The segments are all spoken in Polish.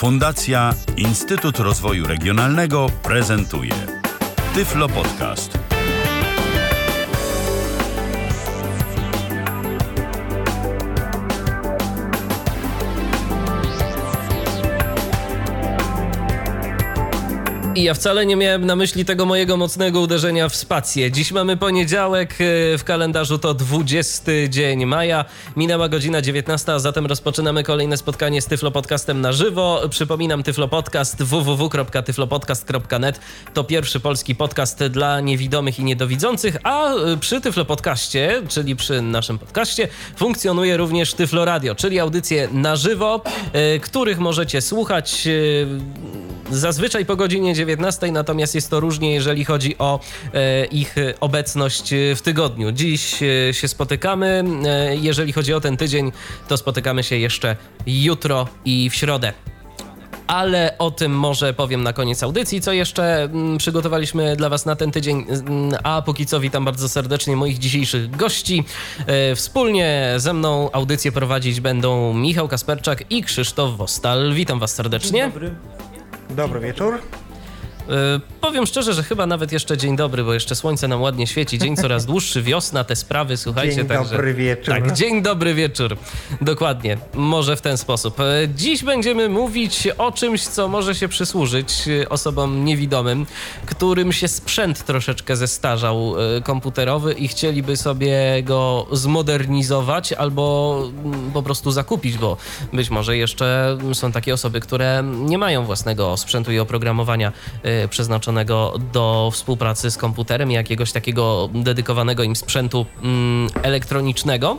Fundacja Instytut Rozwoju Regionalnego prezentuje Tyflo Podcast. I ja wcale nie miałem na myśli tego mojego mocnego uderzenia w spację. Dziś mamy poniedziałek, w kalendarzu to 20 dzień maja. Minęła godzina 19, a zatem rozpoczynamy kolejne spotkanie z Tyflo Podcastem na żywo. Przypominam, Tyflo Podcast www.tyflopodcast.net to pierwszy polski podcast dla niewidomych i niedowidzących, a przy Tyflo Podcaście, czyli przy naszym podcaście, funkcjonuje również Tyflo Radio, czyli audycje na żywo, których możecie słuchać zazwyczaj po godzinie 19, natomiast jest to różnie, jeżeli chodzi o ich obecność w tygodniu. Dziś się spotykamy, jeżeli chodzi o ten tydzień, to spotykamy się jeszcze jutro i w środę. Ale o tym może powiem na koniec audycji, co jeszcze przygotowaliśmy dla Was na ten tydzień. A póki co witam bardzo serdecznie moich dzisiejszych gości. Wspólnie ze mną audycję prowadzić będą Michał Kasperczak i Krzysztof Wostal. Witam Was serdecznie. Dzień dobry. Dobry wieczór. Powiem szczerze, że chyba nawet jeszcze dzień dobry, bo jeszcze słońce nam ładnie świeci, dzień coraz dłuższy, wiosna, te sprawy, słuchajcie. Dzień dobry wieczór. Tak, dzień dobry wieczór. Dokładnie, może w ten sposób. Dziś będziemy mówić o czymś, co może się przysłużyć osobom niewidomym, którym się sprzęt troszeczkę zestarzał komputerowy i chcieliby sobie go zmodernizować albo po prostu zakupić, bo być może jeszcze są takie osoby, które nie mają własnego sprzętu i oprogramowania przeznaczonego do współpracy z komputerem i jakiegoś takiego dedykowanego im sprzętu elektronicznego.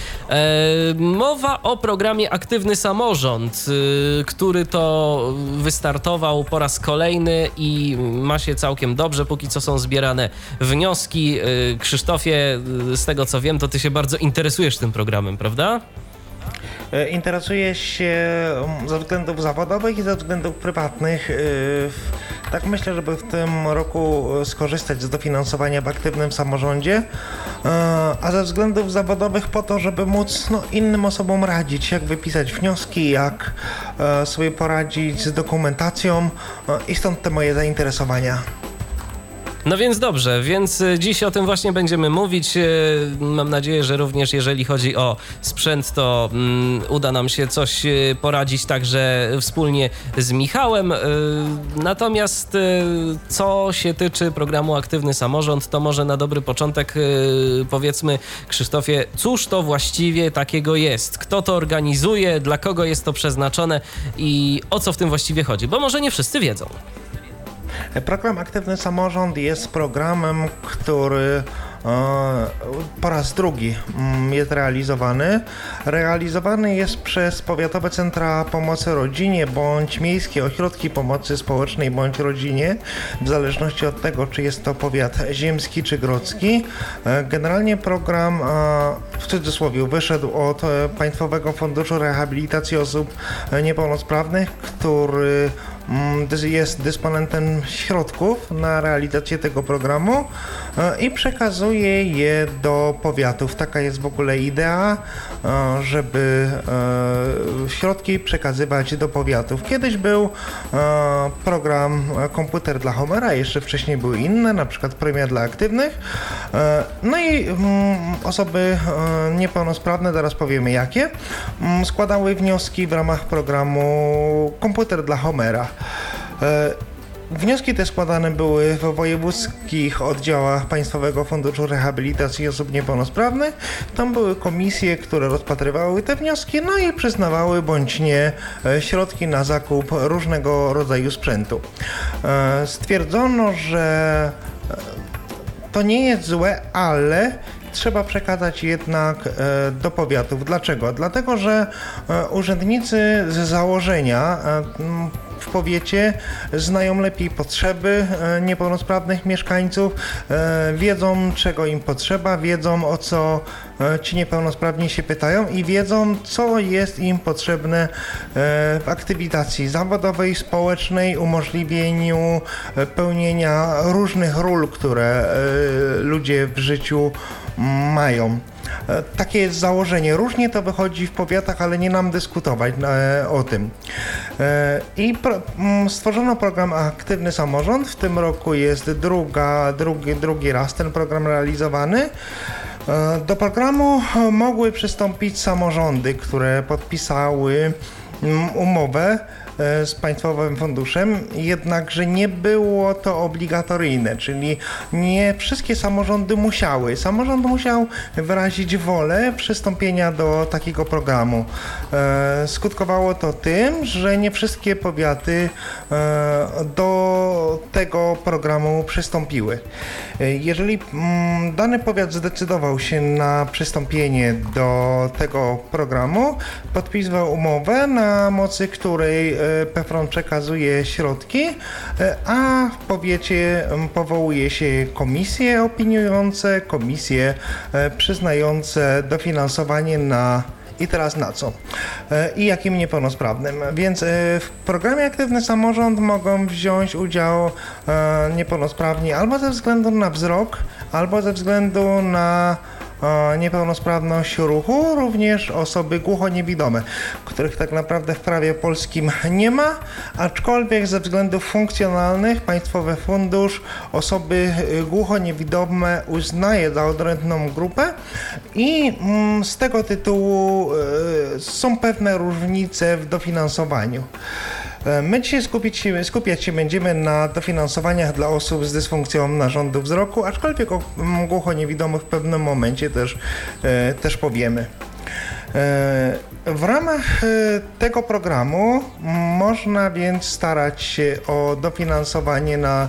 Mowa o programie Aktywny Samorząd, który to wystartował po raz kolejny i ma się całkiem dobrze. Póki co są zbierane wnioski. Krzysztofie, z tego co wiem, to ty się bardzo interesujesz tym programem, prawda? Interesuję się ze względów zawodowych i ze względów prywatnych. Tak myślę, żeby w tym roku skorzystać z dofinansowania w Aktywnym Samorządzie, a ze względów zawodowych po to, żeby móc innym osobom radzić, jak wypisać wnioski, jak sobie poradzić z dokumentacją i stąd te moje zainteresowania. No więc dobrze, więc dziś o tym właśnie będziemy mówić. Mam nadzieję, że również jeżeli chodzi o sprzęt, to uda nam się coś poradzić także wspólnie z Michałem. Natomiast co się tyczy programu Aktywny Samorząd, to może na dobry początek powiedzmy, Krzysztofie, cóż to właściwie takiego jest? Kto to organizuje? Dla kogo jest to przeznaczone? I o co w tym właściwie chodzi? Bo może nie wszyscy wiedzą. Program Aktywny Samorząd jest programem, który po raz drugi jest realizowany. Realizowany jest przez powiatowe centra pomocy rodzinie bądź miejskie ośrodki pomocy społecznej bądź rodzinie, w zależności od tego, czy jest to powiat ziemski czy grodzki. Generalnie program w cudzysłowie wyszedł od Państwowego Funduszu Rehabilitacji Osób Niepełnosprawnych, który jest dysponentem środków na realizację tego programu i przekazuje je do powiatów. Taka jest w ogóle idea, żeby środki przekazywać do powiatów. Kiedyś był program Komputer dla Homera, jeszcze wcześniej były inne, na przykład Premia dla Aktywnych. No i osoby niepełnosprawne, zaraz powiemy jakie, składały wnioski w ramach programu Komputer dla Homera. Wnioski te składane były w wojewódzkich oddziałach Państwowego Funduszu Rehabilitacji Osób Niepełnosprawnych. Tam były komisje, które rozpatrywały te wnioski, no i przyznawały bądź nie środki na zakup różnego rodzaju sprzętu. Stwierdzono, że to nie jest złe, ale trzeba przekazać jednak do powiatów. Dlaczego? Dlatego, że urzędnicy z założenia w powiecie znają lepiej potrzeby niepełnosprawnych mieszkańców, wiedzą, czego im potrzeba, wiedzą, o co ci niepełnosprawni się pytają i wiedzą, co jest im potrzebne w aktywizacji zawodowej, społecznej, umożliwieniu pełnienia różnych ról, które ludzie w życiu mają. Takie jest założenie. Różnie to wychodzi w powiatach, ale nie nam dyskutować o tym. I stworzono program Aktywny Samorząd. W tym roku jest drugi raz ten program realizowany. Do programu mogły przystąpić samorządy, które podpisały umowę z Państwowym Funduszem, jednakże nie było to obligatoryjne, czyli nie wszystkie samorządy musiały. Samorząd musiał wyrazić wolę przystąpienia do takiego programu. Skutkowało to tym, że nie wszystkie powiaty do tego programu przystąpiły. Jeżeli dany powiat zdecydował się na przystąpienie do tego programu, podpisywał umowę, na mocy której PFRON przekazuje środki, a w powiecie powołuje się komisje opiniujące, komisje przyznające dofinansowanie na i teraz na co? I jakim niepełnosprawnym? Więc w programie Aktywny Samorząd mogą wziąć udział niepełnosprawni albo ze względu na wzrok, albo ze względu na niepełnosprawność ruchu, również osoby głuchoniewidome, których tak naprawdę w prawie polskim nie ma, aczkolwiek ze względów funkcjonalnych Państwowy Fundusz osoby głuchoniewidome uznaje za odrębną grupę i z tego tytułu są pewne różnice w dofinansowaniu. My dzisiaj skupiać się będziemy na dofinansowaniach dla osób z dysfunkcją narządu wzroku, aczkolwiek o głuchoniewidomych w pewnym momencie też powiemy. W ramach tego programu można więc starać się o dofinansowanie na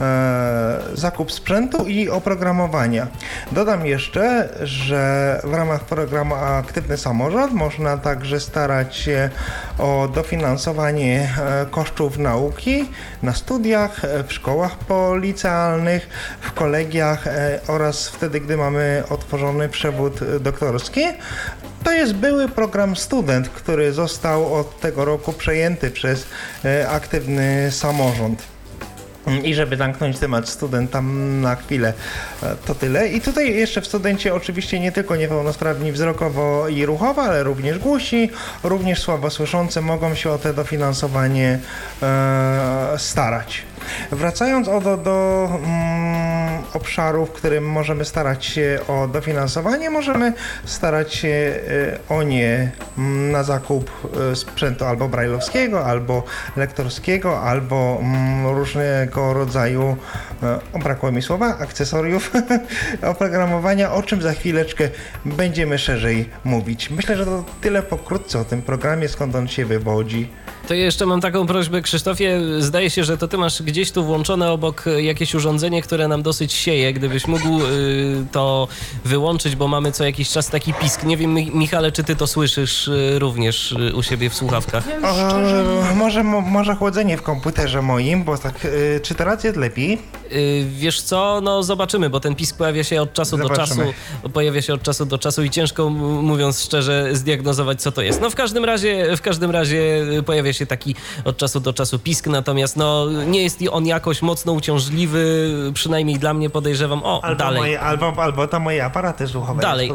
zakup sprzętu i oprogramowania. Dodam jeszcze, że w ramach programu Aktywny Samorząd można także starać się o dofinansowanie kosztów nauki na studiach, w szkołach policealnych, w kolegiach oraz wtedy, gdy mamy otworzony przewód doktorski. To jest były program Student, który został od tego roku przejęty przez Aktywny Samorząd. I żeby zamknąć temat studenta na chwilę, to tyle. I tutaj jeszcze w studencie oczywiście nie tylko niepełnosprawni wzrokowo i ruchowo, ale również głusi, również słabosłyszący mogą się o to dofinansowanie starać. Wracając do obszaru, w którym możemy starać się o dofinansowanie, możemy starać się o nie na zakup sprzętu albo brajlowskiego, albo lektorskiego, albo różnego rodzaju, brakło mi słowa, akcesoriów oprogramowania, o czym za chwileczkę będziemy szerzej mówić. Myślę, że to tyle pokrótce o tym programie, skąd on się wywodzi. To ja jeszcze mam taką prośbę, Krzysztofie, zdaje się, że to ty masz gdzieś tu włączone obok jakieś urządzenie, które nam dosyć sieje, gdybyś mógł to wyłączyć, bo mamy co jakiś czas taki pisk. Nie wiem, Michale, czy ty to słyszysz również u siebie w słuchawkach? Może chłodzenie w komputerze moim, bo tak, czy teraz jest lepiej? Wiesz co, no zobaczymy, bo ten pisk pojawia się od czasu do czasu i ciężko, mówiąc szczerze, zdiagnozować, co to jest. No w każdym razie pojawia się taki od czasu do czasu pisk, natomiast no nie jest on jakoś mocno uciążliwy, przynajmniej dla mnie, podejrzewam. Albo to moje aparaty słuchowe. Dalej,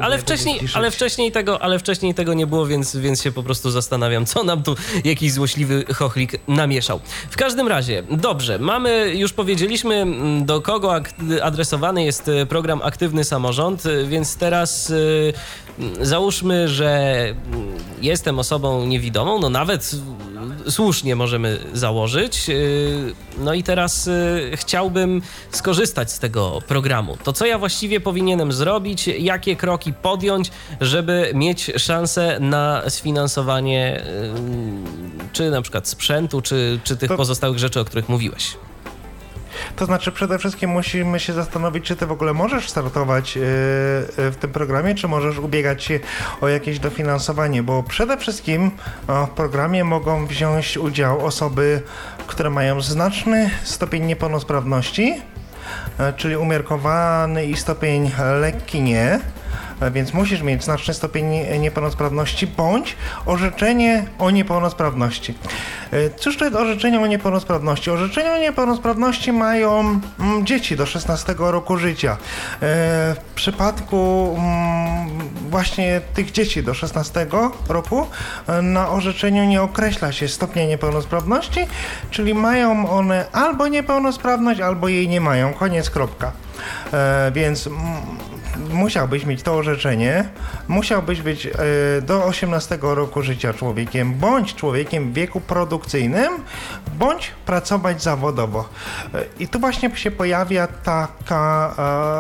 ale wcześniej tego nie było, więc się po prostu zastanawiam, co nam tu jakiś złośliwy chochlik namieszał. W każdym razie, dobrze, już powiedzieliśmy, do kogo adresowany jest program Aktywny Samorząd, więc teraz załóżmy, że jestem osobą niewidomą, no nawet słusznie możemy założyć. No i teraz chciałbym skorzystać z tego programu. To co ja właściwie powinienem zrobić? Jakie kroki podjąć, żeby mieć szansę na sfinansowanie czy na przykład sprzętu, czy tych pozostałych rzeczy, o których mówiłeś? To znaczy przede wszystkim musimy się zastanowić, czy ty w ogóle możesz startować w tym programie, czy możesz ubiegać się o jakieś dofinansowanie, bo przede wszystkim w programie mogą wziąć udział osoby, które mają znaczny stopień niepełnosprawności, czyli umiarkowany i stopień lekki nie. Więc musisz mieć znaczny stopień niepełnosprawności bądź orzeczenie o niepełnosprawności. Cóż to jest orzeczenie o niepełnosprawności? Orzeczenie o niepełnosprawności mają dzieci do 16 roku życia. W przypadku właśnie tych dzieci do 16 roku na orzeczeniu nie określa się stopnia niepełnosprawności, czyli mają one albo niepełnosprawność, albo jej nie mają. Koniec, kropka. Więc musiałbyś mieć to orzeczenie, musiałbyś być do 18 roku życia człowiekiem, bądź człowiekiem w wieku produkcyjnym, bądź pracować zawodowo. I tu właśnie się pojawia taka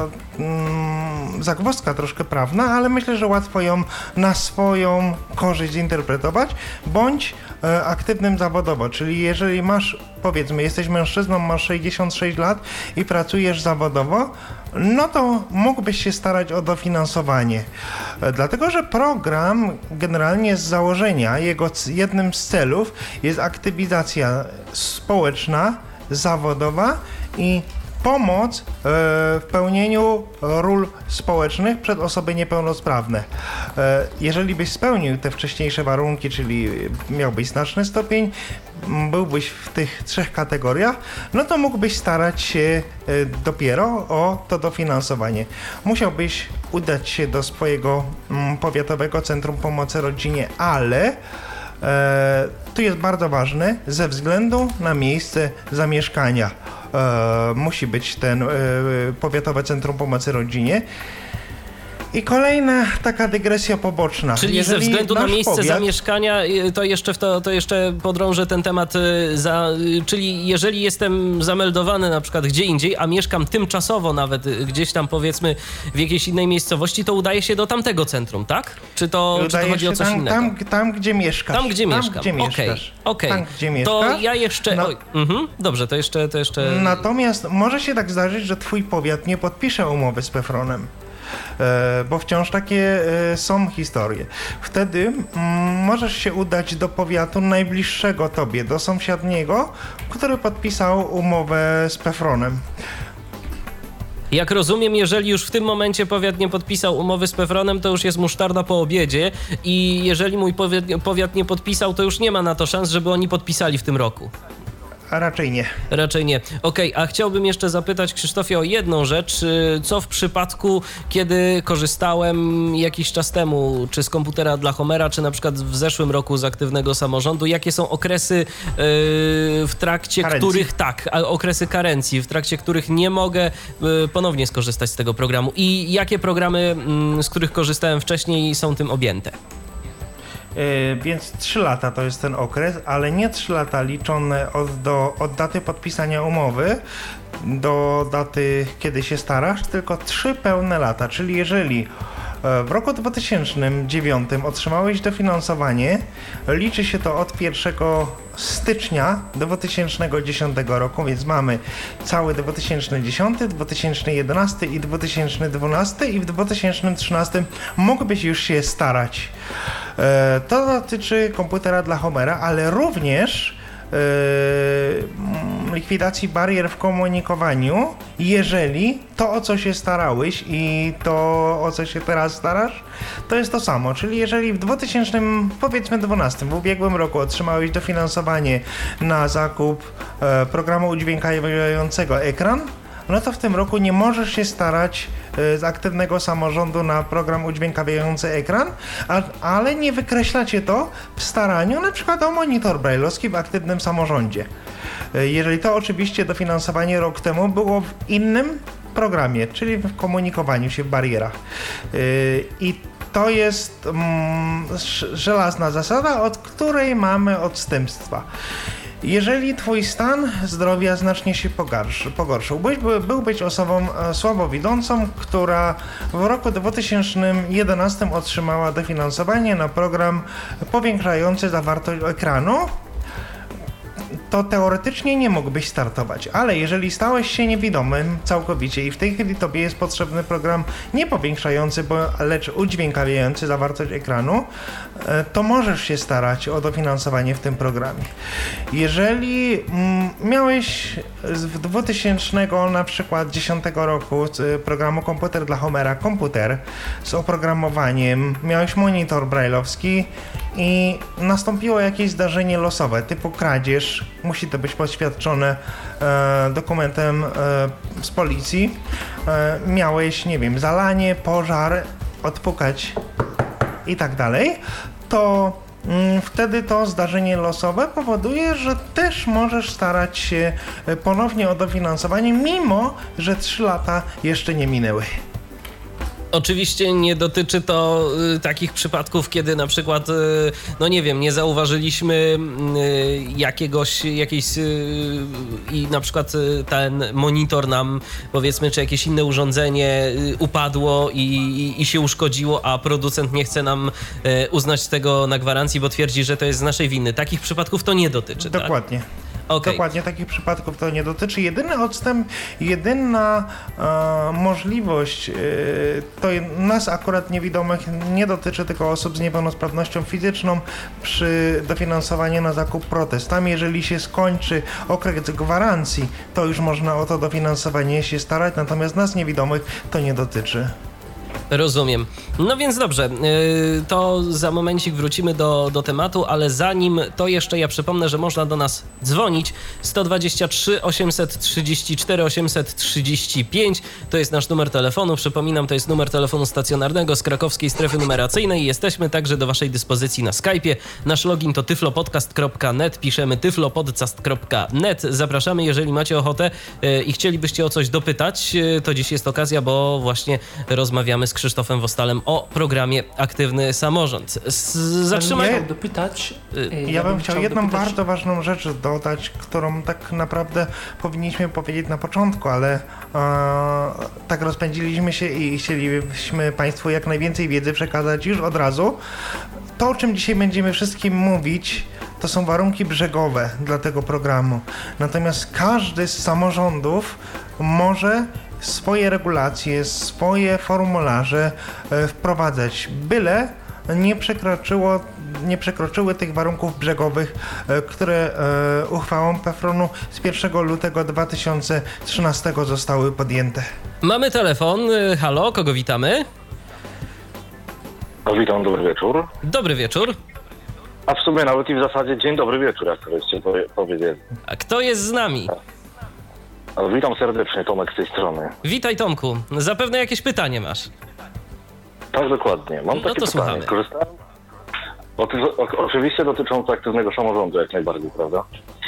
zagwozdka troszkę prawna, ale myślę, że łatwo ją na swoją korzyść zinterpretować, bądź aktywnym zawodowo, czyli jeżeli masz, powiedzmy, jesteś mężczyzną, masz 66 lat i pracujesz zawodowo, no to mógłbyś się starać o dofinansowanie. Dlatego, że program generalnie z założenia, jego jednym z celów jest aktywizacja społeczna, zawodowa i pomoc w pełnieniu ról społecznych przez osoby niepełnosprawne. Jeżeli byś spełnił te wcześniejsze warunki, czyli miałbyś znaczny stopień, byłbyś w tych 3 kategoriach, no to mógłbyś starać się dopiero o to dofinansowanie. Musiałbyś udać się do swojego powiatowego centrum pomocy rodzinie, ale tu jest bardzo ważne ze względu na miejsce zamieszkania. Musi być ten powiatowe centrum pomocy rodzinie. I kolejna taka dygresja poboczna. Czyli jeżeli ze względu na miejsce powiat... zamieszkania, to jeszcze podrążę ten temat, czyli jeżeli jestem zameldowany na przykład gdzie indziej, a mieszkam tymczasowo nawet gdzieś tam powiedzmy w jakiejś innej miejscowości, to udaje się do tamtego centrum, tak? Czy to chodzi o coś innego? Tam, gdzie mieszkasz. Tam, gdzie mieszkam. Okej. Tam, gdzie mieszkasz. To ja jeszcze... Dobrze, to jeszcze... Natomiast może się tak zdarzyć, że twój powiat nie podpisze umowy z PFRON-em. Bo wciąż takie są historie. Wtedy możesz się udać do powiatu najbliższego tobie, do sąsiedniego, który podpisał umowę z PFRON-em. Jak rozumiem, jeżeli już w tym momencie powiat nie podpisał umowy z PFRON-em, to już jest musztarda po obiedzie i jeżeli mój powiat nie podpisał, to już nie ma na to szans, żeby oni podpisali w tym roku. A raczej nie. Raczej nie. Okej, a chciałbym jeszcze zapytać Krzysztofie o jedną rzecz. Co w przypadku, kiedy korzystałem jakiś czas temu, czy z komputera dla Homera, czy na przykład w zeszłym roku z aktywnego samorządu, jakie są okresy, w trakcie których, okresy karencji, w trakcie których nie mogę ponownie skorzystać z tego programu i jakie programy, z których korzystałem wcześniej, są tym objęte? Więc 3 lata to jest ten okres, ale nie 3 lata liczone od daty podpisania umowy do daty, kiedy się starasz, tylko 3 pełne lata. Czyli jeżeli w roku 2009 otrzymałeś dofinansowanie, liczy się to od 1 stycznia 2010 roku, więc mamy cały 2010, 2011 i 2012 i w 2013 mógłbyś już się starać. To dotyczy komputera dla Homera, ale również likwidacji barier w komunikowaniu, jeżeli to, o co się starałeś i to, o co się teraz starasz, to jest to samo. Czyli jeżeli w 2012, w ubiegłym roku otrzymałeś dofinansowanie na zakup programu udźwiękawiającego ekran, no to w tym roku nie możesz się starać z aktywnego samorządu na program udźwiękawiający ekran, ale nie wykreśla cię to w staraniu na przykład o monitor braille'owski w aktywnym samorządzie. Jeżeli to oczywiście dofinansowanie rok temu było w innym programie, czyli w komunikowaniu się w barierach. I to jest żelazna zasada, od której mamy odstępstwa. Jeżeli twój stan zdrowia znacznie się pogorszył, byłbyś osobą słabowidzącą, która w roku 2011 otrzymała dofinansowanie na program powiększający zawartość ekranu, to teoretycznie nie mógłbyś startować, ale jeżeli stałeś się niewidomym całkowicie i w tej chwili tobie jest potrzebny program nie powiększający, lecz udźwiękawiający zawartość ekranu, to możesz się starać o dofinansowanie w tym programie. Jeżeli miałeś w 2000 na przykład 10 roku z programu Komputer dla Homera komputer z oprogramowaniem, miałeś monitor braille'owski i nastąpiło jakieś zdarzenie losowe, typu kradzież, musi to być poświadczone dokumentem z policji, miałeś, nie wiem, zalanie, pożar, odpukać i tak dalej, to wtedy to zdarzenie losowe powoduje, że też możesz starać się ponownie o dofinansowanie, mimo że 3 lata jeszcze nie minęły. Oczywiście nie dotyczy to takich przypadków, kiedy na przykład, no nie wiem, nie zauważyliśmy jakiejś i na przykład ten monitor nam, powiedzmy, czy jakieś inne urządzenie upadło i się uszkodziło, a producent nie chce nam uznać tego na gwarancji, bo twierdzi, że to jest z naszej winy. Takich przypadków to nie dotyczy, Dokładnie. Tak? Okay. Dokładnie, takich przypadków to nie dotyczy. Jedyny odstęp, jedyna możliwość, to nas akurat niewidomych nie dotyczy, tylko osób z niepełnosprawnością fizyczną przy dofinansowaniu na zakup protez. Tam jeżeli się skończy okres gwarancji, to już można o to dofinansowanie się starać, natomiast nas niewidomych to nie dotyczy. Rozumiem. No więc dobrze, to za momencik wrócimy do tematu, ale zanim to jeszcze ja przypomnę, że można do nas dzwonić 123 834 835, to jest nasz numer telefonu, przypominam, to jest numer telefonu stacjonarnego z krakowskiej strefy numeracyjnej. Jesteśmy także do waszej dyspozycji na Skype'ie. Nasz login to tyflopodcast.net, piszemy tyflopodcast.net. Zapraszamy, jeżeli macie ochotę i chcielibyście o coś dopytać, to dziś jest okazja, bo właśnie rozmawiamy z Krzysztofem Wostalem o programie Aktywny Samorząd. Ja bym chciał jedną bardzo ważną rzecz dodać, którą tak naprawdę powinniśmy powiedzieć na początku, ale tak rozpędziliśmy się i chcielibyśmy Państwu jak najwięcej wiedzy przekazać już od razu. To, o czym dzisiaj będziemy wszystkim mówić, to są warunki brzegowe dla tego programu. Natomiast każdy z samorządów może swoje regulacje, swoje formularze wprowadzać, byle nie przekroczyły tych warunków brzegowych, które uchwałą PFRON-u z 1 lutego 2013 zostały podjęte. Mamy telefon. Halo, kogo witamy? Witam, dobry wieczór. Dobry wieczór. A w sumie nawet i w zasadzie dzień dobry wieczór, jak toście powiedzieli. A kto jest z nami? Witam serdecznie, Tomek z tej strony. Witaj, Tomku. Zapewne jakieś pytanie masz. Tak, dokładnie. Mam takie pytanie. Słuchamy. Korzystałem... Oczywiście dotyczące aktywnego samorządu jak najbardziej, prawda?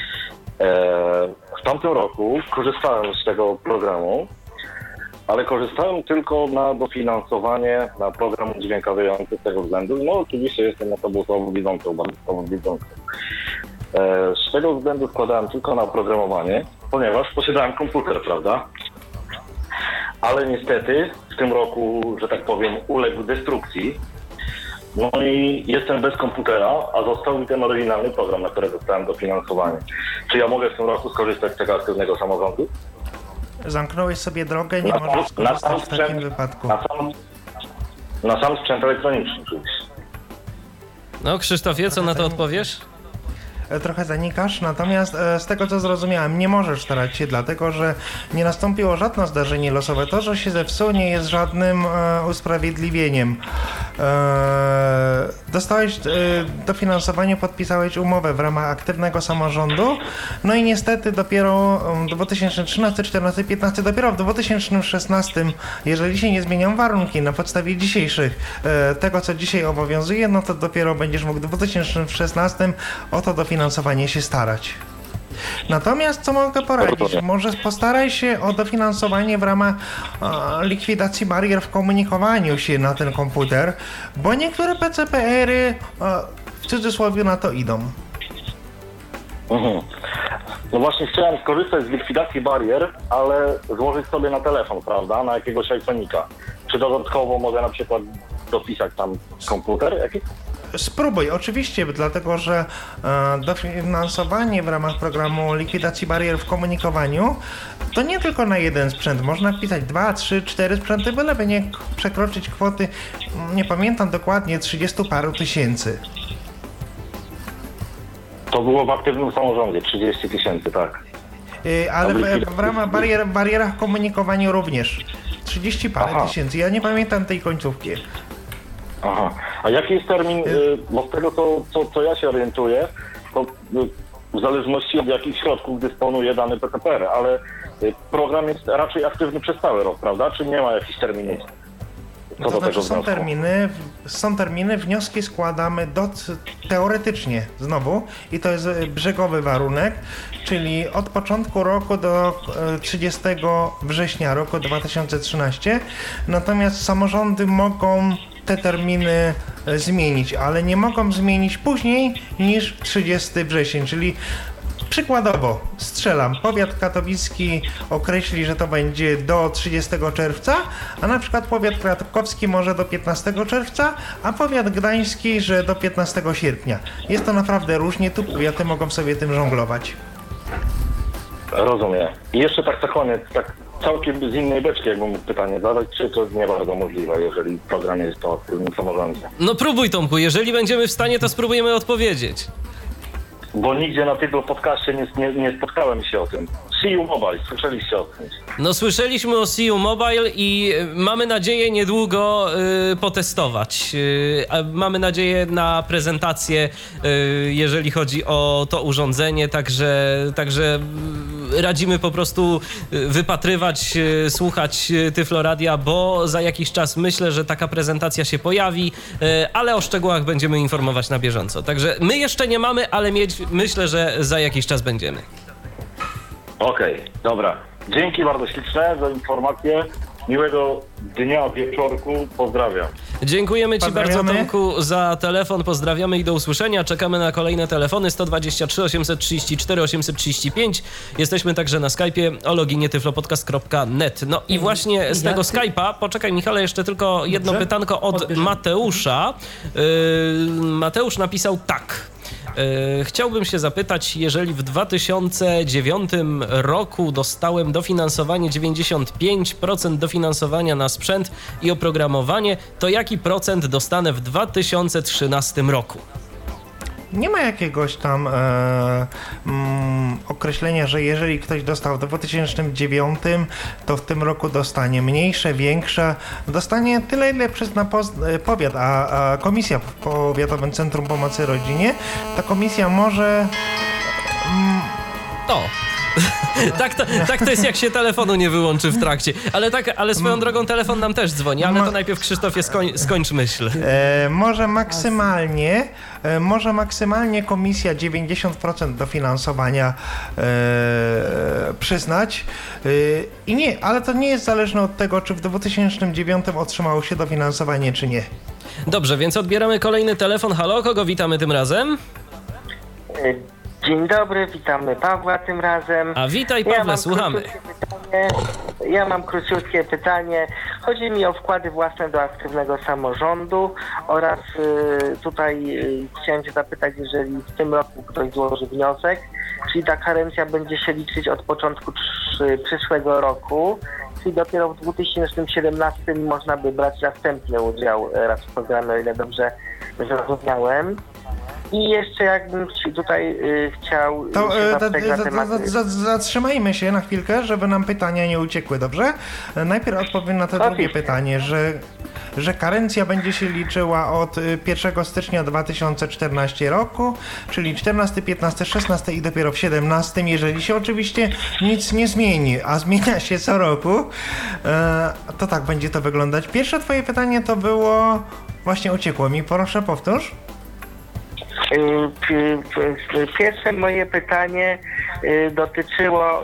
W tamtym roku korzystałem z tego programu, ale korzystałem tylko na dofinansowanie na program udźwiękawiający z tego względu. No oczywiście jestem na to słabowidzącą, bardzo słabowidzącą. Z tego względu składałem tylko na oprogramowanie, ponieważ posiadałem komputer, prawda? Ale niestety w tym roku, że tak powiem, uległ destrukcji. No i jestem bez komputera, a został mi ten oryginalny program, na który dostałem dofinansowanie. Czy ja mogę w tym roku skorzystać z tego aktywnego samorządu? Zamknąłeś sobie drogę, nie możesz skorzystać w takim wypadku. Na sam sprzęt elektroniczny oczywiście. No, Krzysztofie, co na to odpowiesz? Trochę zanikasz, natomiast z tego co zrozumiałem, nie możesz starać się, dlatego że nie nastąpiło żadne zdarzenie losowe. To, że się zepsuło, nie jest żadnym usprawiedliwieniem. Dostałeś dofinansowanie, podpisałeś umowę w ramach aktywnego samorządu, no i niestety dopiero 2013, 14, 15, dopiero w 2016, jeżeli się nie zmienią warunki na podstawie dzisiejszych, tego co dzisiaj obowiązuje, no to dopiero będziesz mógł w 2016 o to dofinansowanie się starać. Natomiast co mogę poradzić? Może postaraj się o dofinansowanie w ramach likwidacji barier w komunikowaniu się na ten komputer, bo niektóre PCPR-y w cudzysłowie na to idą. No właśnie chciałem skorzystać z likwidacji barier, ale złożyć sobie na telefon, prawda, na jakiegoś iPhone'ika. Czy dodatkowo mogę na przykład dopisać tam komputer jakiś? Spróbuj, oczywiście, dlatego że dofinansowanie w ramach programu likwidacji barier w komunikowaniu to nie tylko na jeden sprzęt. Można wpisać 2, 3, 4 sprzęty, byleby nie przekroczyć kwoty, nie pamiętam dokładnie, 30 paru tysięcy. To było w aktywnym samorządzie, 30 000, tak. Ale w ramach barierach w komunikowaniu również 30 parę tysięcy. Ja nie pamiętam tej końcówki. Aha, A jaki jest termin, bo z tego co ja się orientuję, to w zależności od jakich środków dysponuje dany PTPR, ale program jest raczej aktywny przez cały rok, prawda? Czy nie ma jakichś terminów? To znaczy są terminy, wnioski składamy teoretycznie znowu i to jest brzegowy warunek, czyli od początku roku do 30 września roku 2013, natomiast samorządy mogą te terminy zmienić, ale nie mogą zmienić później niż 30 wrzesień, czyli przykładowo, strzelam, powiat katowicki określi, że to będzie do 30 czerwca, a na przykład powiat krakowski może do 15 czerwca, a powiat gdański, że do 15 sierpnia. Jest to naprawdę różnie, tu powiaty mogą sobie tym żonglować. Rozumiem. I jeszcze tak na koniec, tak całkiem z innej beczki, jakbym mógł pytanie zadać, czy to nie bardzo możliwe, jeżeli program jest to w tym samorządzie? No próbuj, Tomku, jeżeli będziemy w stanie, to spróbujemy odpowiedzieć. Bo nigdzie na tym podcaście nie spotkałem się o tym. See You Mobile, słyszeliście o tym? No słyszeliśmy o See You Mobile i mamy nadzieję niedługo potestować. Mamy nadzieję na prezentację, jeżeli chodzi o to urządzenie, także radzimy po prostu wypatrywać, słuchać Tyfloradia, bo za jakiś czas myślę, że taka prezentacja się pojawi, ale o szczegółach będziemy informować na bieżąco. Także my jeszcze nie mamy, ale myślę, że za jakiś czas będziemy. Okej, dobra. Dzięki bardzo śliczne za informację. Miłego dnia, wieczorku. Pozdrawiam. Dziękujemy Ci bardzo, Tomku, za telefon. Pozdrawiamy i do usłyszenia. Czekamy na kolejne telefony 123 834 835. Jesteśmy także na Skype'ie o loginie tyflopodcast.net. No i właśnie z tego Skype'a, poczekaj Michale, jeszcze tylko jedno pytanko od Mateusza. Mateusz napisał tak. Chciałbym się zapytać, jeżeli w 2009 roku dostałem dofinansowanie 95% dofinansowania na sprzęt i oprogramowanie, to jaki procent dostanę w 2013 roku? Nie ma jakiegoś tam określenia, że jeżeli ktoś dostał w 2009, to w tym roku dostanie mniejsze, większe. Dostanie tyle, ile przyzna powiat, a Komisja w Powiatowym Centrum Pomocy Rodzinie, ta komisja może... Tak to jest, jak się telefonu nie wyłączy w trakcie. Ale swoją drogą telefon nam też dzwoni, ale to najpierw, Krzysztofie, skończ myśl. Może maksymalnie komisja 90% dofinansowania przyznać. Ale to nie jest zależne od tego, czy w 2009 otrzymało się dofinansowanie, czy nie. Dobrze, więc odbieramy kolejny telefon. Halo, kogo witamy tym razem? Dzień dobry, witamy Pawła tym razem. A witaj, Pawle, słuchamy. Ja mam króciutkie pytanie. Chodzi mi o wkłady własne do aktywnego samorządu oraz tutaj chciałem się zapytać, jeżeli w tym roku ktoś złoży wniosek, czyli ta karencja będzie się liczyć od początku przyszłego roku, czyli dopiero w 2017 można by brać następny udział raz w programie, o ile dobrze zrozumiałem. I jeszcze jakbym tutaj chciał się zapytać na temat... Zatrzymajmy się na chwilkę, żeby nam pytania nie uciekły, dobrze? Najpierw odpowiem na to drugie pytanie, że karencja będzie się liczyła od 1 stycznia 2014 roku, czyli 14, 15, 16 i dopiero w 17, jeżeli się oczywiście nic nie zmieni, a zmienia się co roku, to tak będzie to wyglądać. Pierwsze twoje pytanie to było... Właśnie uciekło mi, proszę powtórz. Pierwsze moje pytanie dotyczyło...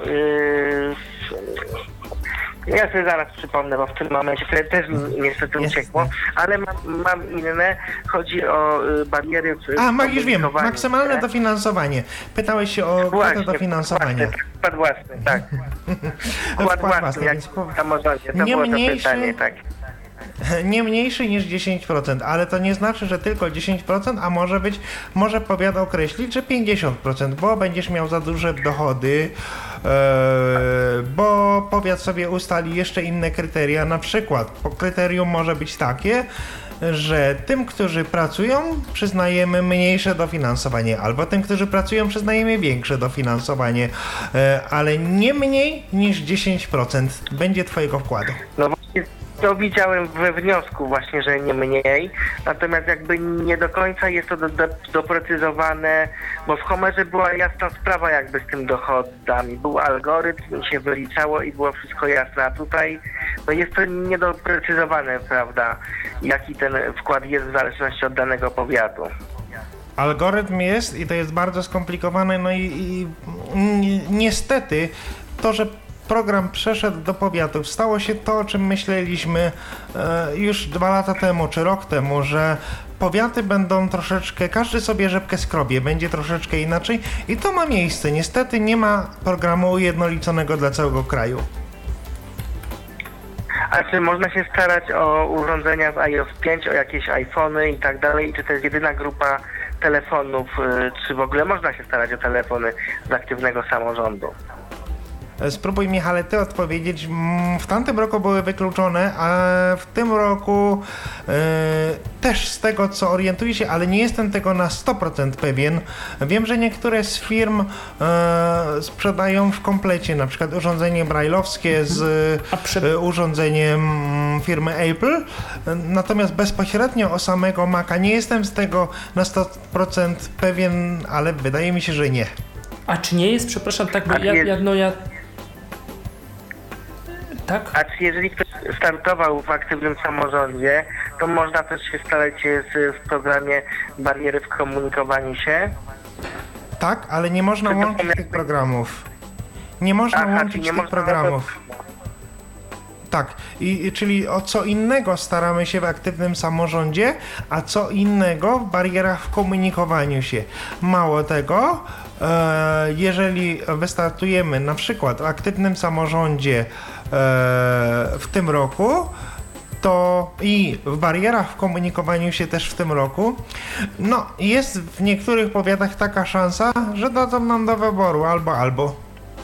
Ja sobie zaraz przypomnę, bo w tym momencie też niestety uciekło, ale mam inne. Chodzi o bariery... Już wiem, maksymalne dofinansowanie. Pytałeś się o kwotę dofinansowania. Wkład własny, tak. Wkład własny, jak w samorządzie. To było to pytanie, tak. Nie mniejszy niż 10%, ale to nie znaczy, że tylko 10%, a może powiat określić, że 50%, bo będziesz miał za duże dochody, bo powiat sobie ustali jeszcze inne kryteria, na przykład kryterium może być takie, że tym, którzy pracują, przyznajemy mniejsze dofinansowanie, albo tym, którzy pracują, przyznajemy większe dofinansowanie, ale nie mniej niż 10% będzie twojego wkładu. No właśnie To widziałem we wniosku właśnie, że nie mniej, natomiast jakby nie do końca jest to doprecyzowane, bo w Homerze była jasna sprawa jakby z tym dochodami. Był algorytm i się wyliczało i było wszystko jasne, a tutaj no jest to niedoprecyzowane, prawda, jaki ten wkład jest w zależności od danego powiatu. Algorytm jest i to jest bardzo skomplikowane, no i niestety to, że program przeszedł do powiatów, stało się to, o czym myśleliśmy już 2 lata temu czy rok temu, że powiaty będą troszeczkę, każdy sobie rzepkę skrobie, będzie troszeczkę inaczej i to ma miejsce. Niestety nie ma programu ujednoliconego dla całego kraju. A czy można się starać o urządzenia z iOS 5, o jakieś iPhony i tak dalej? I czy to jest jedyna grupa telefonów, czy w ogóle można się starać o telefony z aktywnego samorządu? Spróbuj, Michale, ty odpowiedzieć. W tamtym roku były wykluczone, a w tym roku też z tego, co orientuję się, ale nie jestem tego na 100% pewien. Wiem, że niektóre z firm sprzedają w komplecie, na przykład urządzenie brajlowskie z urządzeniem firmy Apple, natomiast bezpośrednio o samego Maca nie jestem z tego na 100% pewien, ale wydaje mi się, że nie. A czy nie jest, przepraszam, tak, bo tak? A czy jeżeli ktoś startował w aktywnym samorządzie, to można też się starać w programie bariery w komunikowaniu się? Tak, ale nie można łączyć tych programów. Nie można łączyć tych programów. Tak, czyli o co innego staramy się w aktywnym samorządzie, a co innego w barierach w komunikowaniu się. Mało tego, jeżeli wystartujemy na przykład w aktywnym samorządzie w tym roku, to i w barierach w komunikowaniu się też w tym roku, no jest w niektórych powiatach taka szansa, że dadzą nam do wyboru albo.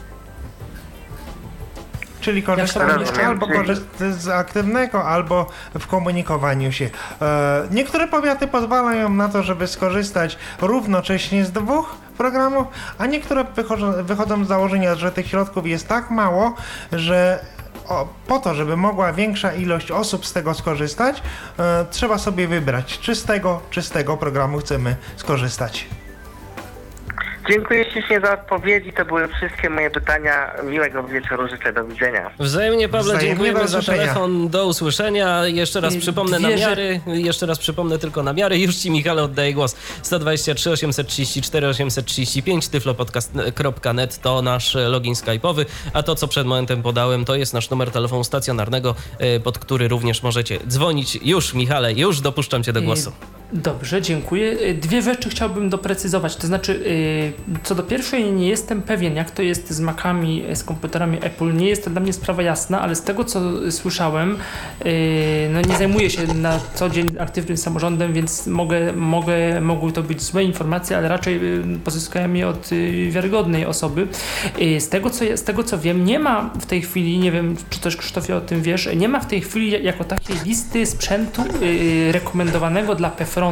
Czyli korzystamy albo z aktywnego, albo w komunikowaniu się. Niektóre powiaty pozwalają na to, żeby skorzystać równocześnie z 2 programów, a niektóre wychodzą z założenia, że tych środków jest tak mało, że po to, żeby mogła większa ilość osób z tego skorzystać, trzeba sobie wybrać, czy z tego programu chcemy skorzystać. Dziękuję ślicznie za odpowiedzi. To były wszystkie moje pytania. Miłego wieczoru życzę. Do widzenia. Wzajemnie, Pawle, dziękujemy za telefon. Do usłyszenia. Jeszcze raz przypomnę namiary. Jeszcze raz przypomnę tylko namiary. Już ci, Michale, oddaję głos. 123 834 835 tyflopodcast.net to nasz login skype'owy, a to, co przed momentem podałem, to jest nasz numer telefonu stacjonarnego, pod który również możecie dzwonić. Już, Michale, już dopuszczam cię do głosu. Dobrze, dziękuję. 2 rzeczy chciałbym doprecyzować. To znaczy, co do pierwszej nie jestem pewien, jak to jest z Macami, z komputerami Apple. Nie jest to dla mnie sprawa jasna, ale z tego, co słyszałem, no nie zajmuję się na co dzień aktywnym samorządem, więc mogły to być złe informacje, ale raczej pozyskałem je od wiarygodnej osoby. Z tego, co wiem, nie ma w tej chwili, nie wiem, czy też Krzysztofie o tym wiesz, nie ma w tej chwili jako takiej listy sprzętu rekomendowanego dla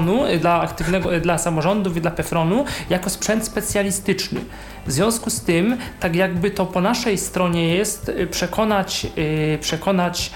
dla samorządów i dla PFRON-u jako sprzęt specjalistyczny. W związku z tym, tak jakby to po naszej stronie jest przekonać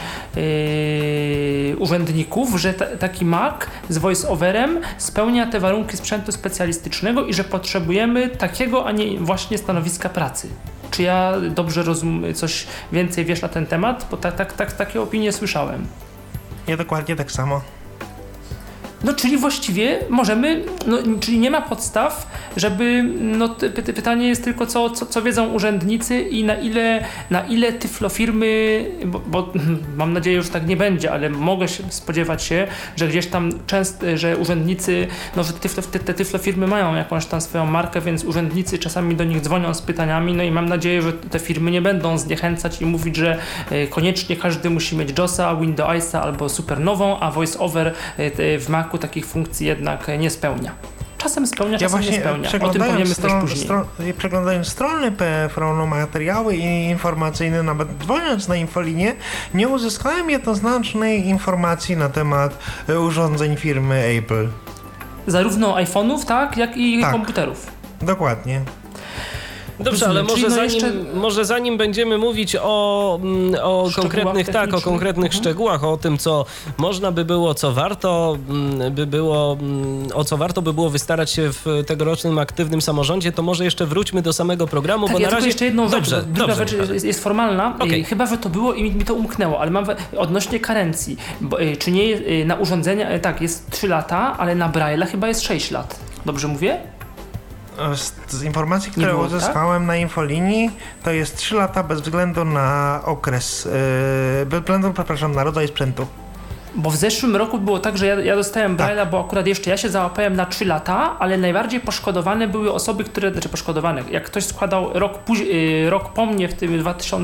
urzędników, że taki Mac z voice-overem spełnia te warunki sprzętu specjalistycznego i że potrzebujemy takiego, a nie właśnie stanowiska pracy. Czy ja dobrze rozumiem, coś więcej wiesz na ten temat? Bo takie opinie słyszałem. Ja dokładnie tak samo. No, czyli właściwie możemy, czyli nie ma podstaw, żeby, pytanie jest tylko, co wiedzą urzędnicy i na ile tyflofirmy, bo mam nadzieję, że tak nie będzie, ale mogę spodziewać się, że gdzieś tam że urzędnicy, że te tyflofirmy mają jakąś tam swoją markę, więc urzędnicy czasami do nich dzwonią z pytaniami, no i mam nadzieję, że te firmy nie będą zniechęcać i mówić, że koniecznie każdy musi mieć JOS-a, Windowsa albo supernową, a voice-over w Macu takich funkcji jednak nie spełnia. Czasem spełnia, czasem nie spełnia. O tym powiemy też później. Przeglądając strony PFRON-u, materiały informacyjne, nawet dzwoniąc na infolinię, nie uzyskałem jednoznacznej informacji na temat urządzeń firmy Apple. Zarówno iPhone'ów, tak, jak i komputerów. Dokładnie. Dobrze, ale może zanim będziemy mówić o konkretnych szczegółach, o tym, co można by było, co warto by było, o co warto by było wystarać się w tegorocznym aktywnym samorządzie, to może jeszcze wróćmy do samego programu, tak, bo na razie... jeszcze jedną rzecz, druga rzecz tak. jest formalna, Okay. Chyba, że to było i mi to umknęło, ale mam odnośnie karencji, czy nie na urządzenia, tak, jest 3 lata, ale na Braille'a chyba jest 6 lat. Dobrze mówię? Z informacji, które uzyskałem na infolinii, to jest 3 lata bez względu na okres, na rodzaj sprzętu. Bo w zeszłym roku było tak, że ja dostałem Braille'a, bo akurat jeszcze ja się załapałem na 3 lata, ale najbardziej poszkodowane były osoby, jak ktoś składał rok po mnie w tym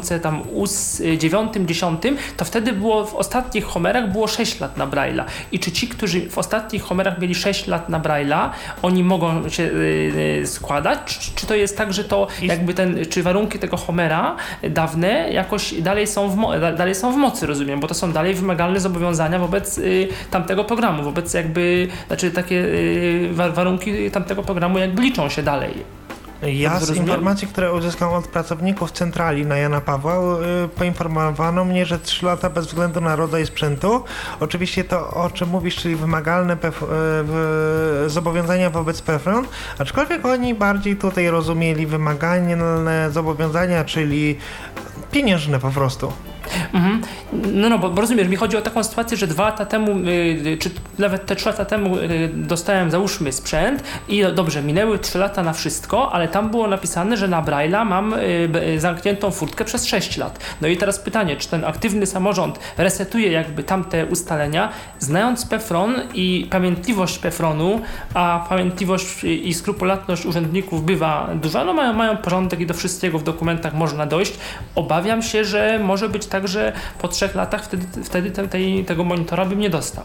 2009-10, to wtedy było w ostatnich Homerach było 6 lat na Braille'a. I czy ci, którzy w ostatnich Homerach mieli 6 lat na Braille'a, oni mogą się składać? Czy to jest tak, że to jakby czy warunki tego Homera dawne jakoś dalej są w mocy, rozumiem, bo to są dalej wymagalne zobowiązania wobec tamtego programu, takie warunki tamtego programu jakby liczą się dalej. Ja z informacji, które uzyskałem od pracowników centrali na Jana Pawła, poinformowano mnie, że 3 lata bez względu na rodzaj sprzętu. Oczywiście to, o czym mówisz, czyli wymagalne zobowiązania wobec PFRON, aczkolwiek oni bardziej tutaj rozumieli wymagalne zobowiązania, czyli pieniężne po prostu. Mhm. No, bo rozumiesz, mi chodzi o taką sytuację, że 2 lata temu, czy nawet te 3 lata temu dostałem, załóżmy, sprzęt i dobrze, minęły 3 lata na wszystko, ale tam było napisane, że na Braille'a mam zamkniętą furtkę przez 6 lat. No i teraz pytanie, czy ten aktywny samorząd resetuje jakby tamte ustalenia, znając PFRON i pamiętliwość PFRON-u, a pamiętliwość i skrupulatność urzędników bywa duża, no mają porządek i do wszystkiego w dokumentach można dojść. Obawiam się, że może być tak, że po 3 latach wtedy tego monitora bym nie dostał.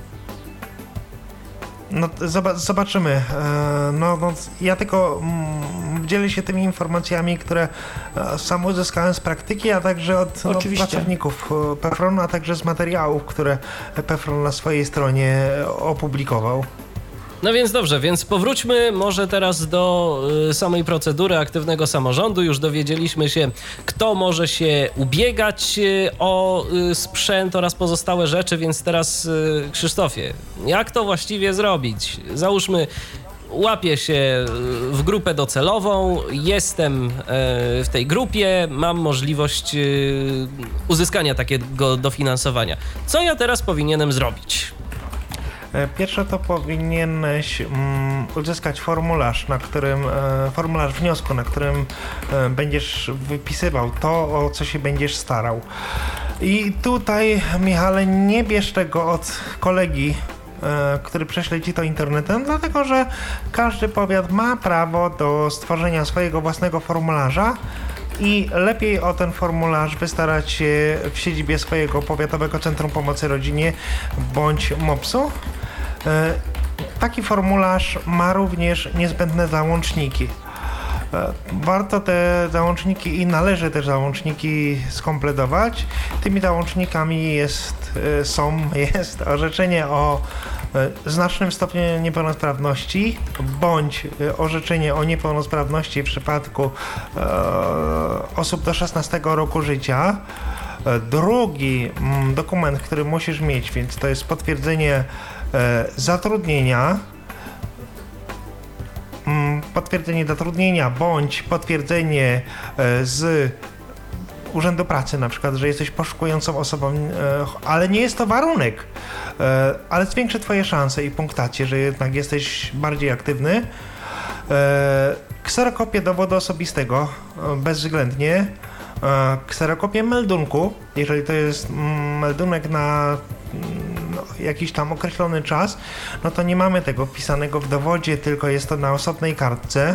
No zobaczymy. Ja tylko dzielę się tymi informacjami, które sam uzyskałem z praktyki, a także od pracowników PFRON-u, a także z materiałów, które PFRON na swojej stronie opublikował. No więc dobrze, więc powróćmy może teraz do samej procedury aktywnego samorządu. Już dowiedzieliśmy się, kto może się ubiegać o sprzęt oraz pozostałe rzeczy, więc teraz Krzysztofie, jak to właściwie zrobić? Załóżmy, łapię się w grupę docelową, jestem w tej grupie, mam możliwość uzyskania takiego dofinansowania. Co ja teraz powinienem zrobić? Pierwsze to powinieneś uzyskać formularz wniosku, na którym będziesz wypisywał to, o co się będziesz starał. I tutaj, Michale, nie bierz tego od kolegi, który prześle ci to internetem, dlatego że każdy powiat ma prawo do stworzenia swojego własnego formularza i lepiej o ten formularz wystarać się w siedzibie swojego Powiatowego Centrum Pomocy Rodzinie bądź MOPS-u. Taki formularz ma również niezbędne załączniki. Warto te załączniki i należy te załączniki skompletować. Tymi załącznikami jest orzeczenie o znacznym stopniu niepełnosprawności bądź orzeczenie o niepełnosprawności w przypadku osób do 16 roku życia. Drugi dokument, który musisz mieć, więc to jest potwierdzenie zatrudnienia bądź potwierdzenie z Urzędu Pracy, na przykład, że jesteś poszukującą osobą, ale nie jest to warunek, ale zwiększy twoje szanse i punktację, że jednak jesteś bardziej aktywny. Kserokopię dowodu osobistego bezwzględnie, kserokopię meldunku, jeżeli to jest meldunek na jakiś tam określony czas, no to nie mamy tego wpisanego w dowodzie, tylko jest to na osobnej kartce.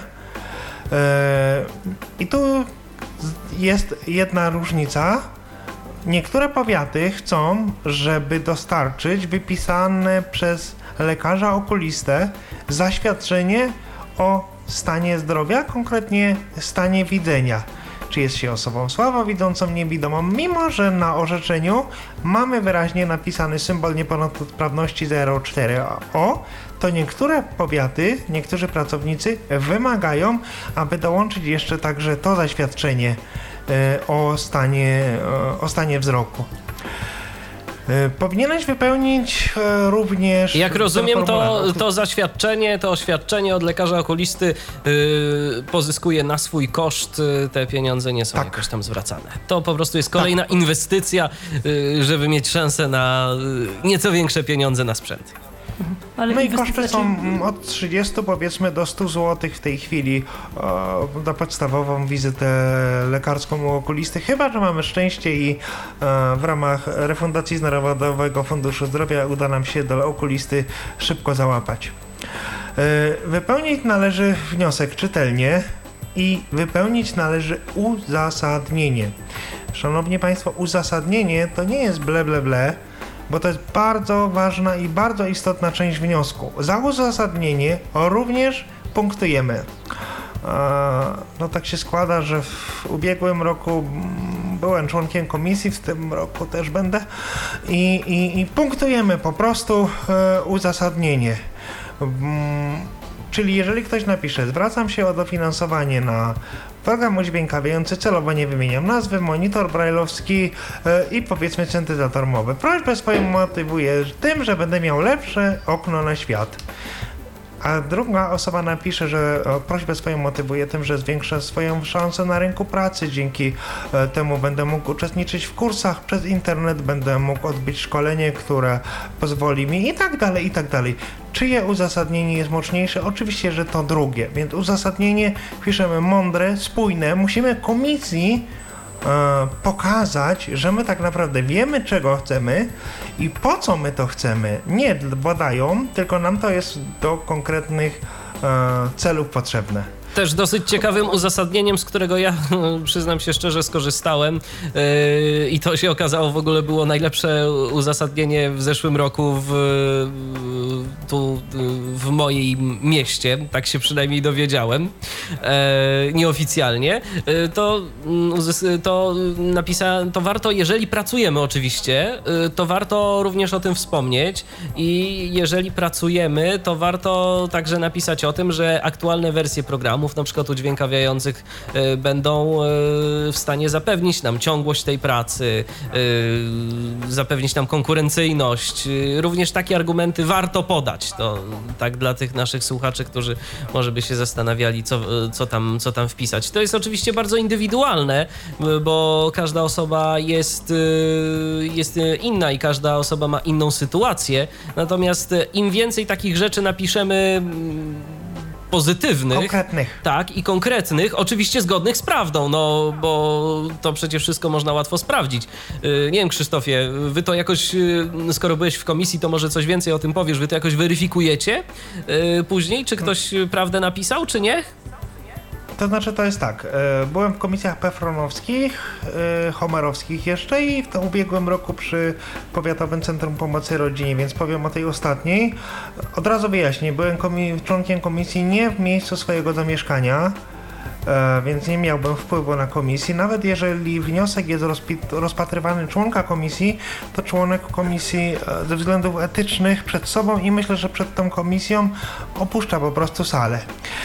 I tu jest jedna różnica. Niektóre powiaty chcą, żeby dostarczyć wypisane przez lekarza okulistę zaświadczenie o stanie zdrowia, konkretnie stanie widzenia. Czy jest się osobą słabowidzącą, niewidomą, mimo że na orzeczeniu mamy wyraźnie napisany symbol niepełnosprawności 04O, to niektóre powiaty, niektórzy pracownicy wymagają, aby dołączyć jeszcze także to zaświadczenie o stanie wzroku. Powinieneś wypełnić również... Jak rozumiem, to zaświadczenie, to oświadczenie od lekarza okulisty pozyskuje na swój koszt. Te pieniądze nie są jakoś tam zwracane. To po prostu jest kolejna inwestycja, żeby mieć szansę na nieco większe pieniądze na sprzęt. Ale no i koszty są od 30 powiedzmy do 100 zł w tej chwili na podstawową wizytę lekarską u okulisty, chyba że mamy szczęście i w ramach refundacji z Narodowego Funduszu Zdrowia uda nam się do okulisty szybko załapać. Wypełnić należy wniosek czytelnie i wypełnić należy uzasadnienie. Szanowni Państwo, uzasadnienie to nie jest ble ble ble, bo to jest bardzo ważna i bardzo istotna część wniosku. Za uzasadnienie również punktujemy. No tak się składa, że w ubiegłym roku byłem członkiem komisji, w tym roku też będę i punktujemy po prostu uzasadnienie. Czyli jeżeli ktoś napisze, zwracam się o dofinansowanie na program udźwiękawiający, celowo nie wymieniam nazwy, monitor brajlowski i powiedzmy syntezator mowy. Prośbę swoją motywuję tym, że będę miał lepsze okno na świat. A druga osoba napisze, że prośbę swoją motywuje tym, że zwiększa swoją szansę na rynku pracy. Dzięki temu będę mógł uczestniczyć w kursach przez internet, będę mógł odbyć szkolenie, które pozwoli mi i tak dalej, i tak dalej. Czyje uzasadnienie jest mocniejsze? Oczywiście, że to drugie. Więc uzasadnienie piszemy mądre, spójne. Musimy komisji pokazać, że my tak naprawdę wiemy, czego chcemy i po co my to chcemy. Nie badają, tylko nam to jest do konkretnych celów potrzebne. Też dosyć ciekawym uzasadnieniem, z którego ja, przyznam się szczerze, skorzystałem i to się okazało w ogóle było najlepsze uzasadnienie w zeszłym roku w moim mieście, tak się przynajmniej dowiedziałem, nieoficjalnie, to napisałem, to warto, jeżeli pracujemy oczywiście, to warto również o tym wspomnieć i jeżeli pracujemy, to warto także napisać o tym, że aktualne wersje programów, na przykład udźwiękawiających, będą w stanie zapewnić nam ciągłość tej pracy, zapewnić nam konkurencyjność. Również takie argumenty warto podać. To tak dla tych naszych słuchaczy, którzy może by się zastanawiali, co tam wpisać. To jest oczywiście bardzo indywidualne, bo każda osoba jest inna i każda osoba ma inną sytuację. Natomiast im więcej takich rzeczy napiszemy pozytywnych, konkretnych. Tak, i konkretnych, oczywiście zgodnych z prawdą, no bo to przecież wszystko można łatwo sprawdzić. Nie wiem, Krzysztofie, wy to jakoś, skoro byłeś w komisji, to może coś więcej o tym powiesz, wy to jakoś weryfikujecie później, czy ktoś prawdę napisał, czy nie? To znaczy, to jest tak, byłem w komisjach PFRON-owskich, homerowskich jeszcze i w ubiegłym roku przy Powiatowym Centrum Pomocy Rodzinie, więc powiem o tej ostatniej. Od razu wyjaśnię, byłem członkiem komisji nie w miejscu swojego zamieszkania, więc nie miałbym wpływu na komisję. Nawet jeżeli wniosek jest rozpatrywany członka komisji, to członek komisji ze względów etycznych przed sobą i myślę, że przed tą komisją opuszcza po prostu salę.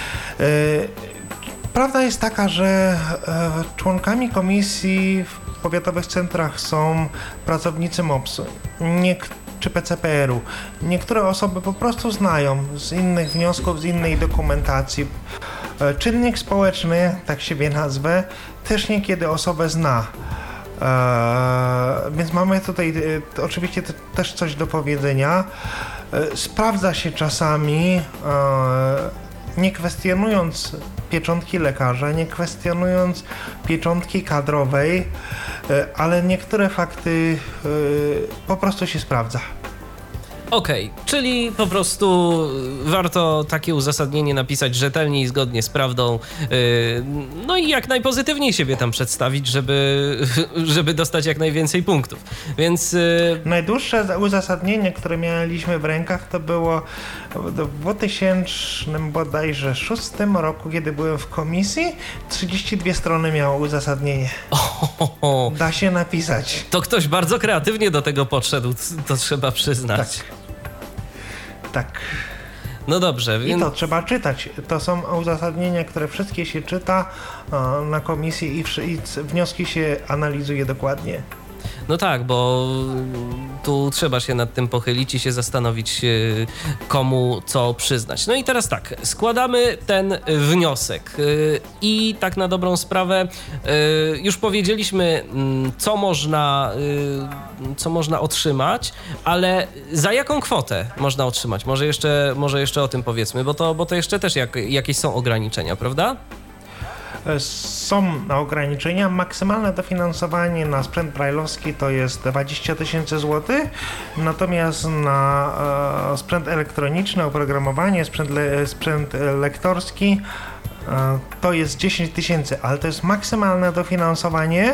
Prawda jest taka, że członkami komisji w powiatowych centrach są pracownicy MOPS-u czy PCPR-u. Niektóre osoby po prostu znają z innych wniosków, z innej dokumentacji. Czynnik społeczny, tak siebie nazwę, też niekiedy osobę zna. Więc mamy tutaj oczywiście też coś do powiedzenia. Sprawdza się czasami, nie kwestionując pieczątki lekarza, nie kwestionując pieczątki kadrowej, ale niektóre fakty po prostu się sprawdza. Okej, czyli po prostu warto takie uzasadnienie napisać rzetelnie i zgodnie z prawdą, no i jak najpozytywniej siebie tam przedstawić, żeby dostać jak najwięcej punktów, więc... Najdłuższe uzasadnienie, które mieliśmy w rękach, to było w 2006 roku, kiedy byłem w komisji, 32 strony miało uzasadnienie. Da się napisać. To ktoś bardzo kreatywnie do tego podszedł, to trzeba przyznać. Tak. No dobrze, I to trzeba czytać. To są uzasadnienia, które wszystkie się czyta na komisji i wnioski się analizuje dokładnie. No tak, bo tu trzeba się nad tym pochylić i się zastanowić, komu co przyznać. No i teraz tak, składamy ten wniosek i tak na dobrą sprawę już powiedzieliśmy, co można otrzymać, ale za jaką kwotę można otrzymać? Może jeszcze o tym powiedzmy, bo to jeszcze też jakieś są ograniczenia, prawda? Są ograniczenia. Maksymalne dofinansowanie na sprzęt brajlowski to jest 20 000 złotych, natomiast na sprzęt elektroniczny, oprogramowanie, sprzęt lektorski to jest 10 000, ale to jest maksymalne dofinansowanie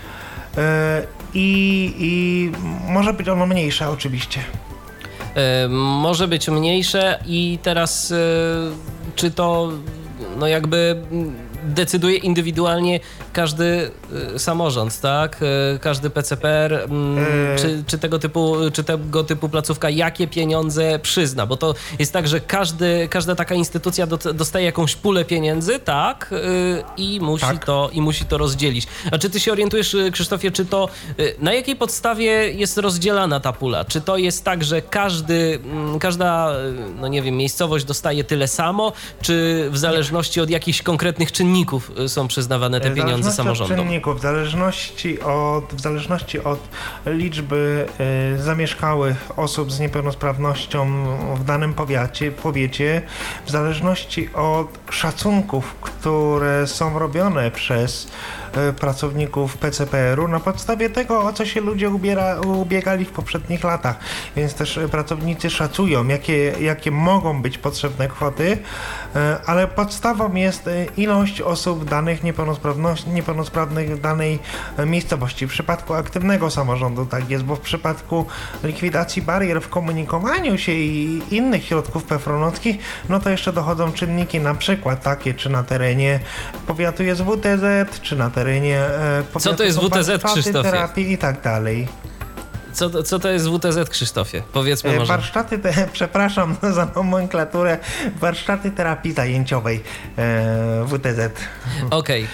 i może być ono mniejsze oczywiście. Może być mniejsze i teraz czy to no jakby decyduje indywidualnie każdy samorząd, tak? Każdy PCPR, czy tego typu placówka, jakie pieniądze przyzna, bo to jest tak, że każda taka instytucja dostaje jakąś pulę pieniędzy, tak? I musi to rozdzielić. A czy ty się orientujesz, Krzysztofie, na jakiej podstawie jest rozdzielana ta pula? Czy to jest tak, że każda, no nie wiem, miejscowość dostaje tyle samo, czy w zależności od jakichś konkretnych czynników są przyznawane te pieniądze samorządom? Czynników, w zależności od liczby zamieszkałych osób z niepełnosprawnością w danym powiecie, w zależności od szacunków, które są robione przez pracowników PCPR-u na podstawie tego, o co się ludzie ubiegali w poprzednich latach. Więc też pracownicy szacują, jakie mogą być potrzebne kwoty, ale podstawą jest ilość osób danych niepełnosprawnych w danej miejscowości. W przypadku aktywnego samorządu tak jest, bo w przypadku likwidacji barier w komunikowaniu się i innych środków PFRON-owskich, no to jeszcze dochodzą czynniki na przykład takie, czy na terenie powiatu jest WTZ, czy na terenie powiatu co to jest WTZ, Krzysztofie? Terapii i tak dalej. Co to jest WTZ, Krzysztofie? Powiedzmy może. Przepraszam za nomenklaturę, warsztaty terapii zajęciowej WTZ. Okej.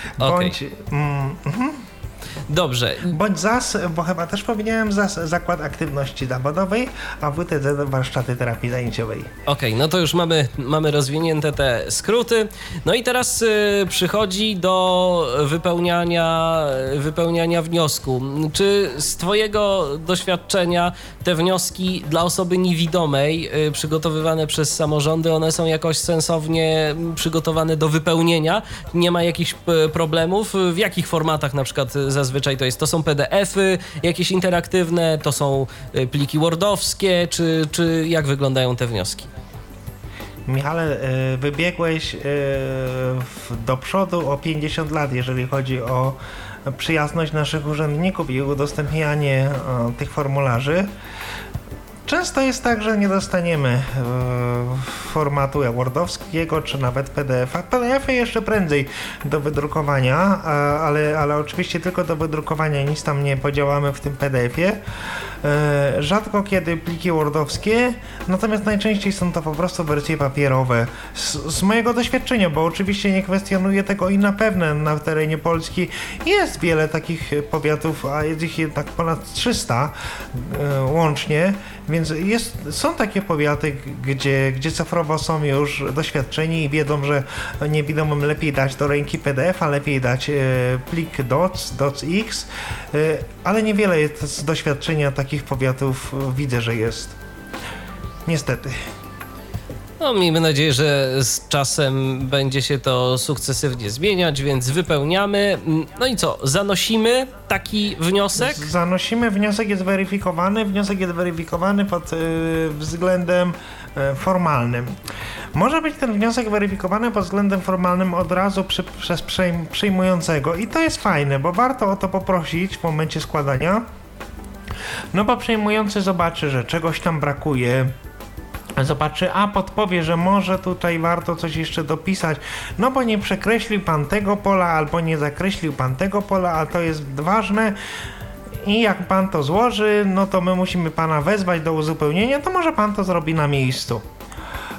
Dobrze. Bądź ZAS, bo chyba też powiedziałem ZAS, Zakład Aktywności Zawodowej, a WTZ warsztaty terapii zajęciowej. Okej, no to już mamy rozwinięte te skróty. No i teraz przychodzi do wypełniania wniosku. Czy z twojego doświadczenia te wnioski dla osoby niewidomej przygotowywane przez samorządy, one są jakoś sensownie przygotowane do wypełnienia? Nie ma jakichś problemów? W jakich formatach na przykład zazwyczaj to jest? To są PDF-y jakieś interaktywne, to są pliki wordowskie, czy jak wyglądają te wnioski? Michale, wybiegłeś do przodu o 50 lat, jeżeli chodzi o przyjazność naszych urzędników i udostępnianie tych formularzy. Często jest tak, że nie dostaniemy formatu wordowskiego, czy nawet PDF-a. PDF-y jeszcze prędzej do wydrukowania, ale oczywiście tylko do wydrukowania, nic tam nie podziałamy w tym PDF-ie. Rzadko kiedy pliki wordowskie, natomiast najczęściej są to po prostu wersje papierowe. Z mojego doświadczenia, bo oczywiście nie kwestionuję tego i na pewno na terenie Polski jest wiele takich powiatów, a jest ich jednak ponad 300 łącznie, więc są takie powiaty, gdzie cyfrowo są już doświadczeni i wiedzą, że niewidomym lepiej dać do ręki PDF, a lepiej dać plik docx, ale niewiele jest z doświadczenia takich powiatów, widzę, że jest. Niestety. No, miejmy nadzieję, że z czasem będzie się to sukcesywnie zmieniać, więc wypełniamy. No i co, zanosimy taki wniosek? Zanosimy, wniosek jest weryfikowany pod względem formalnym. Może być ten wniosek weryfikowany pod względem formalnym od razu przez przyjmującego i to jest fajne, bo warto o to poprosić w momencie składania, no bo przyjmujący zobaczy, że czegoś tam brakuje, zobaczy, podpowie, że może tutaj warto coś jeszcze dopisać, no bo nie przekreślił pan tego pola, albo nie zakreślił pan tego pola, a to jest ważne i jak pan to złoży, no to my musimy pana wezwać do uzupełnienia, to może pan to zrobi na miejscu.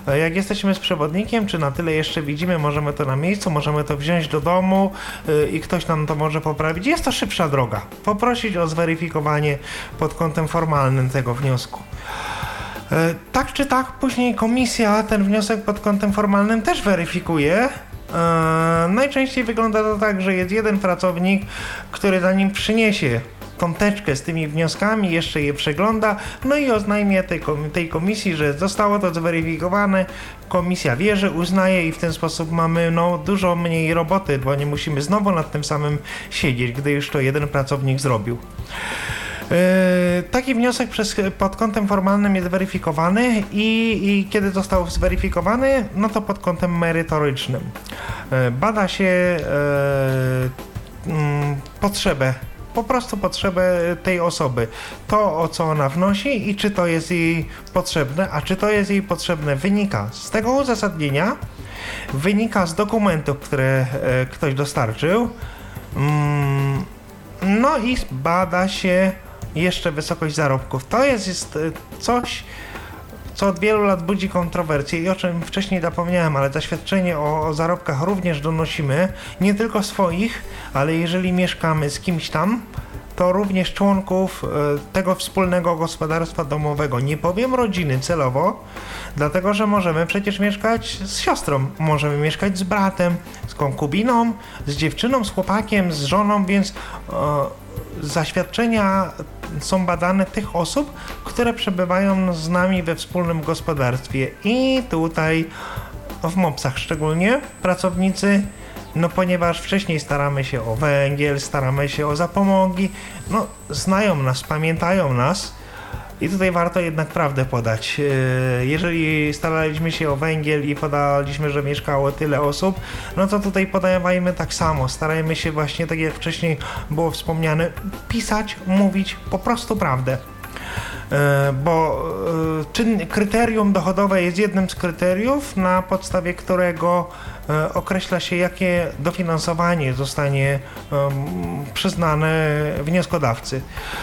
Jak jesteśmy z przewodnikiem, czy na tyle jeszcze widzimy, możemy to na miejscu, możemy to wziąć do domu i ktoś nam to może poprawić. Jest to szybsza droga. Poprosić o zweryfikowanie pod kątem formalnym tego wniosku. Tak czy tak, później komisja ten wniosek pod kątem formalnym też weryfikuje. Najczęściej wygląda to tak, że jest jeden pracownik, który zanim przyniesie tą teczkę z tymi wnioskami, jeszcze je przegląda, no i oznajmia tej komisji, że zostało to zweryfikowane, komisja wie, że uznaje i w ten sposób mamy dużo mniej roboty, bo nie musimy znowu nad tym samym siedzieć, gdy już to jeden pracownik zrobił. Taki wniosek pod kątem formalnym jest weryfikowany i kiedy został zweryfikowany, no to pod kątem merytorycznym. Bada się potrzebę, po prostu potrzebę tej osoby, to o co ona wnosi i czy to jest jej potrzebne, a czy to jest jej potrzebne wynika z tego uzasadnienia, wynika z dokumentów, które ktoś dostarczył, no i bada się jeszcze wysokość zarobków. To jest coś, co od wielu lat budzi kontrowersje i o czym wcześniej zapomniałem, ale zaświadczenie o zarobkach również donosimy, nie tylko swoich, ale jeżeli mieszkamy z kimś tam, to również członków tego wspólnego gospodarstwa domowego. Nie powiem rodziny celowo, dlatego że możemy przecież mieszkać z siostrą, możemy mieszkać z bratem, z konkubiną, z dziewczyną, z chłopakiem, z żoną, więc zaświadczenia są badane tych osób, które przebywają z nami we wspólnym gospodarstwie i tutaj w MOPS-ach szczególnie pracownicy, no ponieważ wcześniej staramy się o węgiel, staramy się o zapomogi, no znają nas, pamiętają nas i tutaj warto jednak prawdę podać. Jeżeli staraliśmy się o węgiel i podaliśmy, że mieszkało tyle osób, no to tutaj podawajmy tak samo, starajmy się właśnie, tak jak wcześniej było wspomniane, pisać, mówić po prostu prawdę. Bo kryterium dochodowe jest jednym z kryteriów, na podstawie którego określa się, jakie dofinansowanie zostanie przyznane wnioskodawcy.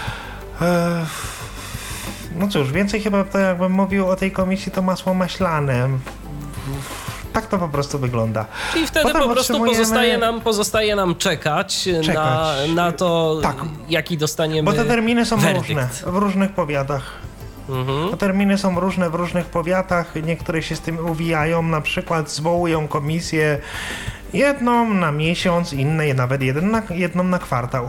No cóż, więcej chyba to jakbym mówił o tej komisji, to masło maślane. Tak to po prostu wygląda. I wtedy potem po prostu pozostaje nam czekać. Na to, tak, jaki dostaniemy bo te terminy są werdykt. Różne w różnych powiatach. Te terminy są różne w różnych powiatach. Niektóre się z tym uwijają, na przykład zwołują komisję jedną na miesiąc, inne nawet jedną na kwartał.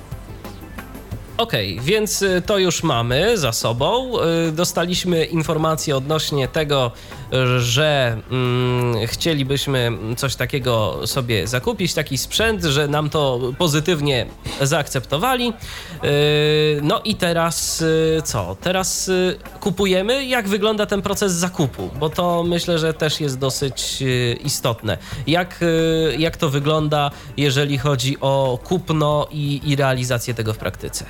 Okej, więc to już mamy za sobą. Dostaliśmy informację odnośnie tego, że chcielibyśmy coś takiego sobie zakupić, taki sprzęt, że nam to pozytywnie zaakceptowali. No i teraz co? Teraz kupujemy. Jak wygląda ten proces zakupu? Bo to myślę, że też jest dosyć istotne. Jak to wygląda, jeżeli chodzi o kupno i realizację tego w praktyce?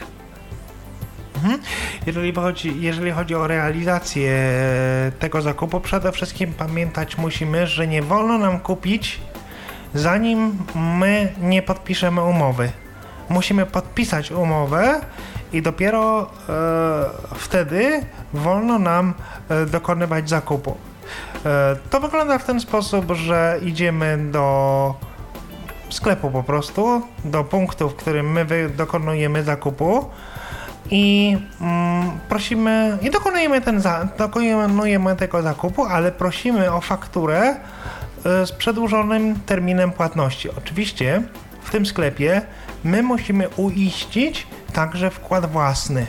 Jeżeli chodzi o realizację tego zakupu, przede wszystkim pamiętać musimy, że nie wolno nam kupić, zanim my nie podpiszemy umowy. Musimy podpisać umowę i dopiero wtedy wolno nam dokonywać zakupu. To wygląda w ten sposób, że idziemy do sklepu po prostu, do punktu, w którym my dokonujemy zakupu. I prosimy, i dokonujemy tego zakupu, ale prosimy o fakturę z przedłużonym terminem płatności. Oczywiście w tym sklepie my musimy uiścić także wkład własny.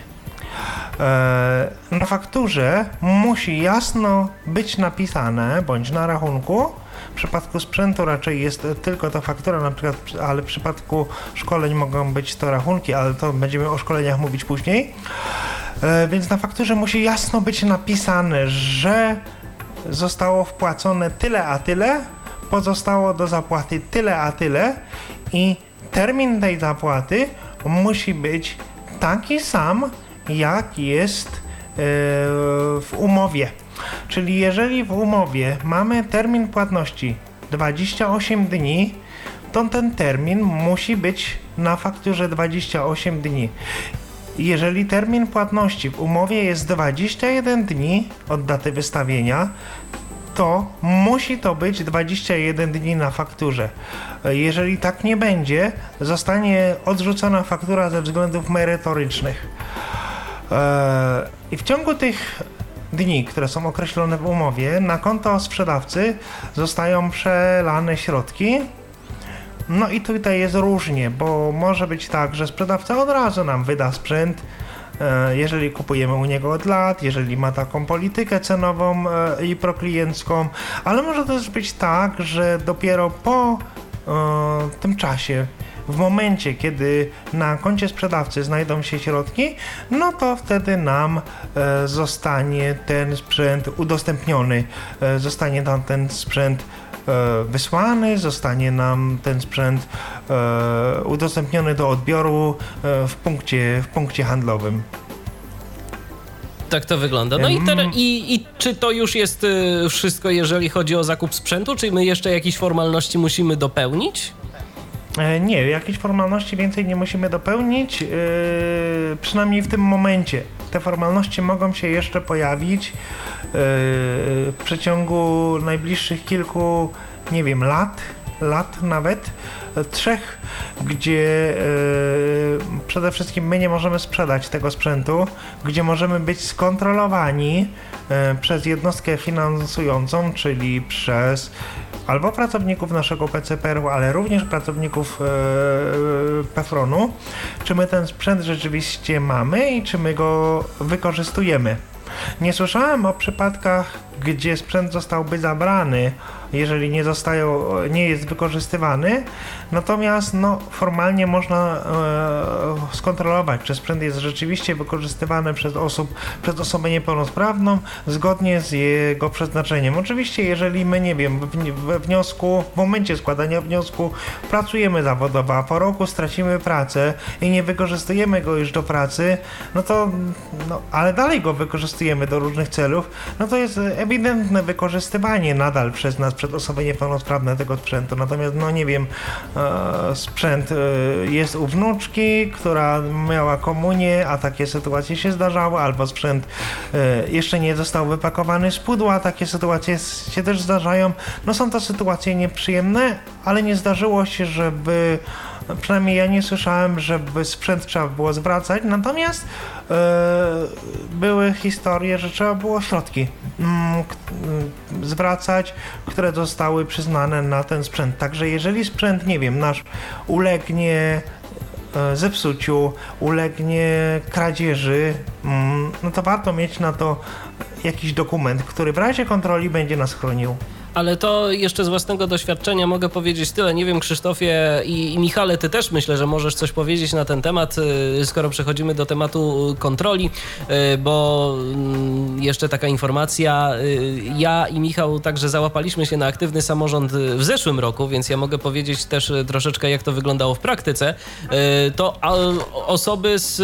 Na fakturze musi jasno być napisane, bądź na rachunku. W przypadku sprzętu raczej jest tylko ta faktura, na przykład, ale w przypadku szkoleń mogą być to rachunki, ale to będziemy o szkoleniach mówić później. Więc na fakturze musi jasno być napisane, że zostało wpłacone tyle a tyle, pozostało do zapłaty tyle a tyle i termin tej zapłaty musi być taki sam, jak jest w umowie. Czyli jeżeli w umowie mamy termin płatności 28 dni, to ten termin musi być na fakturze 28 dni. Jeżeli termin płatności w umowie jest 21 dni od daty wystawienia, to musi to być 21 dni na fakturze. Jeżeli tak nie będzie, zostanie odrzucona faktura ze względów merytorycznych. I w ciągu tych dni, które są określone w umowie, na konto sprzedawcy zostają przelane środki. No i tutaj jest różnie, bo może być tak, że sprzedawca od razu nam wyda sprzęt, jeżeli kupujemy u niego od lat, jeżeli ma taką politykę cenową i prokliencką, ale może też być tak, że dopiero po tym czasie, w momencie, kiedy na koncie sprzedawcy znajdą się środki, no to wtedy nam zostanie ten sprzęt udostępniony, zostanie nam ten sprzęt wysłany, zostanie nam ten sprzęt udostępniony do odbioru w punkcie handlowym. Tak to wygląda. No i czy to już jest wszystko, jeżeli chodzi o zakup sprzętu, czy my jeszcze jakieś formalności musimy dopełnić? Nie, jakieś formalności więcej nie musimy dopełnić, przynajmniej w tym momencie. Te formalności mogą się jeszcze pojawić w przeciągu najbliższych kilku, nie wiem, lat nawet, 3, gdzie przede wszystkim my nie możemy sprzedać tego sprzętu, gdzie możemy być skontrolowani przez jednostkę finansującą, czyli przez albo pracowników naszego PCPR-u, ale również pracowników PFRON-u, czy my ten sprzęt rzeczywiście mamy i czy my go wykorzystujemy. Nie słyszałem o przypadkach, gdzie sprzęt zostałby zabrany, jeżeli nie jest wykorzystywany, natomiast formalnie można skontrolować, czy sprzęt jest rzeczywiście wykorzystywany przez osobę niepełnosprawną zgodnie z jego przeznaczeniem. Oczywiście, jeżeli my, nie wiem, w momencie składania wniosku pracujemy zawodowo, a po roku stracimy pracę i nie wykorzystujemy go już do pracy, ale dalej go wykorzystujemy do różnych celów, no to jest ewidentne wykorzystywanie nadal przez nas, przed osoby niepełnosprawne tego sprzętu. Natomiast, nie wiem, sprzęt jest u wnuczki, która miała komunię, a takie sytuacje się zdarzały, albo sprzęt jeszcze nie został wypakowany z pudła, takie sytuacje się też zdarzają. Są to sytuacje nieprzyjemne, ale nie zdarzyło się, żeby, przynajmniej ja nie słyszałem, żeby sprzęt trzeba było zwracać, natomiast były historie, że trzeba było środki zwracać, które zostały przyznane na ten sprzęt. Także jeżeli sprzęt, nie wiem, nasz ulegnie zepsuciu, ulegnie kradzieży, to warto mieć na to jakiś dokument, który w razie kontroli będzie nas chronił. Ale to jeszcze z własnego doświadczenia mogę powiedzieć tyle. Nie wiem, Krzysztofie i Michale, ty też myślę, że możesz coś powiedzieć na ten temat, skoro przechodzimy do tematu kontroli, bo jeszcze taka informacja. Ja i Michał także załapaliśmy się na aktywny samorząd w zeszłym roku, więc ja mogę powiedzieć też troszeczkę, jak to wyglądało w praktyce. To osoby z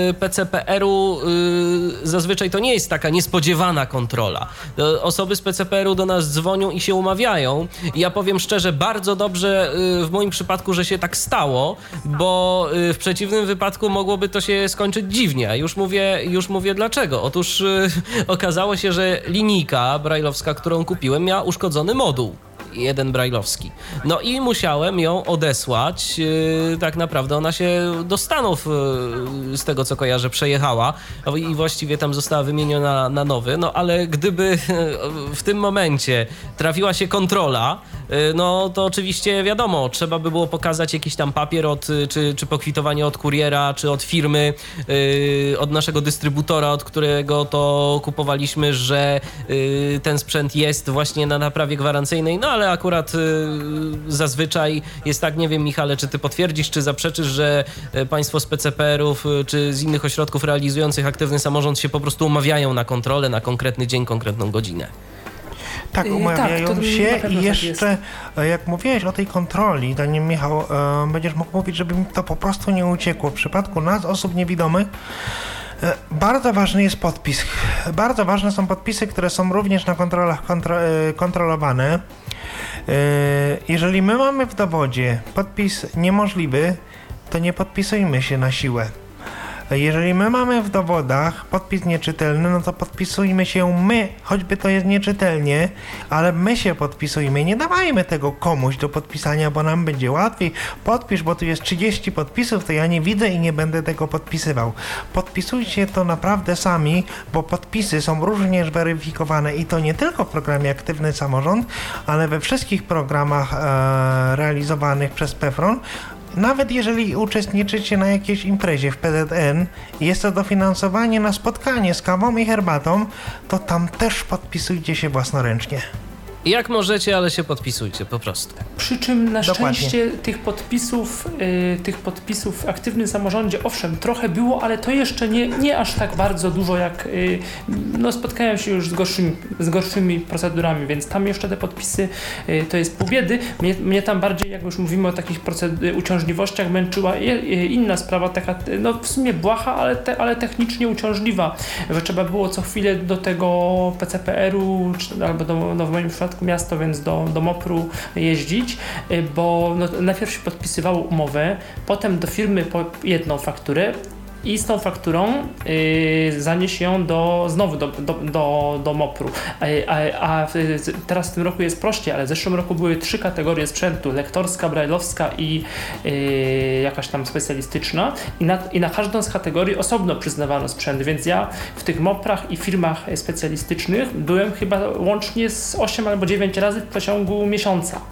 PCPR-u zazwyczaj to nie jest taka niespodziewana kontrola. Osoby z PCPR-u do nas dzwonią i się umawiają. Ja powiem szczerze, bardzo dobrze w moim przypadku, że się tak stało, bo w przeciwnym wypadku mogłoby to się skończyć dziwnie. Już mówię dlaczego. Otóż okazało się, że linijka brajlowska, którą kupiłem, miała uszkodzony moduł. Jeden brajlowski. I musiałem ją odesłać. Tak naprawdę ona się do Stanów, z tego co kojarzę, przejechała i właściwie tam została wymieniona na nowy. Ale gdyby w tym momencie trafiła się kontrola, to oczywiście wiadomo, trzeba by było pokazać jakiś tam papier czy pokwitowanie od kuriera, czy od firmy, od naszego dystrybutora, od którego to kupowaliśmy, że ten sprzęt jest właśnie na naprawie gwarancyjnej, ale akurat zazwyczaj jest tak, nie wiem, Michale, czy ty potwierdzisz, czy zaprzeczysz, że państwo z PCPR-ów, czy z innych ośrodków realizujących aktywny samorząd się po prostu umawiają na kontrolę, na konkretny dzień, konkretną godzinę. Tak, umawiają się i jeszcze, jak mówiłeś o tej kontroli, to nie, Michał, będziesz mógł mówić, żeby mi to po prostu nie uciekło. W przypadku nas, osób niewidomych, bardzo ważny jest podpis. Bardzo ważne są podpisy, które są również na kontrolach kontrolowane. Jeżeli my mamy w dowodzie podpis niemożliwy, to nie podpisujmy się na siłę. Jeżeli my mamy w dowodach podpis nieczytelny, no to podpisujmy się my, choćby to jest nieczytelnie, ale my się podpisujmy. Nie dawajmy tego komuś do podpisania, bo nam będzie łatwiej. Podpisz, bo tu jest 30 podpisów, to ja nie widzę i nie będę tego podpisywał. Podpisujcie to naprawdę sami, bo podpisy są również weryfikowane i to nie tylko w programie Aktywny Samorząd, ale we wszystkich programach realizowanych przez PFRON. Nawet jeżeli uczestniczycie na jakiejś imprezie w PZN i jest to dofinansowanie na spotkanie z kawą i herbatą, to tam też podpisujcie się własnoręcznie. Jak możecie, ale się podpisujcie po prostu. Przy czym na Dokładnie. szczęście tych podpisów w Aktywnym Samorządzie owszem trochę było, ale to jeszcze nie aż tak bardzo dużo jak no spotkałem się już z gorszymi procedurami, więc tam jeszcze te podpisy to jest pół biedy. Mnie tam bardziej, jak już mówimy o takich uciążliwościach, męczyła inna sprawa, taka no w sumie błaha, ale technicznie uciążliwa, że trzeba było co chwilę do tego PCPR-u albo w moim przypadku miasto, więc do MOPR-u jeździć, bo no, najpierw się podpisywało umowę, potem do firmy po jedną fakturę i z tą fakturą zanieść ją znowu do MOPR-u. A teraz w tym roku jest prościej, ale w zeszłym roku były 3 kategorie sprzętu: lektorska, brajlowska i jakaś tam specjalistyczna i na każdą z kategorii osobno przyznawano sprzęt, więc ja w tych MOPR-ach i firmach specjalistycznych byłem chyba łącznie z 8 albo 9 razy w przeciągu miesiąca.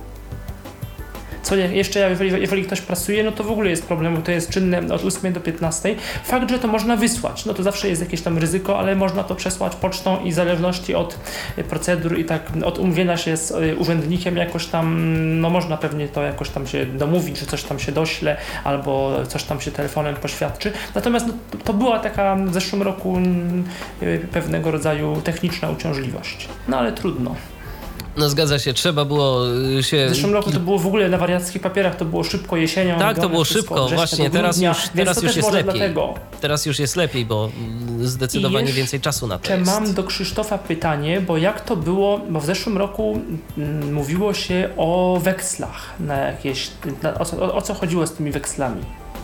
Co jeszcze, jeżeli ktoś pracuje, no to w ogóle jest problem, bo to jest czynne od 8 do 15. Fakt, że to można wysłać, no to zawsze jest jakieś tam ryzyko, ale można to przesłać pocztą i w zależności od procedur i tak od umówienia się z urzędnikiem jakoś tam, no można pewnie to jakoś tam się domówić, że coś tam się dośle albo coś tam się telefonem poświadczy. Natomiast no, to była taka w zeszłym roku pewnego rodzaju techniczna uciążliwość. No ale trudno. No zgadza się, trzeba było się... W zeszłym roku to było w ogóle na wariackich papierach, to było szybko jesienią. Tak, to było szybko, właśnie, teraz już jest lepiej. Dlatego. Teraz już jest lepiej, bo zdecydowanie więcej czasu na to jest. Mam do Krzysztofa pytanie, bo jak to było, bo w zeszłym roku mówiło się o wekslach na jakieś... O co chodziło z tymi wekslami?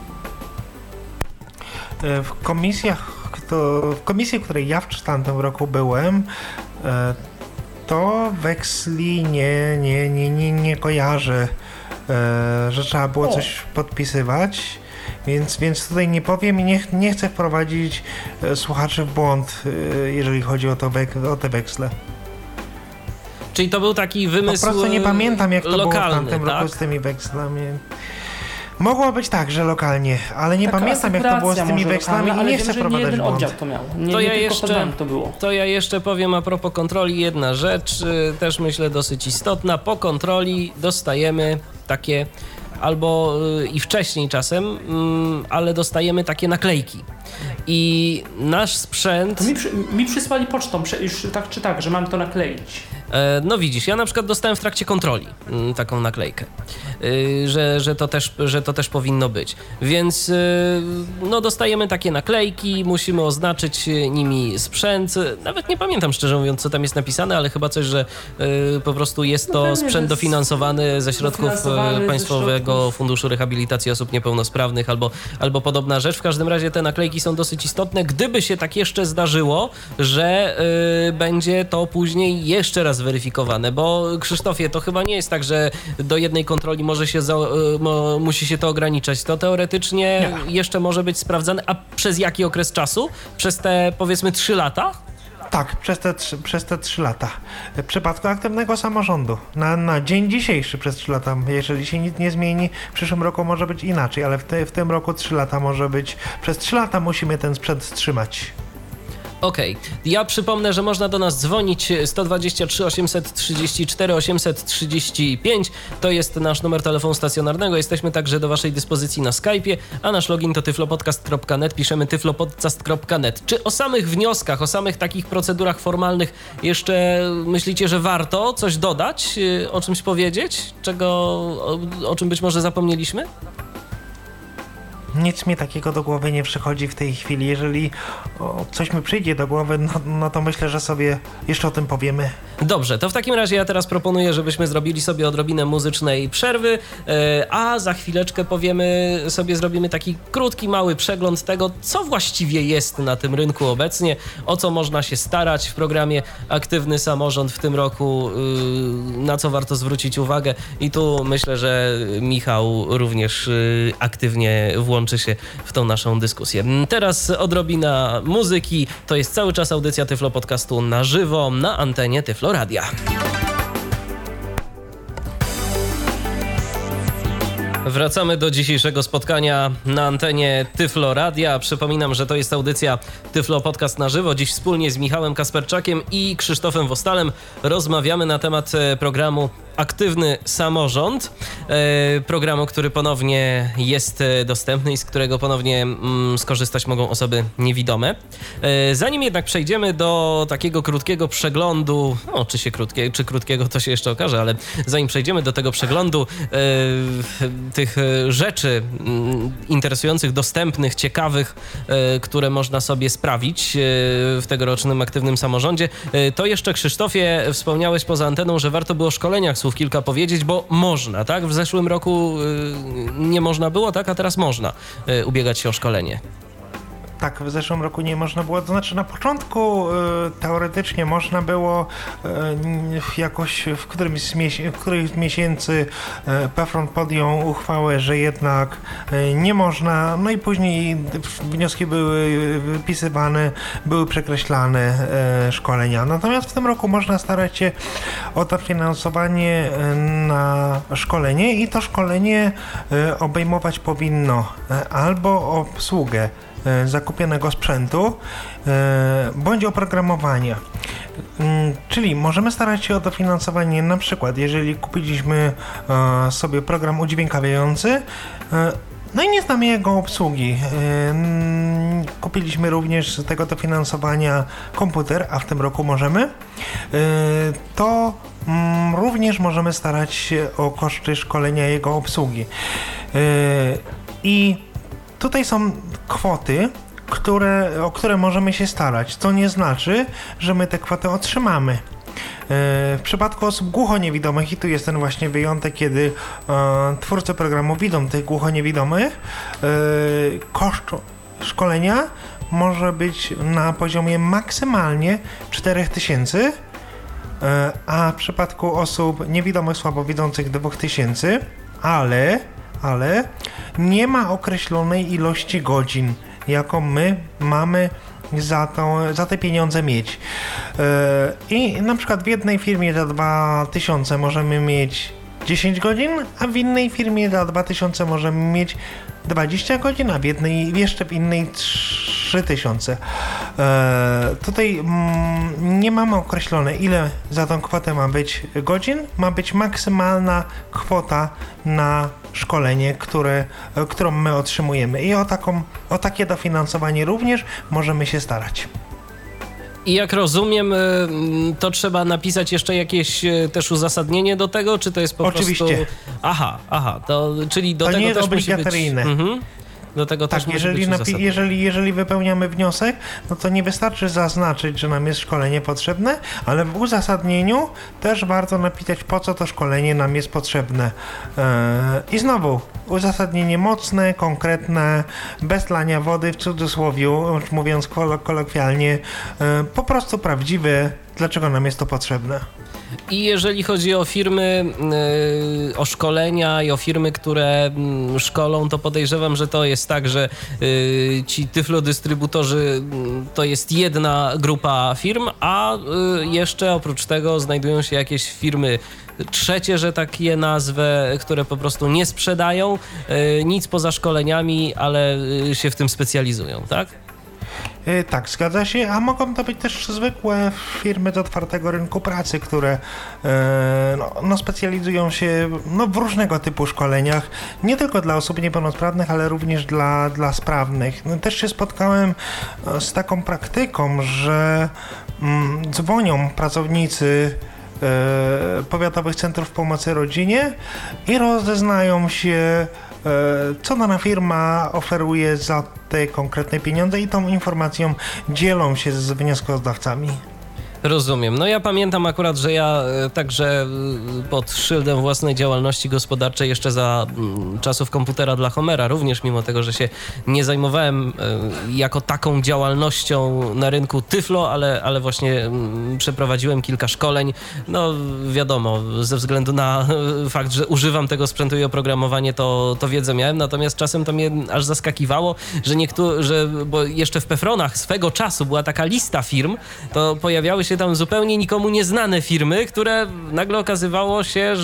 W komisji, w której ja w tamtym roku byłem, to weksli nie kojarzę, że trzeba było coś podpisywać, więc tutaj nie powiem i nie chcę wprowadzić słuchaczy w błąd, jeżeli chodzi o te weksle. Czyli to był taki wymysł po prostu nie pamiętam, jak to lokalny, było w tamtym roku z tymi wekslami. Mogło być tak, że lokalnie, ale nie Taka pamiętam, jak to było z tymi wekslami i nie chcę wprowadzać jeden błąd. oddział to miał. To było. To ja jeszcze powiem a propos kontroli jedna rzecz, też myślę dosyć istotna. Po kontroli dostajemy takie, albo i wcześniej czasem, ale dostajemy takie naklejki. I nasz sprzęt... To mi przysłali pocztą, już tak czy tak, że mam to nakleić. No widzisz, ja na przykład dostałem w trakcie kontroli taką naklejkę, że to też powinno być. Więc no dostajemy takie naklejki, musimy oznaczyć nimi sprzęt. Nawet nie pamiętam, szczerze mówiąc, co tam jest napisane, ale chyba coś, że po prostu jest to sprzęt dofinansowany ze środków Państwowego Funduszu Rehabilitacji Osób Niepełnosprawnych albo podobna rzecz. W każdym razie te naklejki są dosyć istotne. Gdyby się tak jeszcze zdarzyło, że będzie to później jeszcze raz weryfikowane, bo Krzysztofie, to chyba nie jest tak, że do jednej kontroli musi się to ograniczać. To teoretycznie jeszcze może być sprawdzane. A przez jaki okres czasu? Przez te, powiedzmy, 3 lata? Tak, przez te 3 lata. W przypadku Aktywnego Samorządu na dzień dzisiejszy przez 3 lata, jeżeli się nic nie zmieni, w przyszłym roku może być inaczej, ale w tym roku 3 lata może być, przez 3 lata musimy ten sprzęt wstrzymać. Okej. Ja przypomnę, że można do nas dzwonić 123 834 835. To jest nasz numer telefonu stacjonarnego. Jesteśmy także do waszej dyspozycji na Skype'ie, a nasz login to tyflopodcast.net. Piszemy tyflopodcast.net. Czy o samych wnioskach, o samych takich procedurach formalnych jeszcze myślicie, że warto coś dodać, o czymś powiedzieć? O czym być może zapomnieliśmy? nic mi takiego do głowy nie przychodzi w tej chwili. Jeżeli coś mi przyjdzie do głowy, no to myślę, że sobie jeszcze o tym powiemy. Dobrze, to w takim razie ja teraz proponuję, żebyśmy zrobili sobie odrobinę muzycznej przerwy, a za chwileczkę zrobimy taki krótki, mały przegląd tego, co właściwie jest na tym rynku obecnie, o co można się starać w programie Aktywny Samorząd w tym roku, na co warto zwrócić uwagę i tu myślę, że Michał również aktywnie włączy się w tą naszą dyskusję. Teraz odrobina muzyki, to jest cały czas audycja Tyflo Podcastu na żywo na antenie Tyflo Radia. Wracamy do dzisiejszego spotkania na antenie Tyflo Radia. Przypominam, że to jest audycja Tyflo Podcast na żywo. Dziś wspólnie z Michałem Kasperczakiem i Krzysztofem Wostalem rozmawiamy na temat programu Aktywny Samorząd. Programu, który ponownie jest dostępny i z którego ponownie skorzystać mogą osoby niewidome. Zanim jednak przejdziemy do takiego krótkiego przeglądu, czy krótkiego to się jeszcze okaże, ale zanim przejdziemy do tego przeglądu tych rzeczy interesujących, dostępnych, ciekawych, które można sobie sprawić w tegorocznym Aktywnym Samorządzie, to jeszcze, Krzysztofie, wspomniałeś poza anteną, że warto było o szkoleniach słów kilka powiedzieć, bo można, tak? W zeszłym roku nie można było, tak? A teraz można ubiegać się o szkolenie. Tak, w zeszłym roku nie można było, to znaczy na początku teoretycznie można było jakoś w którymś z miesięcy PFRON podjął uchwałę, że jednak nie można, no i później wnioski były wypisywane, były przekreślane szkolenia. Natomiast w tym roku można starać się o dofinansowanie na szkolenie i to szkolenie obejmować powinno albo obsługę zakupionego sprzętu bądź oprogramowania. Czyli możemy starać się o dofinansowanie, na przykład jeżeli kupiliśmy sobie program udźwiękawiający, no i nie znamy jego obsługi. Kupiliśmy również z tego dofinansowania komputer, a w tym roku możemy, to również możemy starać się o koszty szkolenia jego obsługi. I tutaj są kwoty, o które możemy się starać, co nie znaczy, że my te kwoty otrzymamy. W przypadku osób głuchoniewidomych, i tu jest ten właśnie wyjątek, kiedy twórcy programu widzą tych głuchoniewidomych, koszt szkolenia może być na poziomie maksymalnie 4000, a w przypadku osób niewidomych, słabowidzących 2000, ale nie ma określonej ilości godzin, jaką my mamy za te pieniądze mieć. I na przykład w jednej firmie za 2000 możemy mieć 10 godzin, a w innej firmie za 2000 możemy mieć 20 godzin, a jeszcze w innej 3000. Tutaj nie mamy określone, ile za tą kwotę ma być godzin. Ma być maksymalna kwota na szkolenie, którą my otrzymujemy. I o takie dofinansowanie również możemy się starać. I jak rozumiem, to trzeba napisać jeszcze jakieś też uzasadnienie do tego, czy to jest po Oczywiście. prostu... Aha, czyli do to tego nie jest też obligatoryjne. musi być... Do tego tak, też musi być uzasadnienie. jeżeli wypełniamy wniosek, no to nie wystarczy zaznaczyć, że nam jest szkolenie potrzebne, ale w uzasadnieniu też warto napisać, po co to szkolenie nam jest potrzebne. I znowu, uzasadnienie mocne, konkretne, bez lania wody, w cudzysłowiu, mówiąc kolokwialnie, po prostu prawdziwe, dlaczego nam jest to potrzebne. I jeżeli chodzi o firmy, o szkolenia i o firmy, które szkolą, to podejrzewam, że to jest tak, że ci tyflodystrybutorzy to jest jedna grupa firm, a jeszcze oprócz tego znajdują się jakieś firmy trzecie, że tak je nazwę, które po prostu nie sprzedają nic poza szkoleniami, ale się w tym specjalizują, tak? Tak, zgadza się, a mogą to być też zwykłe firmy z otwartego rynku pracy, które specjalizują się w różnego typu szkoleniach, nie tylko dla osób niepełnosprawnych, ale również dla sprawnych. Też się spotkałem z taką praktyką, że dzwonią pracownicy powiatowych centrów pomocy rodzinie i rozeznają się co dana firma oferuje za te konkretne pieniądze i tą informacją dzielą się z wnioskodawcami. Rozumiem. No ja pamiętam akurat, że ja także pod szyldem własnej działalności gospodarczej jeszcze za czasów komputera dla Homera, również mimo tego, że się nie zajmowałem jako taką działalnością na rynku Tyflo, ale właśnie przeprowadziłem kilka szkoleń. No wiadomo, ze względu na fakt, że używam tego sprzętu i oprogramowanie, to wiedzę miałem, natomiast czasem to mnie aż zaskakiwało, że bo jeszcze w Pefronach swego czasu była taka lista firm, to pojawiały się tam zupełnie nikomu nieznane firmy, które nagle okazywało się,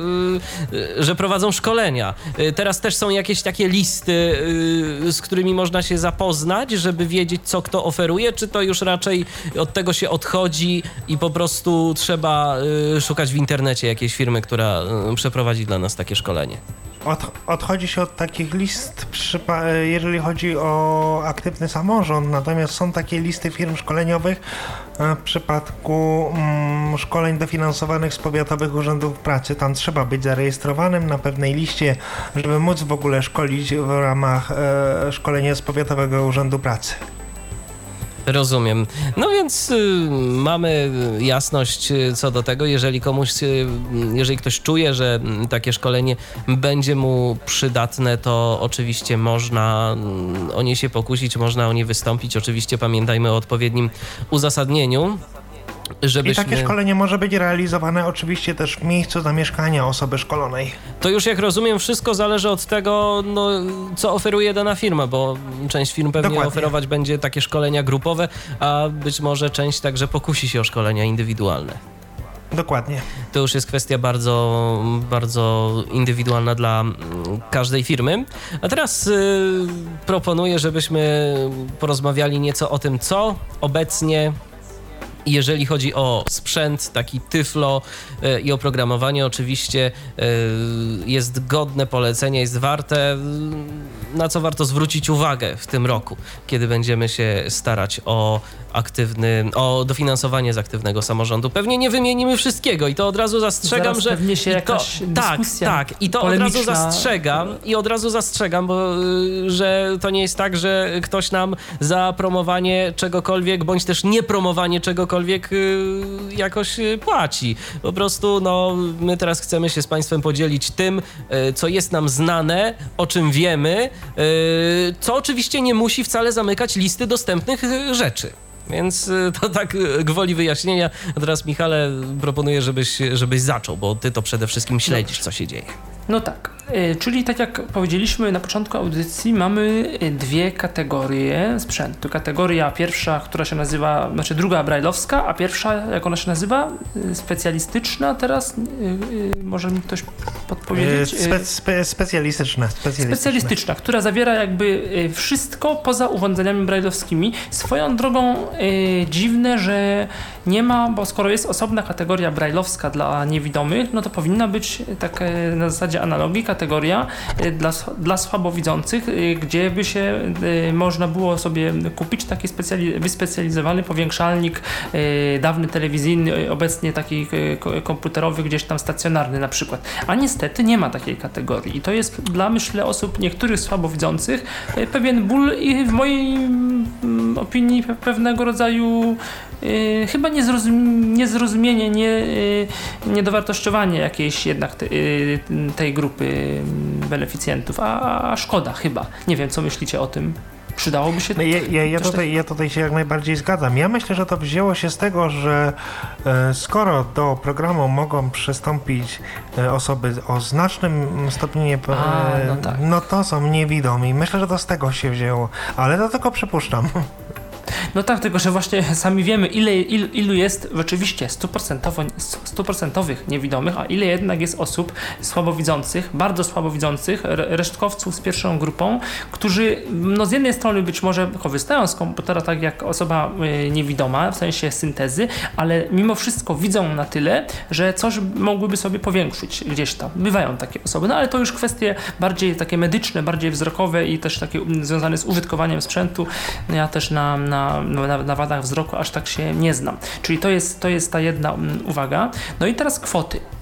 że prowadzą szkolenia. Teraz też są jakieś takie listy, z którymi można się zapoznać, żeby wiedzieć, co kto oferuje, czy to już raczej od tego się odchodzi i po prostu trzeba szukać w internecie jakiejś firmy, która przeprowadzi dla nas takie szkolenie? Odchodzi się od takich list, jeżeli chodzi o aktywny samorząd, natomiast są takie listy firm szkoleniowych w przypadku szkoleń dofinansowanych z powiatowych urzędów pracy. Tam trzeba być zarejestrowanym na pewnej liście, żeby móc w ogóle szkolić w ramach szkolenia z powiatowego urzędu pracy. Rozumiem. No więc mamy jasność co do tego, jeżeli ktoś czuje, że takie szkolenie będzie mu przydatne, to oczywiście można o nie się pokusić, można o nie wystąpić. Oczywiście pamiętajmy o odpowiednim uzasadnieniu. I takie szkolenie może być realizowane oczywiście też w miejscu zamieszkania osoby szkolonej. To już, jak rozumiem, wszystko zależy od tego, co oferuje dana firma, bo część firm pewnie Dokładnie. oferować będzie takie szkolenia grupowe, a być może część także pokusi się o szkolenia indywidualne. Dokładnie. To już jest kwestia bardzo, bardzo indywidualna dla każdej firmy. A teraz proponuję, żebyśmy porozmawiali nieco o tym, co obecnie, jeżeli chodzi o sprzęt, taki Tyflo i oprogramowanie, oczywiście jest godne polecenia, jest warte, na co warto zwrócić uwagę w tym roku, kiedy będziemy się starać o dofinansowanie z aktywnego samorządu. Pewnie nie wymienimy wszystkiego i to od razu zastrzegam, zaraz że... pewnie się jakaś dyskusja Tak, i to od razu zastrzegam, bo że to nie jest tak, że ktoś nam za promowanie czegokolwiek, bądź też niepromowanie czegokolwiek jakoś płaci. Po prostu my teraz chcemy się z Państwem podzielić tym, co jest nam znane, o czym wiemy, co oczywiście nie musi wcale zamykać listy dostępnych rzeczy. Więc to tak gwoli wyjaśnienia. A teraz, Michale, proponuję, żebyś zaczął, bo ty to przede wszystkim śledzisz, co się dzieje. No tak, czyli tak jak powiedzieliśmy na początku audycji, mamy dwie kategorie sprzętu. Kategoria pierwsza, która się nazywa, druga brajlowska, a pierwsza, jak ona się nazywa? Specjalistyczna teraz? Może mi ktoś podpowiedzieć? Specjalistyczna, która zawiera jakby wszystko poza urządzeniami brajlowskimi. Swoją drogą dziwne, że nie ma, bo skoro jest osobna kategoria brajlowska dla niewidomych, no to powinna być tak na zasadzie analogii kategoria dla słabowidzących, gdzie by się można było sobie kupić taki wyspecjalizowany powiększalnik dawny telewizyjny, obecnie taki komputerowy, gdzieś tam stacjonarny na przykład. A niestety nie ma takiej kategorii i to jest dla, myślę, osób niektórych słabowidzących pewien ból i w mojej opinii pewnego rodzaju chyba niezrozumienie, niedowartościowanie jakiejś jednak tej grupy beneficjentów, a szkoda chyba. Nie wiem, co myślicie o tym. Przydałoby się... Ja tutaj się jak najbardziej zgadzam. Ja myślę, że to wzięło się z tego, że skoro do programu mogą przystąpić osoby o znacznym stopniu no to są niewidomi. Myślę, że to z tego się wzięło, ale to tylko przypuszczam. No tak, tylko że właśnie sami wiemy, ilu jest rzeczywiście 100% niewidomych, a ile jednak jest osób słabowidzących, bardzo słabowidzących, resztkowców z pierwszą grupą, którzy z jednej strony być może korzystają z komputera tak jak osoba niewidoma, w sensie syntezy, ale mimo wszystko widzą na tyle, że coś mogłyby sobie powiększyć gdzieś tam. Bywają takie osoby, ale to już kwestie bardziej takie medyczne, bardziej wzrokowe i też takie związane z użytkowaniem sprzętu. Ja też na wadach wzroku aż tak się nie znam. Czyli to jest ta jedna uwaga. No i teraz kwoty.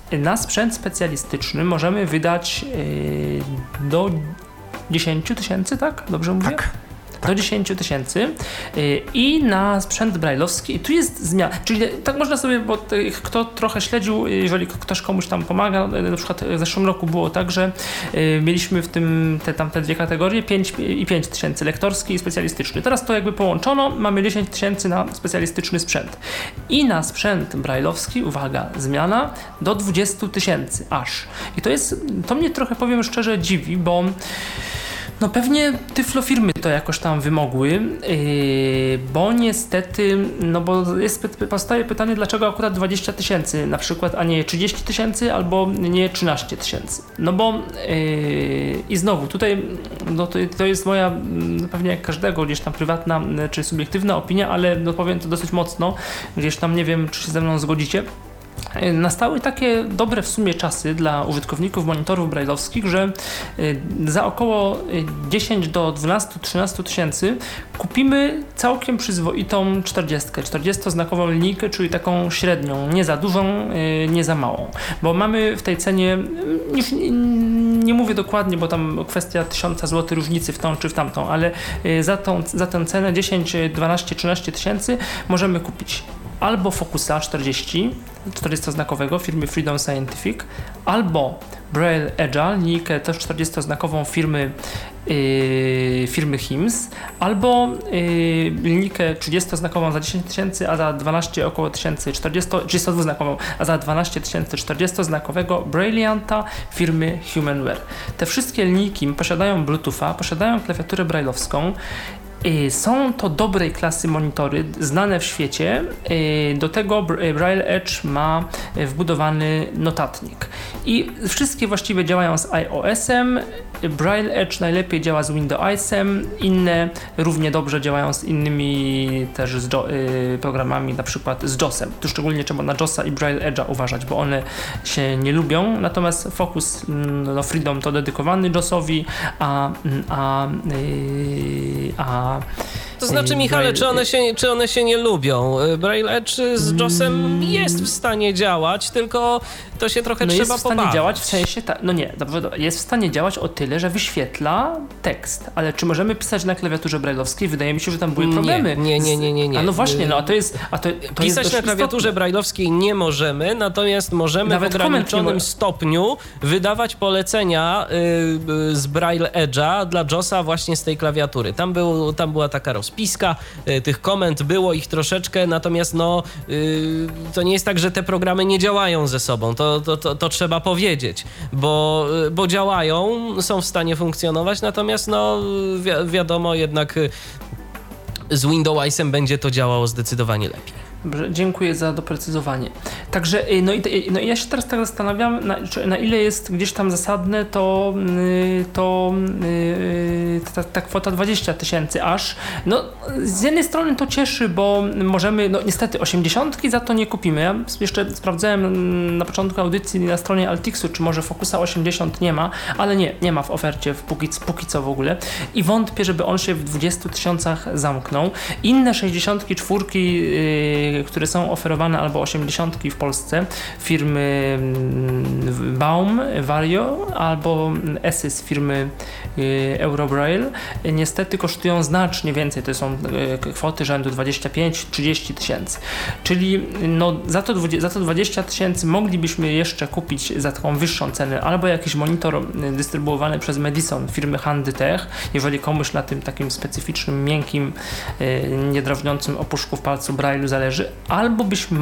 na sprzęt specjalistyczny możemy wydać do 10 000, tak? Dobrze mówię? Tak. Do 10 000 i na sprzęt brajlowski. I tu jest zmiana, czyli tak można sobie, bo kto trochę śledził, jeżeli ktoś komuś tam pomaga, na przykład w zeszłym roku było tak, że mieliśmy w tym te dwie kategorie 5 000 lektorski i specjalistyczny. Teraz to jakby połączono, mamy 10 000 na specjalistyczny sprzęt. I na sprzęt brajlowski, uwaga, zmiana do 20 000 aż. I to mnie trochę, powiem szczerze, dziwi, bo no pewnie tyflofirmy to jakoś tam wymogły, bo niestety, no bo powstaje pytanie, dlaczego akurat 20 000 na przykład, a nie 30 000 albo nie 13 000. No bo i znowu tutaj, no to jest moja, pewnie jak każdego gdzieś tam prywatna czy subiektywna opinia, ale no powiem to dosyć mocno, gdzieś tam nie wiem, czy się ze mną zgodzicie. Nastały takie dobre w sumie czasy dla użytkowników monitorów brajlowskich, że za około 10 do 12-13 tysięcy kupimy całkiem przyzwoitą 40-znakową linijkę, czyli taką średnią, nie za dużą, nie za małą, bo mamy w tej cenie, już nie mówię dokładnie, bo tam kwestia 1000 zł różnicy w tą czy w tamtą, ale za tę cenę 10, 12, 13 tysięcy możemy kupić albo Focusa 40-znakowego firmy Freedom Scientific, albo Braille Edge'a, linijkę też 40-znakową firmy HIMS, albo linijkę 30-znakową za 10 000, a za 12 około 1000, 32-znakową, a za 12 000 40-znakowego Brailleanta firmy Humanware. Te wszystkie linijki posiadają Bluetootha, posiadają klawiaturę brailleowską. Są to dobrej klasy monitory, znane w świecie. Do tego Braille Edge ma wbudowany notatnik. I wszystkie właściwie działają z iOS-em. Braille Edge najlepiej działa z Windowsem, inne równie dobrze działają z innymi też programami, na przykład z JOS-em. Tu szczególnie trzeba na JOS-a i Braille Edge'a uważać, bo one się nie lubią. Natomiast Focus Freedom to dedykowany JOS-owi, to znaczy, Michale, czy one się nie lubią? Braille Edge z JOS-em jest w stanie działać, tylko to się trochę trzeba jest w stanie działać w sensie, jest w stanie działać o tyle, że wyświetla tekst, ale czy możemy pisać na klawiaturze brailleowskiej? Wydaje mi się, że tam były problemy. Nie. A no właśnie, to jest pisać na klawiaturze brailleowskiej nie możemy, natomiast możemy nawet w ograniczonym stopniu wydawać polecenia z Braille Edge'a dla JOS-a właśnie z tej klawiatury. Tam była taka rozpiska, tych komend było ich troszeczkę, natomiast to nie jest tak, że te programy nie działają ze sobą, to trzeba powiedzieć, bo działają, są w stanie funkcjonować, natomiast wiadomo, jednak z Windowsem będzie to działało zdecydowanie lepiej. Dobrze, dziękuję za doprecyzowanie. Także, ja się teraz tak zastanawiam, na ile jest gdzieś tam zasadne ta kwota 20 000 aż. No, z jednej strony to cieszy, bo możemy, niestety 80 za to nie kupimy. Ja jeszcze sprawdzałem na początku audycji na stronie Altixu, czy może Focusa 80 nie ma, ale nie ma w ofercie póki co w ogóle. I wątpię, żeby on się w 20 000 zamknął. Inne 64, które są oferowane, albo 80 w Polsce, firmy Baum, Vario, albo Esys firmy Eurobraille, niestety kosztują znacznie więcej. To są kwoty rzędu 25-30 tysięcy. Czyli za to 20 000 moglibyśmy jeszcze kupić za taką wyższą cenę albo jakiś monitor dystrybuowany przez Medison firmy Handytech, jeżeli komuś na tym takim specyficznym, miękkim, niedrażniącym opuszku w palcu Braille'u zależy, albo byśmy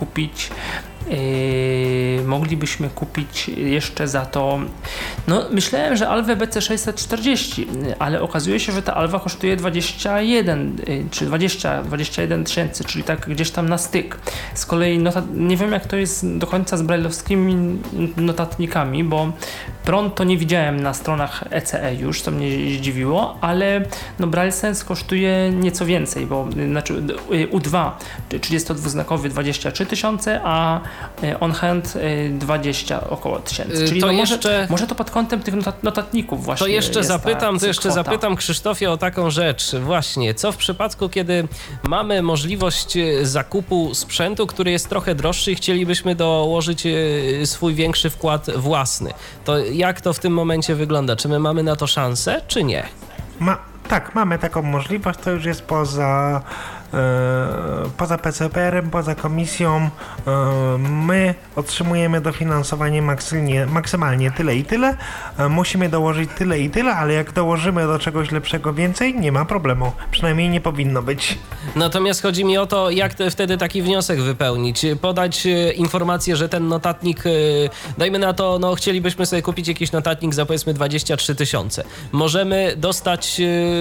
moglibyśmy kupić jeszcze za to, myślałem, że Alwę BC640, ale okazuje się, że ta Alwa kosztuje 21 czy 21 000, czyli tak gdzieś tam na styk. Z kolei nie wiem, jak to jest do końca z brailleowskimi notatnikami, bo prąd to nie widziałem na stronach ECE już, co mnie zdziwiło, ale BrailleSense kosztuje nieco więcej, bo U2 32-znakowy 23 000, a on hand 20 około tysięcy. Czyli To no jeszcze- może to pod kątem tych notatników właśnie To jeszcze jest kwota. zapytam Krzysztofie o taką rzecz. Właśnie, co w przypadku, kiedy mamy możliwość zakupu sprzętu, który jest trochę droższy i chcielibyśmy dołożyć swój większy wkład własny. To jak to w tym momencie wygląda? Czy my mamy na to szansę, czy nie? Tak, mamy taką możliwość, to już jest poza PCPR-em, poza komisją. My otrzymujemy dofinansowanie maksymalnie tyle i tyle. Musimy dołożyć tyle i tyle, ale jak dołożymy do czegoś lepszego więcej, nie ma problemu. Przynajmniej nie powinno być. Natomiast chodzi mi o to, jak wtedy taki wniosek wypełnić. Podać informację, że ten notatnik, dajmy na to, no chcielibyśmy sobie kupić jakiś notatnik za powiedzmy 23 000. Możemy dostać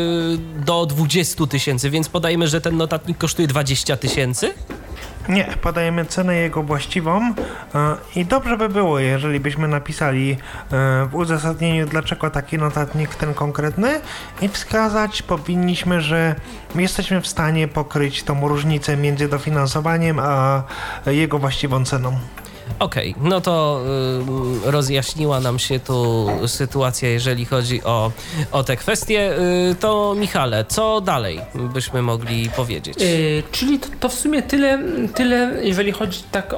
do 20 000, więc podajmy, że ten notatnik kosztuje 20 000? Nie, podajemy cenę jego właściwą i dobrze by było, jeżeli byśmy napisali w uzasadnieniu, dlaczego taki notatnik ten konkretny, i wskazać powinniśmy, że jesteśmy w stanie pokryć tą różnicę między dofinansowaniem a jego właściwą ceną. Okej, no to rozjaśniła nam się tu sytuacja, jeżeli chodzi o te kwestie. To Michale, co dalej byśmy mogli powiedzieć? Czyli to w sumie tyle, jeżeli chodzi tak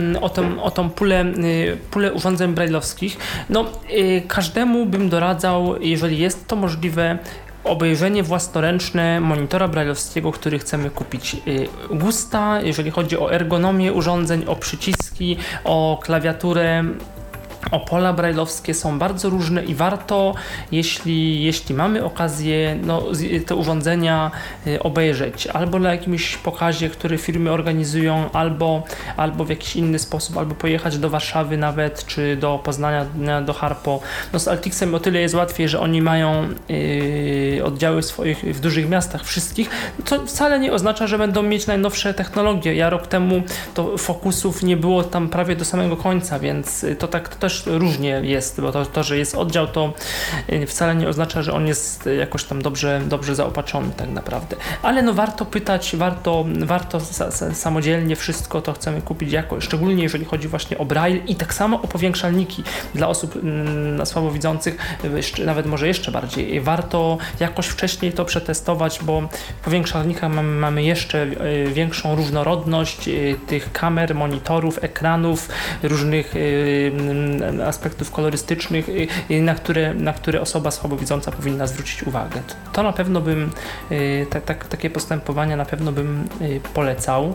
o tą pulę urządzeń brajlowskich. No, każdemu bym doradzał, jeżeli jest to możliwe, obejrzenie własnoręczne monitora brajlowskiego, który chcemy kupić. Gusta, jeżeli chodzi o ergonomię urządzeń, o przyciski, o klawiaturę, o pola brajlowskie, są bardzo różne i warto, jeśli mamy okazję, te urządzenia obejrzeć albo na jakimś pokazie, który firmy organizują, albo w jakiś inny sposób, albo pojechać do Warszawy nawet, czy do Poznania, do Harpo. No z Altixem o tyle jest łatwiej, że oni mają oddziały swoich w dużych miastach wszystkich, co wcale nie oznacza, że będą mieć najnowsze technologie. Ja rok temu to Focusów nie było tam prawie do samego końca, więc to też różnie jest, bo to, że jest oddział, to wcale nie oznacza, że on jest jakoś tam dobrze zaopatrzony tak naprawdę. Ale no warto pytać, warto samodzielnie wszystko to chcemy kupić szczególnie jeżeli chodzi właśnie o braille i tak samo o powiększalniki dla osób słabowidzących, nawet może jeszcze bardziej. Warto jakoś wcześniej to przetestować, bo w powiększalnikach mamy jeszcze większą różnorodność tych kamer, monitorów, ekranów, różnych aspektów kolorystycznych, na które osoba słabowidząca powinna zwrócić uwagę. To na pewno bym, takie postępowania na pewno bym polecał.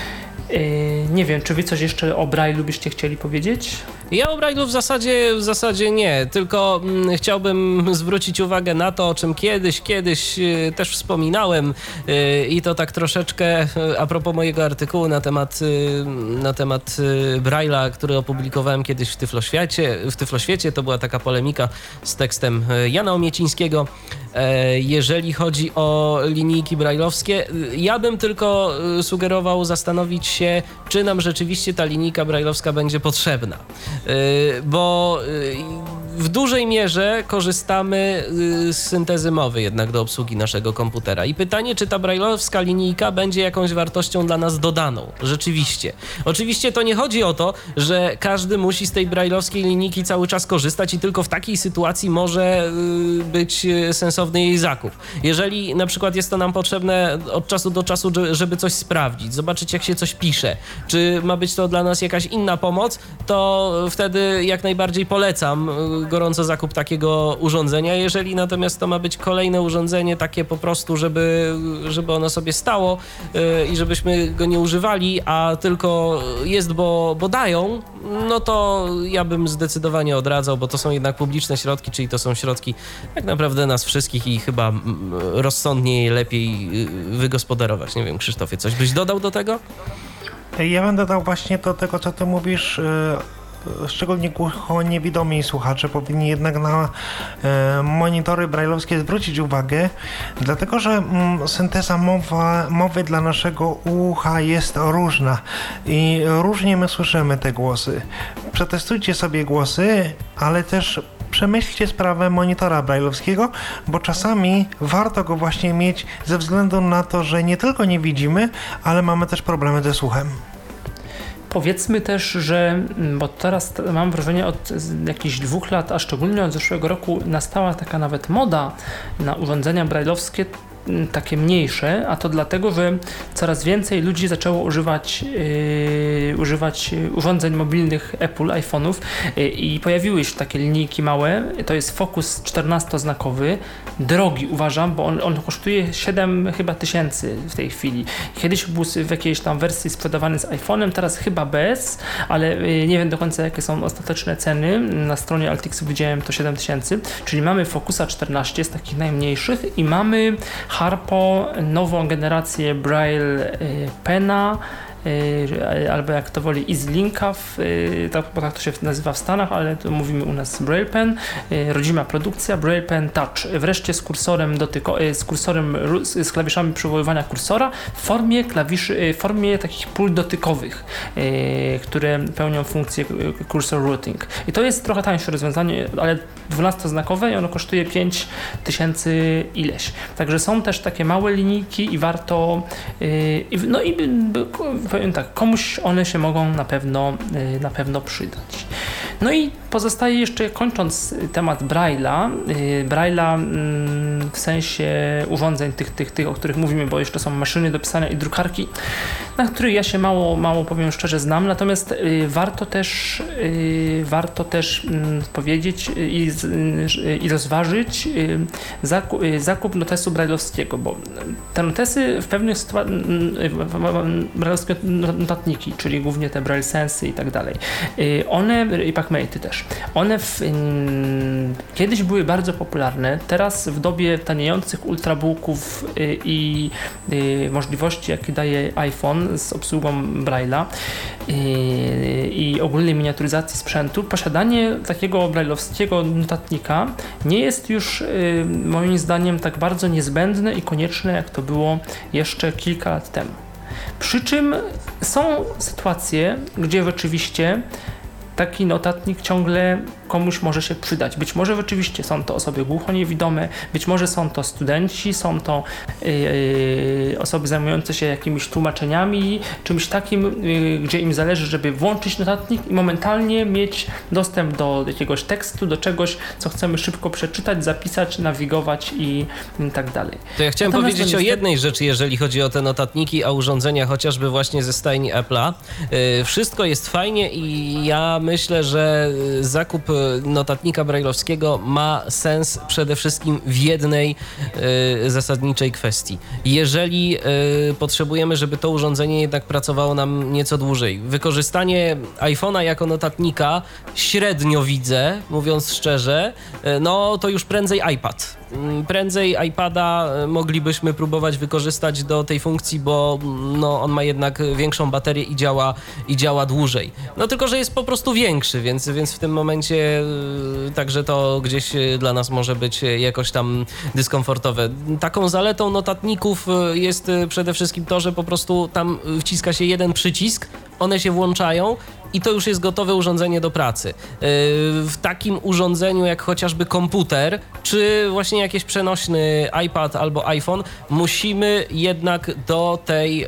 Nie wiem, czy wy coś jeszcze o Braille'u byście chcieli powiedzieć? Ja o Braille'u w zasadzie nie, tylko chciałbym zwrócić uwagę na to, o czym kiedyś też wspominałem i to tak troszeczkę a propos mojego artykułu na temat Braille'a, który opublikowałem kiedyś w Tyfloświecie. To była taka polemika z tekstem Jana Omiecińskiego. Jeżeli chodzi o linijki brajlowskie, ja bym tylko sugerował zastanowić się, czy nam rzeczywiście ta linijka brajlowska będzie potrzebna. Bo w dużej mierze korzystamy z syntezy mowy jednak do obsługi naszego komputera. I pytanie, czy ta brajlowska linijka będzie jakąś wartością dla nas dodaną. Rzeczywiście. Oczywiście to nie chodzi o to, że każdy musi z tej brajlowskiej linijki cały czas korzystać i tylko w takiej sytuacji może być sensowny jej zakup. Jeżeli na przykład jest to nam potrzebne od czasu do czasu, żeby coś sprawdzić, zobaczyć jak się coś pisze, czy ma być to dla nas jakaś inna pomoc, to wtedy jak najbardziej polecam gorąco zakup takiego urządzenia. Jeżeli natomiast to ma być kolejne urządzenie takie po prostu, żeby ono sobie stało i żebyśmy go nie używali, a tylko jest, bo dają, no to ja bym zdecydowanie odradzał, bo to są jednak publiczne środki, czyli to są środki tak naprawdę nas wszystkich i chyba rozsądniej, lepiej wygospodarować. Nie wiem, Krzysztofie, coś byś dodał do tego? Ja bym dodał właśnie do tego, co ty mówisz. Szczególnie głuchoniewidomi słuchacze powinni jednak na monitory brajlowskie zwrócić uwagę, dlatego że synteza mowy dla naszego ucha jest różna i różnie my słyszymy te głosy. Przetestujcie sobie głosy, ale też przemyślcie sprawę monitora brajlowskiego, bo czasami warto go właśnie mieć ze względu na to, że nie tylko nie widzimy, ale mamy też problemy ze słuchem. Powiedzmy też, że, bo teraz mam wrażenie od jakichś 2 lat, a szczególnie od zeszłego roku nastała taka nawet moda na urządzenia braille'owskie, takie mniejsze, a to dlatego, że coraz więcej ludzi zaczęło używać urządzeń mobilnych Apple, iPhone'ów i pojawiły się takie linijki małe. To jest Focus 14-znakowy, drogi uważam, bo on kosztuje 7 chyba tysięcy w tej chwili. Kiedyś był w jakiejś tam wersji sprzedawany z iPhone'em, teraz chyba bez, ale nie wiem do końca jakie są ostateczne ceny. Na stronie Altixu widziałem to 7 tysięcy, czyli mamy Focusa 14 z takich najmniejszych i mamy Harpo, nową generację Braille Pena, albo jak to woli EasyLinka, tak to się nazywa w Stanach, ale to mówimy u nas Braille Pen, rodzima produkcja, Braille Pen Touch, wreszcie z kursorem z klawiszami przywoływania kursora w formie takich pól dotykowych, które pełnią funkcję cursor routing. I to jest trochę tańsze rozwiązanie, ale 12-znakowe i ono kosztuje 5 tysięcy ileś. Także są też takie małe linijki i warto powiem tak, komuś one się mogą na pewno przydać. No i pozostaje jeszcze, kończąc temat Braille'a w sensie urządzeń tych, o których mówimy, bo jeszcze są maszyny do pisania i drukarki, na których ja się mało powiem szczerze znam, natomiast warto też powiedzieć i rozważyć zakup notesu braille'owskiego, bo te notesy w pewnych sytuacjach, braille'owskie notatniki, czyli głównie te Braille Sensy i tak dalej, one i Pacmate'y też, one kiedyś były bardzo popularne, teraz w dobie taniejących ultrabooków i możliwości, jakie daje iPhone z obsługą Braille'a i ogólnej miniaturyzacji sprzętu, posiadanie takiego braille'owskiego notatnika nie jest już moim zdaniem tak bardzo niezbędne i konieczne, jak to było jeszcze kilka lat temu. Przy czym są sytuacje, gdzie rzeczywiście taki notatnik ciągle komuś może się przydać. Być może rzeczywiście są to osoby głuchoniewidome, być może są to studenci, są to osoby zajmujące się jakimiś tłumaczeniami, czymś takim, gdzie im zależy, żeby włączyć notatnik i momentalnie mieć dostęp do jakiegoś tekstu, do czegoś, co chcemy szybko przeczytać, zapisać, nawigować i tak dalej. To ja chciałem powiedzieć o jednej rzeczy, jeżeli chodzi o te notatniki, a urządzenia chociażby właśnie ze stajni Apple'a. Wszystko jest fajnie i ja myślę, że zakup notatnika braille'owskiego ma sens przede wszystkim w jednej zasadniczej kwestii. Jeżeli potrzebujemy, żeby to urządzenie jednak pracowało nam nieco dłużej, wykorzystanie iPhone'a jako notatnika średnio widzę, mówiąc szczerze, no to już prędzej iPad. Prędzej iPada moglibyśmy próbować wykorzystać do tej funkcji, bo no, on ma jednak większą baterię i działa dłużej. No tylko, że jest po prostu większy, więc w tym momencie także to gdzieś dla nas może być jakoś tam dyskomfortowe. Taką zaletą notatników jest przede wszystkim to, że po prostu tam wciska się jeden przycisk, one się włączają i to już jest gotowe urządzenie do pracy. W takim urządzeniu jak chociażby komputer, czy właśnie jakiś przenośny iPad albo iPhone, musimy jednak do tej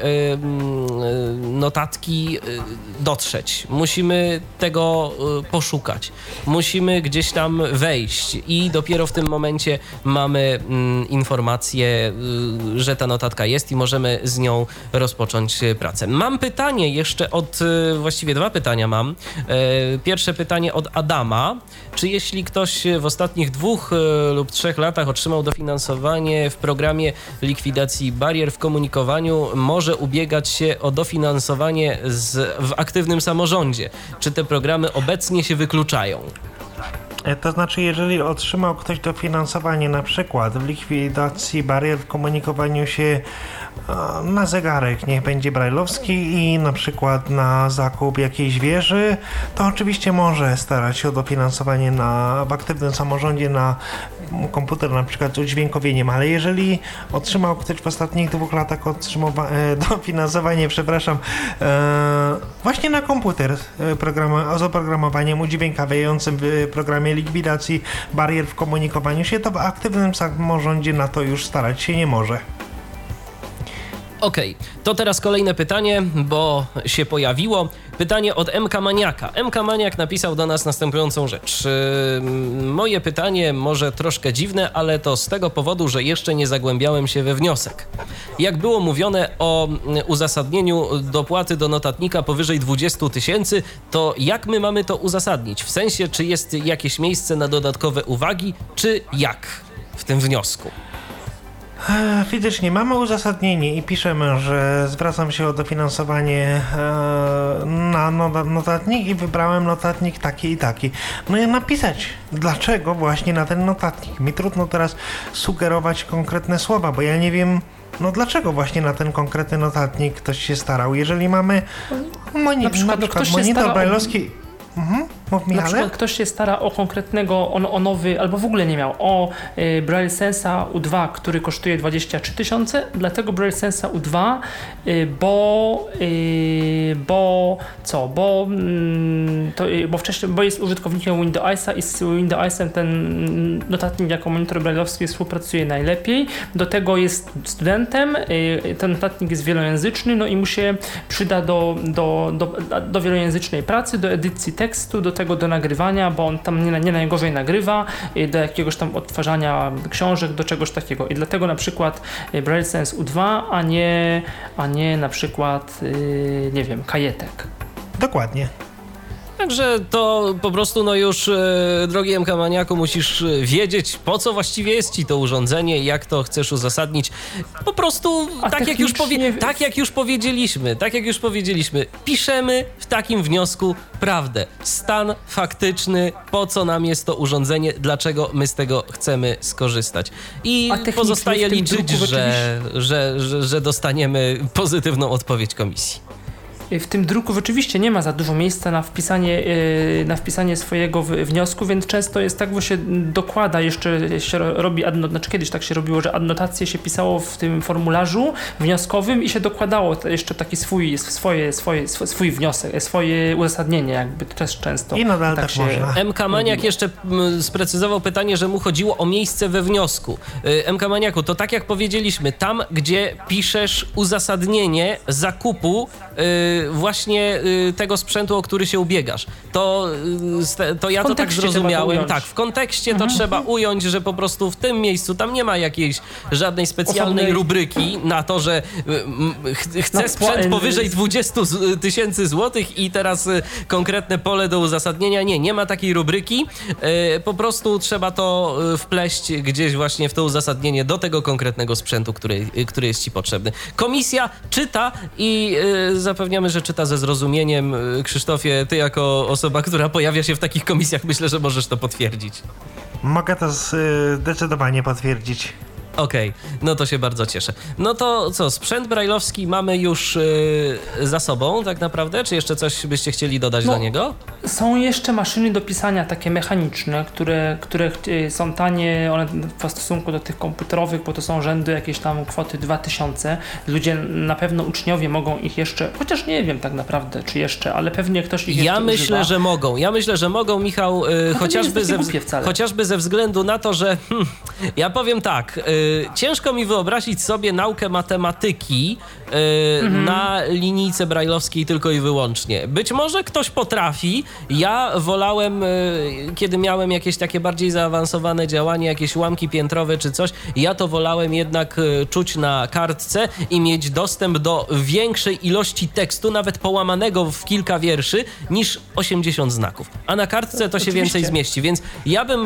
notatki dotrzeć. Musimy tego poszukać. Musimy gdzieś tam wejść i dopiero w tym momencie mamy informację, że ta notatka jest i możemy z nią rozpocząć pracę. Mam pytanie jeszcze właściwie 2 pytania mam. Pierwsze pytanie od Adama. Czy jeśli ktoś w ostatnich 2 lub 3 latach otrzymał dofinansowanie w programie likwidacji barier w komunikowaniu, może ubiegać się o dofinansowanie w aktywnym samorządzie? Czy te programy obecnie się wykluczają? To znaczy, jeżeli otrzymał ktoś dofinansowanie na przykład w likwidacji barier w komunikowaniu się na zegarek, niech będzie braille'owski i na przykład na zakup jakiejś wieży, to oczywiście może starać się o dofinansowanie w aktywnym samorządzie na komputer, na przykład z udźwiękowieniem, ale jeżeli otrzymał ktoś w ostatnich 2 latach dofinansowanie, właśnie na komputer z oprogramowaniem udźwiękawiającym w programie likwidacji barier w komunikowaniu się, to w aktywnym samorządzie na to już starać się nie może. Okej, to teraz kolejne pytanie, bo się pojawiło. Pytanie od MK Maniaka. MK Maniak napisał do nas następującą rzecz. Moje pytanie może troszkę dziwne, ale to z tego powodu, że jeszcze nie zagłębiałem się we wniosek. Jak było mówione o uzasadnieniu dopłaty do notatnika powyżej 20 000, to jak my mamy to uzasadnić? W sensie, czy jest jakieś miejsce na dodatkowe uwagi, czy jak w tym wniosku? Fizycznie mamy uzasadnienie i piszemy, że zwracam się o dofinansowanie na notatnik i wybrałem notatnik taki i taki. No i napisać, dlaczego właśnie na ten notatnik. Mi trudno teraz sugerować konkretne słowa, bo ja nie wiem, no dlaczego właśnie na ten konkretny notatnik ktoś się starał. Jeżeli mamy na przykład monitor brajlowski... Mów, na przykład ktoś się stara o konkretnego, o nowy, albo w ogóle nie miał, o Braille Sensa U2, który kosztuje 23 000, dlatego Braille Sensa U2, bo jest użytkownikiem Windowsa i z Windowsem ten notatnik jako monitor brailleowski współpracuje najlepiej. Do tego jest studentem, ten notatnik jest wielojęzyczny, no i mu się przyda do wielojęzycznej pracy, do edycji tekstu, do tego do nagrywania, bo on tam nie najgorzej nagrywa, do jakiegoś tam odtwarzania książek, do czegoś takiego. I dlatego na przykład Braille Sense U2, a nie na przykład, nie wiem, kajetek. Dokładnie. Także to po prostu, no już, drogi MK Maniaku, musisz wiedzieć, po co właściwie jest ci to urządzenie i jak to chcesz uzasadnić. Po prostu, tak jak już powiedzieliśmy, piszemy w takim wniosku prawdę. Stan faktyczny, po co nam jest to urządzenie, dlaczego my z tego chcemy skorzystać. I pozostaje liczyć, że dostaniemy pozytywną odpowiedź komisji. W tym druku rzeczywiście nie ma za dużo miejsca na wpisanie swojego wniosku, więc często jest tak, bo się dokłada, jeszcze się robi, znaczy kiedyś tak się robiło, że adnotację się pisało w tym formularzu wnioskowym i się dokładało jeszcze taki swój wniosek, swoje uzasadnienie, jakby to też często. I nadal tak się można. MK Maniak jeszcze sprecyzował pytanie, że mu chodziło o miejsce we wniosku. MK Maniaku, to tak jak powiedzieliśmy, tam gdzie piszesz uzasadnienie zakupu właśnie tego sprzętu, o który się ubiegasz. To ja to tak zrozumiałem. Tak, w kontekście to trzeba ująć, że po prostu w tym miejscu tam nie ma jakiejś żadnej specjalnej rubryki na to, że chcę sprzęt powyżej 20 000 złotych i teraz konkretne pole do uzasadnienia. Nie ma takiej rubryki. Po prostu trzeba to wpleść gdzieś właśnie w to uzasadnienie do tego konkretnego sprzętu, który jest ci potrzebny. Komisja czyta i zapewniamy, że czyta ze zrozumieniem. Krzysztofie, ty jako osoba, która pojawia się w takich komisjach, myślę, że możesz to potwierdzić. Mogę to zdecydowanie potwierdzić. Okej, no to się bardzo cieszę. No to co, sprzęt brajlowski mamy już za sobą tak naprawdę? Czy jeszcze coś byście chcieli dodać do niego? Są jeszcze maszyny do pisania takie mechaniczne, które są tanie, one w stosunku do tych komputerowych, bo to są rzędy jakieś tam kwoty 2000. Ludzie, na pewno uczniowie mogą ich jeszcze, chociaż nie wiem tak naprawdę, czy jeszcze, ale pewnie ktoś ich jeszcze używa. Ja myślę, że mogą, Michał, chociażby ze względu na to, że ja powiem tak, ciężko mi wyobrazić sobie naukę matematyki na linijce brajlowskiej tylko i wyłącznie. Być może ktoś potrafi. Ja wolałem, kiedy miałem jakieś takie bardziej zaawansowane działanie, jakieś ułamki piętrowe czy coś, ja to wolałem jednak czuć na kartce i mieć dostęp do większej ilości tekstu, nawet połamanego w kilka wierszy, niż 80 znaków. A na kartce to się więcej zmieści, więc ja bym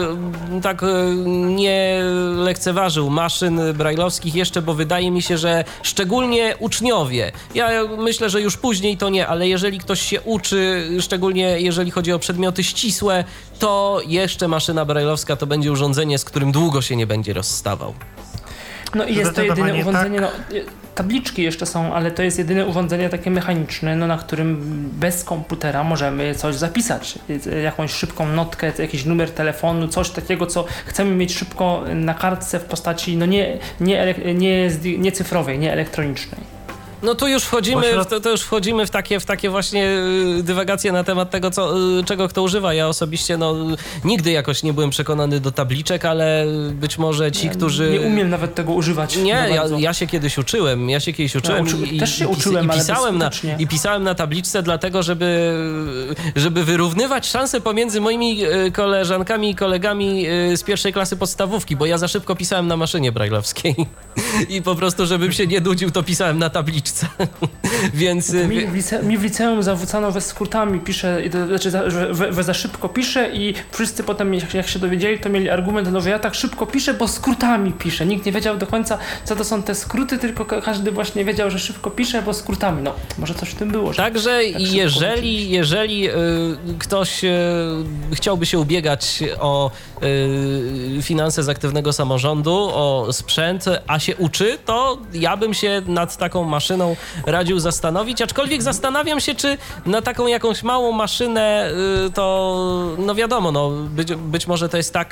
tak nie lekceważył maszyn brajlowskich jeszcze, bo wydaje mi się, że szczególnie uczniowie, ja myślę, że już później to nie, ale jeżeli ktoś się uczy, szczególnie jeżeli chodzi o przedmioty ścisłe, to jeszcze maszyna brajlowska to będzie urządzenie, z którym długo się nie będzie rozstawał. No i jest to jedyne urządzenie, tabliczki jeszcze są, ale to jest jedyne urządzenie takie mechaniczne, na którym bez komputera możemy coś zapisać. Jakąś szybką notkę, jakiś numer telefonu, coś takiego, co chcemy mieć szybko na kartce w postaci nie cyfrowej, nie elektronicznej. No tu już wchodzimy, to już wchodzimy w takie właśnie dywagacje na temat tego, czego kto używa. Ja osobiście nigdy jakoś nie byłem przekonany do tabliczek, ale być może ci, którzy... Nie umiem nawet tego używać. Nie, ja się kiedyś uczyłem. Też się uczyłem, i pisałem na tabliczce dlatego, żeby wyrównywać szanse pomiędzy moimi koleżankami i kolegami z pierwszej klasy podstawówki, bo ja za szybko pisałem na maszynie brajlowskiej i po prostu, żebym się nie nudził, to pisałem na tabliczce. Więc... Mi w liceum zawrócano, że skrótami piszę, że za szybko piszę i wszyscy potem, jak się dowiedzieli, to mieli argument, że ja tak szybko piszę, bo skrótami piszę. Nikt nie wiedział do końca, co to są te skróty, tylko każdy właśnie wiedział, że szybko piszę, bo skrótami. No, może coś w tym było. Także jeżeli ktoś chciałby się ubiegać o finanse z aktywnego samorządu, o sprzęt, a się uczy, to ja bym się nad taką maszyną radził zastanowić, aczkolwiek zastanawiam się, czy na taką jakąś małą maszynę to, wiadomo, być może to jest tak,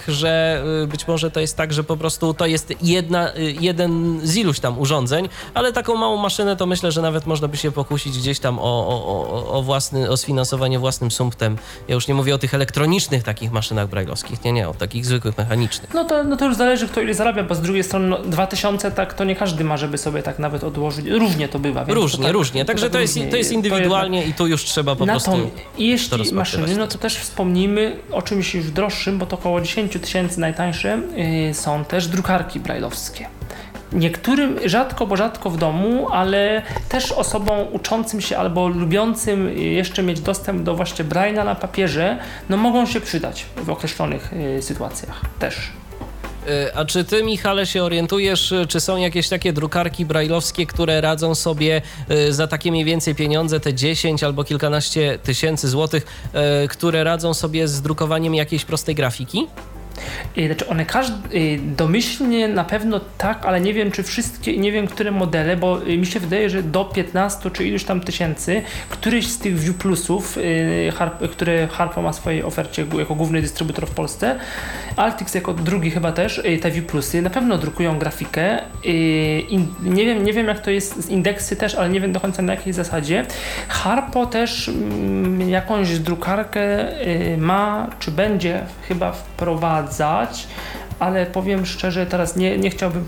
że po prostu to jest jeden z iluś tam urządzeń, ale taką małą maszynę to myślę, że nawet można by się pokusić gdzieś tam o sfinansowanie własnym sumptem. Ja już nie mówię o tych elektronicznych takich maszynach brajlowskich, nie, o takich zwykłych, mechanicznych. No to już zależy, kto ile zarabia, bo z drugiej strony 2000 tak to nie każdy ma, żeby sobie tak nawet odłożyć. Różnie to bywa. Różnie. Także to jest indywidualnie i tu już trzeba po prostu i jeśli maszyny, no to też wspomnijmy o czymś już droższym, bo to około 10 000 najtańsze są też drukarki brajlowskie. Niektórym rzadko w domu, ale też osobom uczącym się albo lubiącym jeszcze mieć dostęp do właśnie Braille'a na papierze, mogą się przydać w określonych sytuacjach też. A czy ty, Michale, się orientujesz, czy są jakieś takie drukarki brajlowskie, które radzą sobie za takie mniej więcej pieniądze, te 10 albo kilkanaście tysięcy złotych, które radzą sobie z drukowaniem jakiejś prostej grafiki? Znaczy one domyślnie na pewno tak, ale nie wiem czy wszystkie, nie wiem które modele, bo mi się wydaje, że do 15 czy iluś tam tysięcy któryś z tych View Plusów, które Harpo ma w swojej ofercie jako główny dystrybutor w Polsce, Altix jako drugi chyba też, te View Plusy na pewno drukują grafikę. Nie wiem jak to jest z indeksy też, ale nie wiem do końca na jakiej zasadzie. Harpo też jakąś drukarkę ma, czy będzie chyba wprowadzać, ale powiem szczerze, teraz nie chciałbym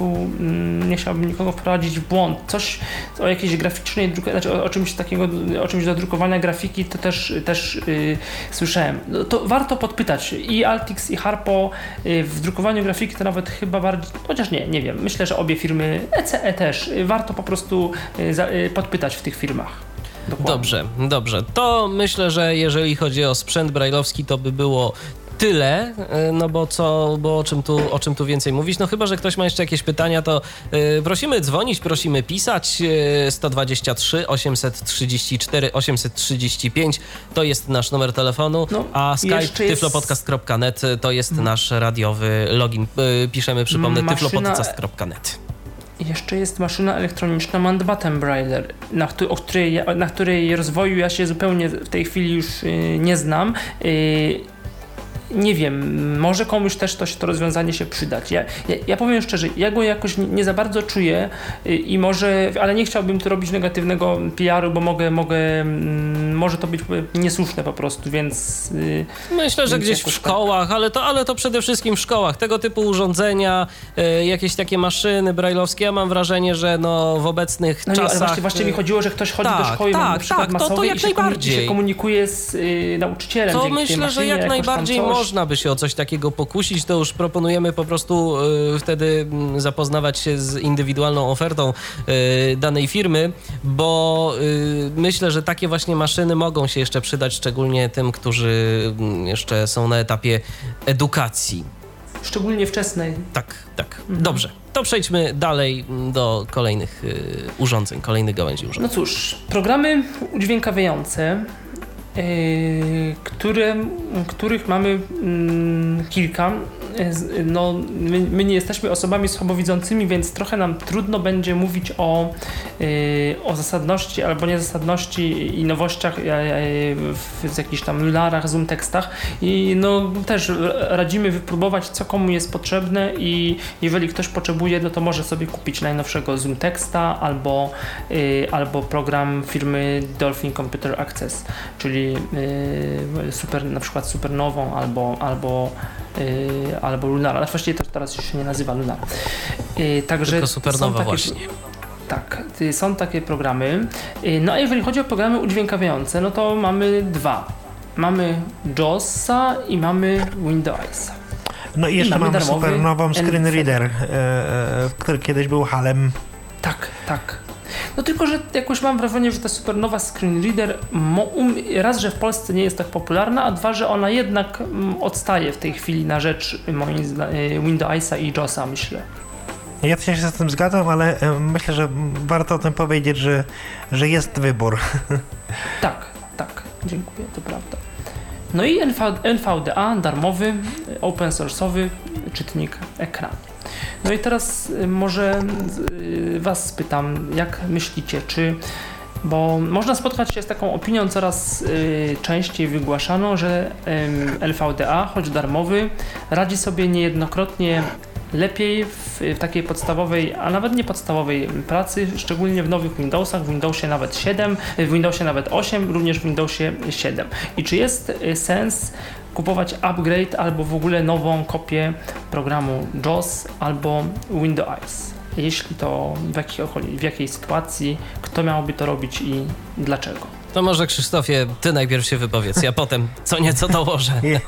nikogo wprowadzić w błąd. Coś o jakiejś graficznej o czymś takiego, o czymś do drukowania grafiki, to też słyszałem. To warto podpytać i Altix i Harpo w drukowaniu grafiki to nawet chyba bardziej, chociaż nie wiem, myślę, że obie firmy, ECE też, warto po prostu podpytać w tych firmach. Dokładnie. Dobrze. To myślę, że jeżeli chodzi o sprzęt brajlowski, to by było tyle, bo o czym tu więcej mówić? Chyba że ktoś ma jeszcze jakieś pytania, to prosimy dzwonić, prosimy pisać. 123 834 835 to jest nasz numer telefonu, a Skype tyflopodcast.net to jest nasz radiowy login. Piszemy, przypomnę, tyflopodcast.net. Jeszcze jest maszyna elektroniczna Mountbatten Brailler, na której rozwoju ja się zupełnie w tej chwili już nie znam. Nie wiem, może komuś też to rozwiązanie się przydać. Ja powiem szczerze, ja go jakoś nie za bardzo czuję i ale nie chciałbym tu robić negatywnego PR-u, bo może to być niesłuszne po prostu, więc... Myślę, że gdzieś w szkołach, ale to przede wszystkim w szkołach. Tego typu urządzenia, jakieś takie maszyny brajlowskie, ja mam wrażenie, że w obecnych czasach... Ale właśnie mi chodziło, że ktoś chodzi do szkoły na przykład masowej i się komunikuje z nauczycielem. To myślę, że jak najbardziej można by się o coś takiego pokusić, to już proponujemy po prostu wtedy zapoznawać się z indywidualną ofertą danej firmy, bo myślę, że takie właśnie maszyny mogą się jeszcze przydać, szczególnie tym, którzy jeszcze są na etapie edukacji. Szczególnie wczesnej. Tak. Dobrze. To przejdźmy dalej do kolejnych urządzeń, kolejnych gałęzi urządzeń. No cóż, programy udźwiękawiające, których mamy kilka. no, my nie jesteśmy osobami słabowidzącymi, więc trochę nam trudno będzie mówić o zasadności albo niezasadności i nowościach w jakichś tam lunarach, zoom tekstach i no też radzimy wypróbować, co komu jest potrzebne i jeżeli ktoś potrzebuje, no to może sobie kupić najnowszego zoom teksta albo program firmy Dolphin Computer Access, czyli na przykład Supernową albo Lunar, ale właściwie to teraz już się nie nazywa Lunar. Także tylko Supernowa właśnie. Tak, są takie programy. No a jeżeli chodzi o programy udźwiękawiające, no to mamy dwa. Mamy JAWSa i mamy Windowsa. No i jeszcze mamy Supernową Screen Reader, który kiedyś był HAL-em. Tak. No tylko, że jakoś mam wrażenie, że ta Supernowa Screen Reader raz, że w Polsce nie jest tak popularna, a dwa, że ona jednak odstaje w tej chwili na rzecz Windowsa i JAWSa, myślę. Ja się z tym zgadzam, ale myślę, że warto o tym powiedzieć, że jest wybór. Tak, dziękuję, to prawda. No i NVDA, darmowy, open source'owy czytnik ekranu. No i teraz może was spytam, jak myślicie, bo można spotkać się z taką opinią coraz częściej wygłaszaną, że NVDA, choć darmowy, radzi sobie niejednokrotnie lepiej w takiej podstawowej, a nawet nie podstawowej pracy, szczególnie w nowych Windowsach, w Windowsie nawet 7, w Windowsie nawet 8, również w Windowsie 7. I czy jest sens kupować upgrade albo w ogóle nową kopię programu JAWS albo Windows? Jeśli to w jakiej sytuacji, kto miałby to robić i dlaczego? To może Krzysztofie, ty najpierw się wypowiedz, ja potem co nieco dołożę.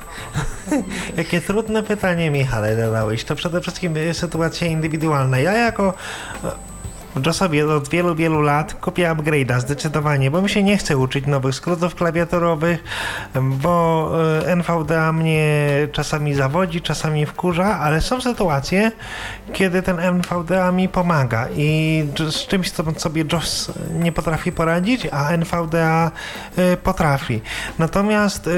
Jakie trudne pytanie, Michale, zadałeś. To przede wszystkim sytuacja indywidualna. Ja jako JAWSowi od wielu lat kupię upgrade'a zdecydowanie, bo mi się nie chce uczyć nowych skrótów klawiaturowych, bo NVDA mnie czasami zawodzi, czasami wkurza, ale są sytuacje, kiedy ten NVDA mi pomaga i z czymś, co sobie JAWS nie potrafi poradzić, a NVDA potrafi. Natomiast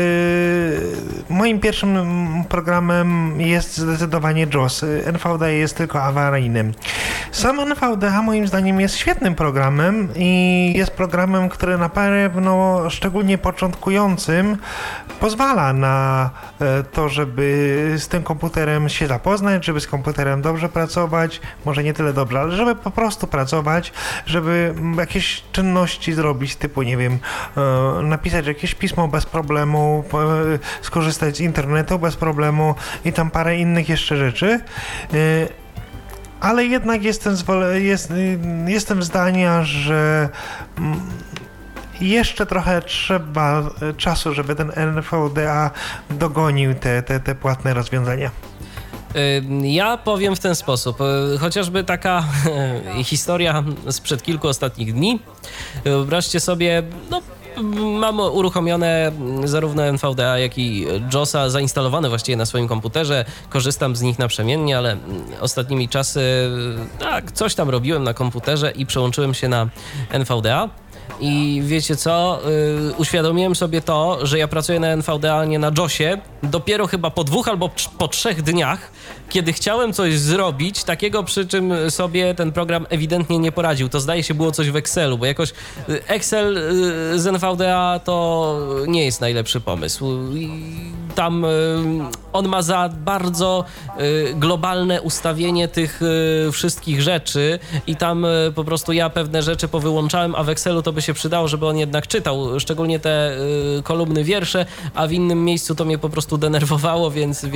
moim pierwszym programem jest zdecydowanie JAWS. NVDA jest tylko awaryjnym. Sam NVDA moim zdaniem jest świetnym programem i jest programem, który na pewno szczególnie początkującym pozwala na to, żeby z tym komputerem się zapoznać, żeby z komputerem dobrze pracować, może nie tyle dobrze, ale żeby po prostu pracować, żeby jakieś czynności zrobić typu, nie wiem, napisać jakieś pismo bez problemu, skorzystać z internetu bez problemu i tam parę innych jeszcze rzeczy. Ale jednak jestem zdania, że jeszcze trochę trzeba czasu, żeby ten NVDA dogonił te płatne rozwiązania. Ja powiem w ten sposób. Chociażby taka historia sprzed kilku ostatnich dni. Wyobraźcie sobie, mam uruchomione zarówno NVDA, jak i JAWSa zainstalowane właściwie na swoim komputerze. Korzystam z nich naprzemiennie, ale ostatnimi czasy coś tam robiłem na komputerze i przełączyłem się na NVDA. I wiecie co? Uświadomiłem sobie to, że ja pracuję na NVDA, nie na JAWSie dopiero chyba po 2 albo po 3 dniach, kiedy chciałem coś zrobić takiego, przy czym sobie ten program ewidentnie nie poradził. To zdaje się było coś w Excelu, bo jakoś Excel z NVDA to nie jest najlepszy pomysł. Tam on ma za bardzo globalne ustawienie tych wszystkich rzeczy i tam po prostu ja pewne rzeczy powyłączałem, a w Excelu to by się przydało, żeby on jednak czytał, szczególnie te kolumny wiersze, a w innym miejscu to mnie po prostu denerwowało,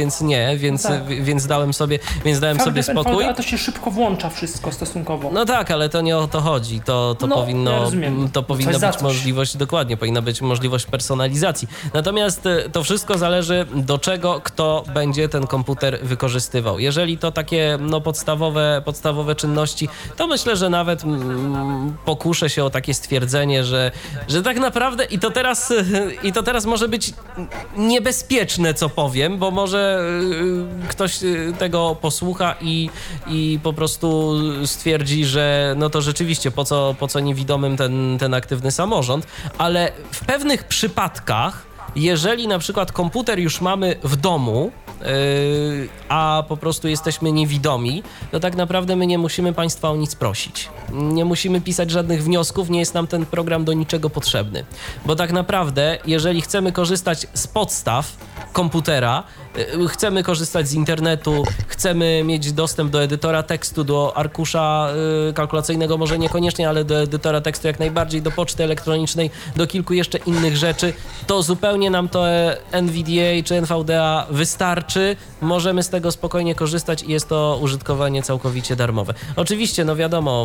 więc dałem sobie spokój. A to się szybko włącza wszystko stosunkowo. No tak, ale to nie o to chodzi. To powinna być możliwość, dokładnie, powinna być możliwość personalizacji. Natomiast to wszystko zależy, do czego kto będzie ten komputer wykorzystywał. Jeżeli to takie podstawowe czynności, to myślę, że nawet pokuszę się o takie stwierdzenie, że tak naprawdę i to teraz może być niebezpieczne, co powiem, bo może ktoś tego posłucha i po prostu stwierdzi, że no to rzeczywiście po co niewidomym ten aktywny samorząd, ale w pewnych przypadkach, jeżeli na przykład komputer już mamy w domu, a po prostu jesteśmy niewidomi, to tak naprawdę my nie musimy Państwa o nic prosić. Nie musimy pisać żadnych wniosków, nie jest nam ten program do niczego potrzebny. Bo tak naprawdę, jeżeli chcemy korzystać z podstaw komputera, chcemy korzystać z internetu, chcemy mieć dostęp do edytora tekstu, do arkusza kalkulacyjnego może niekoniecznie, ale do edytora tekstu jak najbardziej, do poczty elektronicznej, do kilku jeszcze innych rzeczy, to zupełnie nam to NVDA czy NVDA wystarczy. Możemy z tego spokojnie korzystać i jest to użytkowanie całkowicie darmowe. Oczywiście, no wiadomo,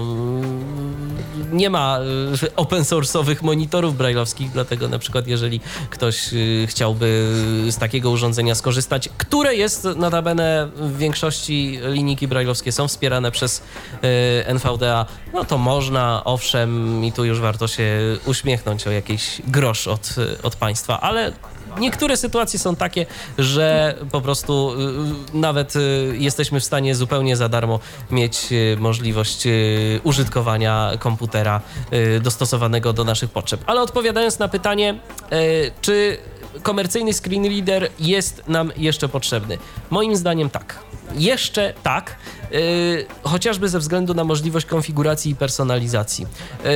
nie ma open source'owych monitorów brajlowskich, dlatego na przykład jeżeli ktoś chciałby z takiego urządzenia skorzystać, które jest notabene w większości linijki brajlowskie są wspierane przez NVDA, no to można, owszem, i tu już warto się uśmiechnąć o jakiś grosz od państwa, ale niektóre sytuacje są takie, że po prostu nawet jesteśmy w stanie zupełnie za darmo mieć możliwość użytkowania komputera dostosowanego do naszych potrzeb. Ale odpowiadając na pytanie, czy komercyjny screen reader jest nam jeszcze potrzebny? Moim zdaniem tak. Jeszcze tak, chociażby ze względu na możliwość konfiguracji i personalizacji.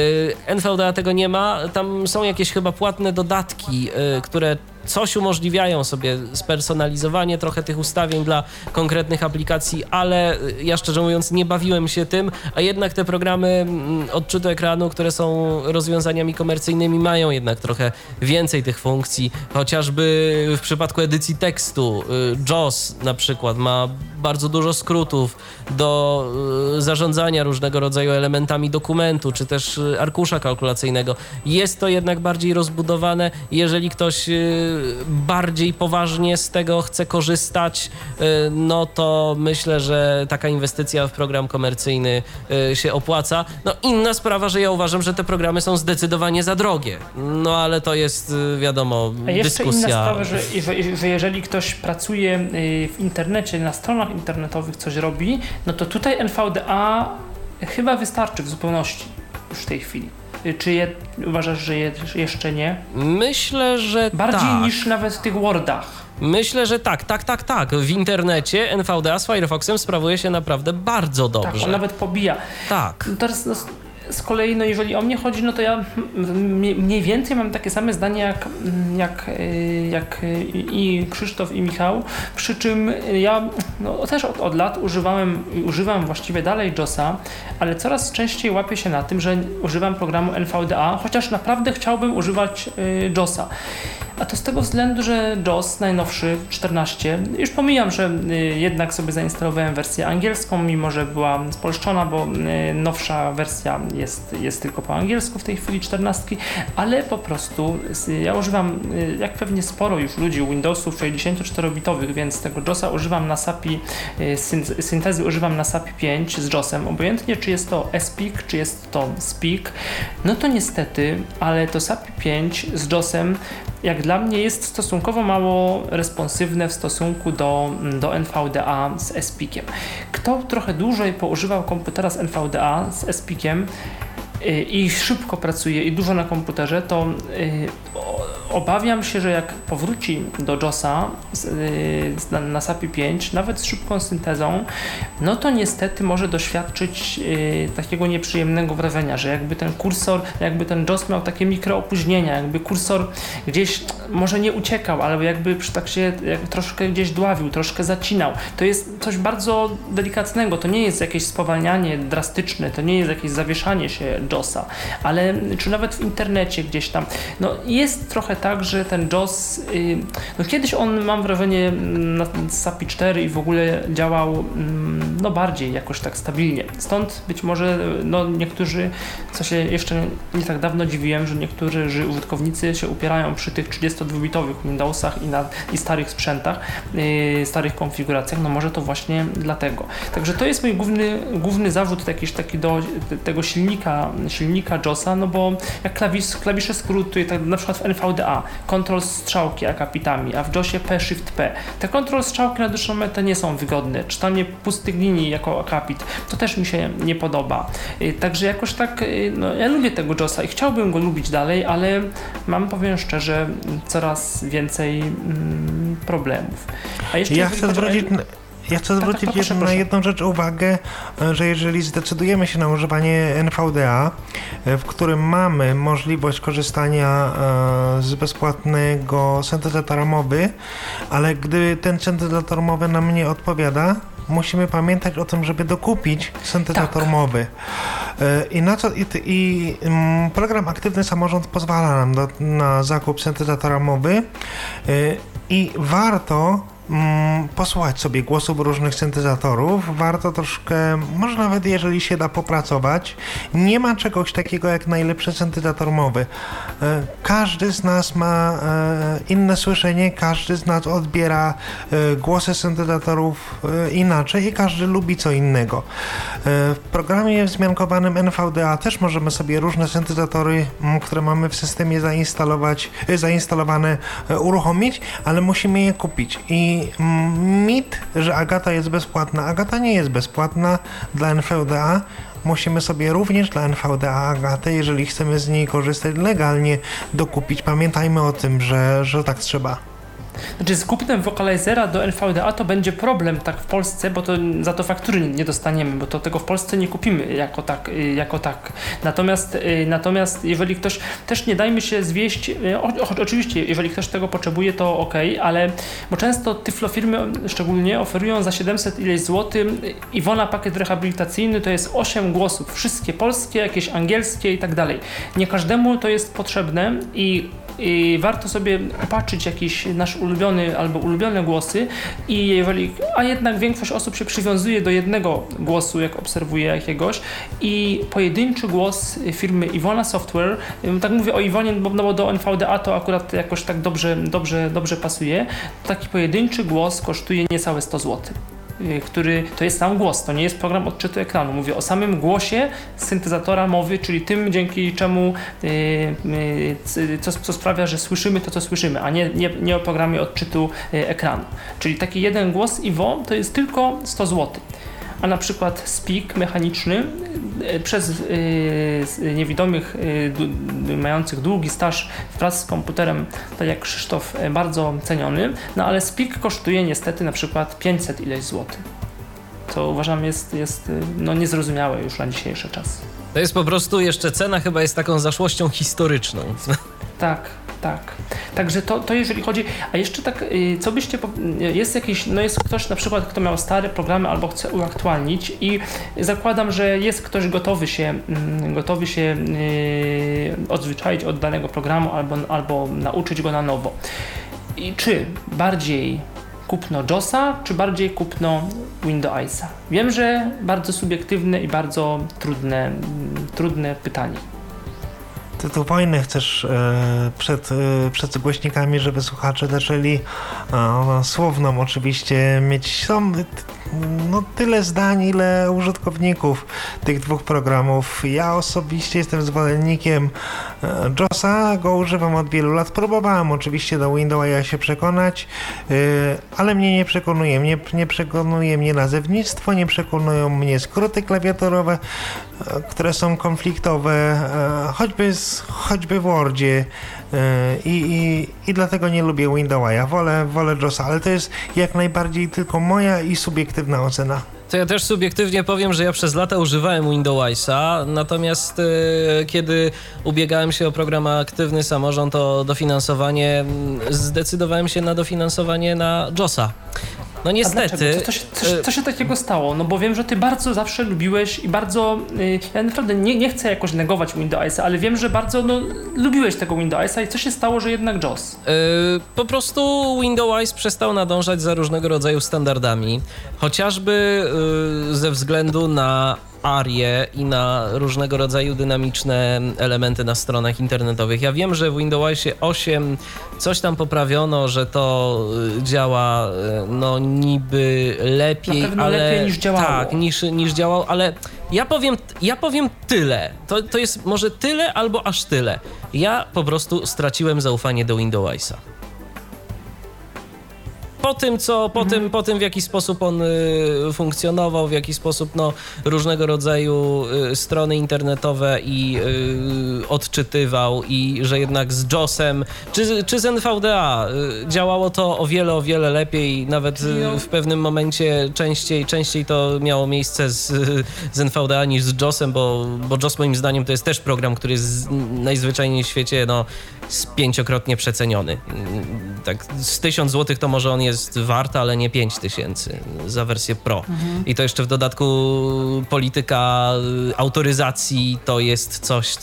NVDA tego nie ma, tam są jakieś chyba płatne dodatki, które coś umożliwiają sobie spersonalizowanie trochę tych ustawień dla konkretnych aplikacji, ale ja szczerze mówiąc nie bawiłem się tym, a jednak te programy odczytu ekranu, które są rozwiązaniami komercyjnymi, mają jednak trochę więcej tych funkcji, chociażby w przypadku edycji tekstu JAWS na przykład ma bardzo dużo skrótów do zarządzania różnego rodzaju elementami dokumentu, czy też arkusza kalkulacyjnego. Jest to jednak bardziej rozbudowane. Jeżeli ktoś bardziej poważnie z tego chce korzystać, no to myślę, że taka inwestycja w program komercyjny się opłaca. No inna sprawa, że ja uważam, że te programy są zdecydowanie za drogie. No ale to jest, wiadomo, a jeszcze dyskusja. Inna sprawa, że jeżeli ktoś pracuje w internecie, na stronach internetowych coś robi, no to tutaj NVDA chyba wystarczy w zupełności już w tej chwili. Czy uważasz, że jeszcze nie? Myślę, że bardziej tak. Niż nawet w tych Wordach. Myślę, że tak. W internecie NVDA z Firefoxem sprawuje się naprawdę bardzo dobrze. Tak, on nawet pobija. Tak. Teraz z kolei, no jeżeli o mnie chodzi, no to ja mniej więcej mam takie same zdanie jak i Krzysztof i Michał, przy czym ja też od lat używam właściwie dalej JAWSa, ale coraz częściej łapię się na tym, że używam programu NVDA, chociaż naprawdę chciałbym używać JAWSa. A to z tego względu, że JAWS najnowszy, 14, już pomijam, że jednak sobie zainstalowałem wersję angielską, mimo że była spolszczona, bo nowsza wersja jest tylko po angielsku w tej chwili, 14, ale po prostu ja używam, jak pewnie sporo już ludzi, Windowsów 64-bitowych, więc tego JAWSa używam na SAPI, syntezy używam na SAPI 5 z JAWSem, obojętnie czy jest to SPIC, czy jest to SPIC, no to niestety, ale to SAPI 5 z JAWSem jak dla mnie jest stosunkowo mało responsywne w stosunku do NVDA z SPIC-iem. Kto trochę dłużej poużywał komputera z NVDA z SPIC-iem i szybko pracuje i dużo na komputerze, to obawiam się, że jak powróci do JAWSa na SAPI 5, nawet z szybką syntezą, no to niestety może doświadczyć takiego nieprzyjemnego wrażenia, że jakby ten kursor, jakby ten JAWS miał takie mikroopóźnienia, jakby kursor gdzieś może nie uciekał, albo jakby tak się troszkę gdzieś dławił, troszkę zacinał. To jest coś bardzo delikatnego, to nie jest jakieś spowalnianie drastyczne, to nie jest jakieś zawieszanie się JAWSa, ale czy nawet w internecie gdzieś tam, no jest trochę tak, że ten JAWS, no kiedyś on, mam wrażenie, na SAPI 4 i w ogóle działał no bardziej jakoś tak stabilnie. Stąd być może no niektórzy, co się jeszcze nie tak dawno dziwiłem, że niektórzy użytkownicy się upierają przy tych 32-bitowych Windowsach i starych sprzętach, starych konfiguracjach, no może to właśnie dlatego. Także to jest mój główny zarzut jakiś taki do tego silnika JAWSa, no bo jak klawisze skrótu, tak na przykład w NVDA A, kontrol strzałki akapitami, a w JOSie P, Shift P. Te kontrol strzałki na dłuższą metę nie są wygodne. Czytanie pustych linii jako akapit, to też mi się nie podoba. Także jakoś tak, no, ja lubię tego JOSa i chciałbym go lubić dalej, ale mam, powiem szczerze, coraz więcej problemów. A jeszcze Ja chcę zwrócić na jedną rzecz uwagę, że jeżeli zdecydujemy się na używanie NVDA, w którym mamy możliwość korzystania z bezpłatnego syntezatora mowy, ale gdy ten syntezator mowy nam nie odpowiada, musimy pamiętać o tym, żeby dokupić syntezator mowy. Program Aktywny Samorząd pozwala nam na zakup syntezatora mowy i warto posłuchać sobie głosów różnych syntezatorów, warto troszkę, może nawet jeżeli się da, popracować. Nie ma czegoś takiego jak najlepszy syntezator mowy. Każdy z nas ma inne słyszenie, każdy z nas odbiera głosy syntezatorów inaczej i każdy lubi co innego. W programie wzmiankowanym NVDA też możemy sobie różne syntezatory, które mamy w systemie zainstalowane, uruchomić, ale musimy je kupić. I mit, że Agata jest bezpłatna. Agata nie jest bezpłatna dla NVDA. Musimy sobie również dla NVDA Agatę, jeżeli chcemy z niej korzystać legalnie, dokupić. Pamiętajmy o tym, że tak trzeba. Znaczy z kupnem wokalizera do NVDA to będzie problem tak w Polsce, bo to za to faktury nie dostaniemy, bo to tego w Polsce nie kupimy jako tak. Natomiast jeżeli ktoś, też nie dajmy się zwieść, oczywiście jeżeli ktoś tego potrzebuje, to okej, ale bo często tyflofirmy szczególnie oferują za 700 ileś złotych Iwona pakiet rehabilitacyjny, to jest 8 głosów, wszystkie polskie, jakieś angielskie i tak dalej. Nie każdemu to jest potrzebne i warto sobie opatrzyć jakiś nasz ulubiony albo ulubione głosy a jednak większość osób się przywiązuje do jednego głosu, jak obserwuje jakiegoś, i pojedynczy głos firmy Iwona Software, tak mówię o Iwonie, bo do NVDA to akurat jakoś tak dobrze pasuje, taki pojedynczy głos kosztuje niecałe 100 zł. Który to jest sam głos, to nie jest program odczytu ekranu. Mówię o samym głosie syntezatora mowy, czyli tym, dzięki czemu co sprawia, że słyszymy to, co słyszymy, a nie o programie odczytu ekranu. Czyli taki jeden głos Iwo to jest tylko 100 zł. A na przykład speak mechaniczny przez niewidomych mających długi staż w pracy z komputerem, tak jak Krzysztof, bardzo ceniony, no ale speak kosztuje niestety na przykład 500 ileś złotych. To uważam jest niezrozumiałe już na dzisiejszy czas. To jest po prostu jeszcze cena chyba jest taką zaszłością historyczną. Tak. Także to jeżeli chodzi, a jeszcze tak, co byście, jest ktoś na przykład, kto miał stare programy albo chce uaktualnić i zakładam, że jest ktoś gotowy się odzwyczaić od danego programu albo nauczyć go na nowo. I czy bardziej kupno JOSa, czy bardziej kupno Windowsa? Wiem, że bardzo subiektywne i bardzo trudne pytanie. Ty tu wojnę chcesz przed głośnikami, żeby słuchacze zaczęli słowną oczywiście mieć tyle zdań, ile użytkowników tych dwóch programów. Ja osobiście jestem zwolennikiem JOSa, go używam od wielu lat. Próbowałem oczywiście do Windowsa się przekonać, ale mnie nie przekonuje. Nie przekonuje mnie nazewnictwo, nie przekonują mnie skróty klawiaturowe, które są konfliktowe, choćby w Wordzie, i dlatego nie lubię Windowsa. Wolę JOSa, ale to jest jak najbardziej tylko moja i subiektywna ocena. To ja też subiektywnie powiem, że ja przez lata używałem Windowsa, natomiast kiedy ubiegałem się o program Aktywny Samorząd, o dofinansowanie, zdecydowałem się na dofinansowanie na JOSa. No niestety. Co się takiego stało? No bo wiem, że ty bardzo zawsze lubiłeś i bardzo, ja naprawdę nie chcę jakoś negować Windowsa, ale wiem, że bardzo lubiłeś tego Windowsa i co się stało, że jednak JOS? Po prostu Windows przestał nadążać za różnego rodzaju standardami, chociażby ze względu na ARIę i na różnego rodzaju dynamiczne elementy na stronach internetowych. Ja wiem, że w Windowsie 8 coś tam poprawiono, że to działa no niby lepiej, na pewno ale lepiej niż działało. Tak, niż działało, ale ja powiem tyle. To jest może tyle albo aż tyle. Ja po prostu straciłem zaufanie do Windowsa. Po tym, w jaki sposób on funkcjonował, w jaki sposób różnego rodzaju strony internetowe i odczytywał i że jednak z JOS-em czy z NVDA działało to o wiele lepiej, nawet w pewnym momencie częściej to miało miejsce z NVDA niż z JOS-em, bo JOS moim zdaniem to jest też program, który jest najzwyczajniej w świecie z 5-krotnie przeceniony. Tak z 1000 zł to może on jest wart, ale nie 5000 za wersję Pro. I to jeszcze w dodatku polityka autoryzacji to jest coś,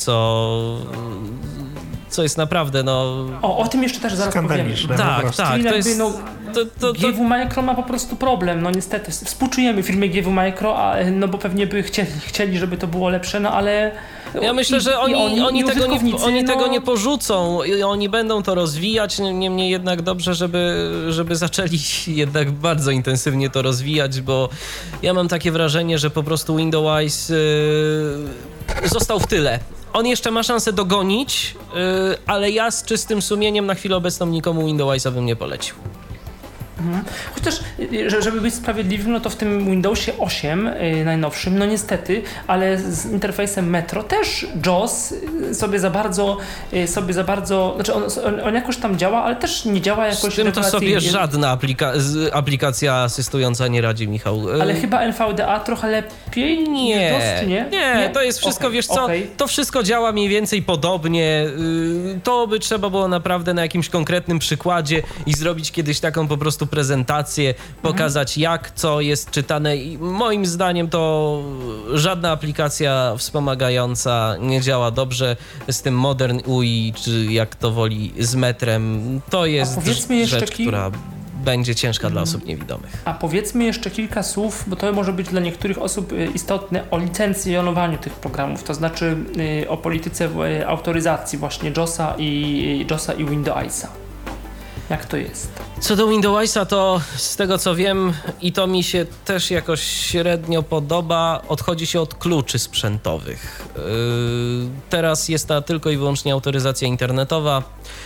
co jest naprawdę O tym jeszcze też zaraz powiemy. Tak, Czyli to jest... GW Micro ma po prostu problem, niestety. Współczujemy firmie GW Micro, bo pewnie by chcieli, żeby to było lepsze, ale... Ja myślę, że oni tego nie porzucą, oni będą to rozwijać, niemniej jednak dobrze, żeby zaczęli jednak bardzo intensywnie to rozwijać, bo ja mam takie wrażenie, że po prostu Windows został w tyle. On jeszcze ma szansę dogonić, ale ja z czystym sumieniem na chwilę obecną nikomu Windowsa bym nie polecił. Chociaż, żeby być sprawiedliwym, to w tym Windowsie 8 najnowszym, niestety, ale z interfejsem Metro też JOS sobie za bardzo, znaczy on jakoś tam działa, ale też nie działa jakoś z tym to sobie żadna aplikacja asystująca nie radzi, Michał. Ale chyba NVDA trochę lepiej niż JOS, czy nie? Nie, to jest wszystko, wiesz co, to wszystko działa mniej więcej podobnie. To by trzeba było naprawdę na jakimś konkretnym przykładzie i zrobić kiedyś taką po prostu prezentację, pokazać jak, co jest czytane i moim zdaniem to żadna aplikacja wspomagająca nie działa dobrze z tym Modern UI, czy jak to woli z Metrem. To jest rzecz, która będzie ciężka dla osób niewidomych. A powiedzmy jeszcze kilka słów, bo to może być dla niektórych osób istotne, o licencjonowaniu tych programów, to znaczy o polityce autoryzacji właśnie JOS-a i Windowsa. Jak to jest? Co do Windowsa, to z tego co wiem i to mi się też jakoś średnio podoba, odchodzi się od kluczy sprzętowych. Teraz jest ta tylko i wyłącznie autoryzacja internetowa.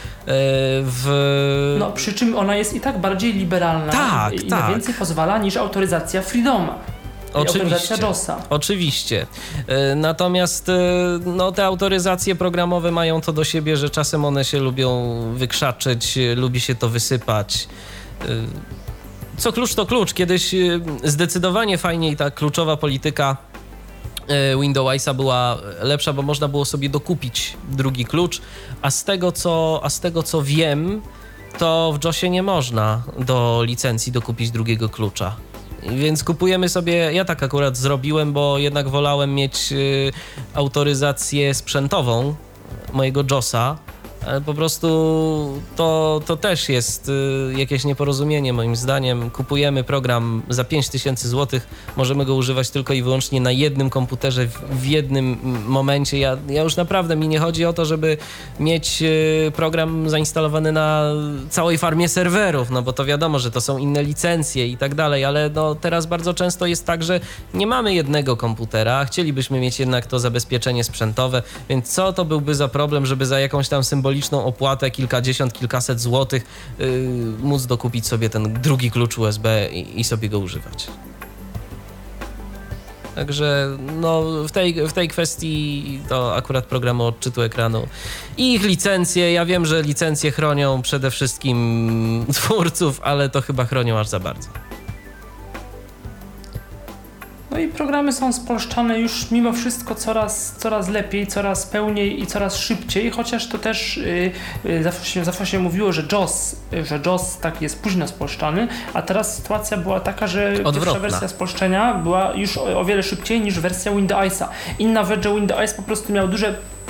Przy czym ona jest i tak bardziej liberalna i na więcej pozwala niż autoryzacja Freedoma. Oczywiście. Natomiast te autoryzacje programowe mają to do siebie, że czasem one się lubią wykrzaczyć, lubi się to wysypać. Co klucz to klucz. Kiedyś zdecydowanie fajniej ta kluczowa polityka Windowsa była lepsza, bo można było sobie dokupić drugi klucz, a z tego co wiem, to w JOSie nie można do licencji dokupić drugiego klucza. Więc kupujemy sobie, ja tak akurat zrobiłem, bo jednak wolałem mieć autoryzację sprzętową mojego JOSa. Po prostu to też jest jakieś nieporozumienie moim zdaniem. Kupujemy program za 5000 zł, możemy go używać tylko i wyłącznie na jednym komputerze w jednym momencie. Ja już naprawdę mi nie chodzi o to, żeby mieć program zainstalowany na całej farmie serwerów, bo to wiadomo, że to są inne licencje i tak dalej, ale teraz bardzo często jest tak, że nie mamy jednego komputera, a chcielibyśmy mieć jednak to zabezpieczenie sprzętowe, więc co to byłby za problem, żeby za jakąś tam symboliczną opłatę, kilkadziesiąt, kilkaset złotych móc dokupić sobie ten drugi klucz USB i sobie go używać. Także w tej kwestii to akurat programy odczytu ekranu i ich licencje, ja wiem, że licencje chronią przede wszystkim twórców, ale to chyba chronią aż za bardzo. I programy są spolszczane już mimo wszystko coraz lepiej, coraz pełniej i coraz szybciej, chociaż to też zawsze się mówiło, że JOS tak jest późno spolszczany, a teraz sytuacja była taka, że pierwsza wersja spolszczenia była już o wiele szybciej niż wersja Windowsa. Inna rzecz, że Windows po prostu miał duże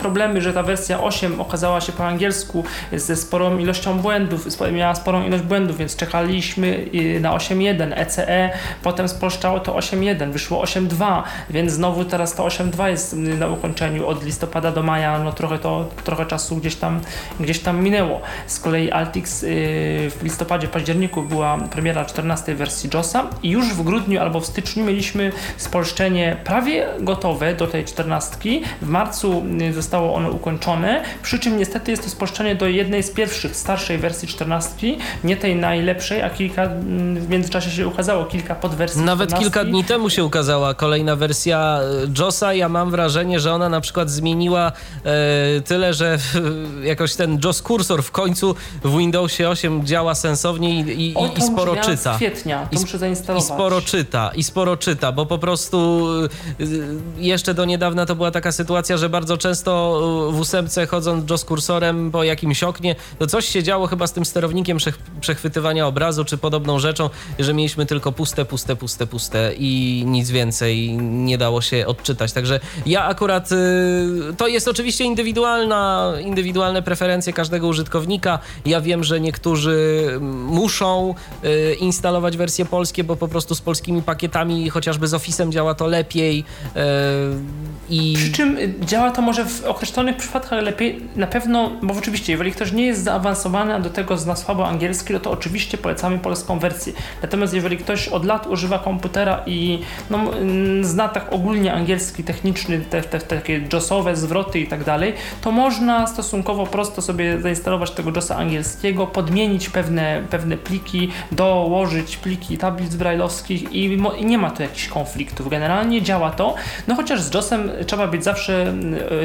problemy, że ta wersja 8 okazała się po angielsku ze sporą ilością błędów, miała sporą ilość błędów, więc czekaliśmy na 8.1 ECE, potem spolszczało to 8.1, wyszło 8.2, więc znowu teraz to 8.2 jest na ukończeniu od listopada do maja, no trochę czasu gdzieś tam minęło. Z kolei Altix w listopadzie, październiku była premiera 14 wersji JOS-a i już w grudniu albo w styczniu mieliśmy spolszczenie prawie gotowe do tej 14. W marcu zostało ono ukończone, przy czym niestety jest to spolszczenie do jednej z pierwszych, starszej wersji 14, nie tej najlepszej, a kilka w międzyczasie się ukazało, kilka podwersji. Nawet 14. kilka dni temu się ukazała kolejna wersja JOS-a. Ja mam wrażenie, że ona na przykład zmieniła tyle, że jakoś ten JOS kursor w końcu w Windowsie 8 działa sensownie i sporo czyta. Z kwietnia, to muszę zainstalować. I sporo czyta, bo po prostu jeszcze do niedawna to była taka sytuacja, że bardzo często w 8 chodząc JOS kursorem po jakimś oknie, to coś się działo chyba z tym sterownikiem przechwytywania obrazu, czy podobną rzeczą, że mieliśmy tylko puste i nic więcej nie dało się odczytać. Także ja akurat, to jest oczywiście indywidualne preferencje każdego użytkownika. Ja wiem, że niektórzy muszą instalować wersje polskie, bo po prostu z polskimi pakietami, chociażby z Office'em działa to lepiej. Przy czym działa to może w określonych przypadkach lepiej, na pewno, bo oczywiście, jeżeli ktoś nie jest zaawansowany, a do tego zna słabo angielski, to oczywiście polecamy polską wersję. Natomiast jeżeli ktoś od lat używa komputera i zna tak ogólnie angielski techniczny, te takie JOS-owe zwroty i tak dalej, to można stosunkowo prosto sobie zainstalować tego JOS-a angielskiego, podmienić pewne pliki, dołożyć pliki tablic brajlowskich i nie ma tu jakichś konfliktów. Generalnie działa to, chociaż z JOS-em trzeba być zawsze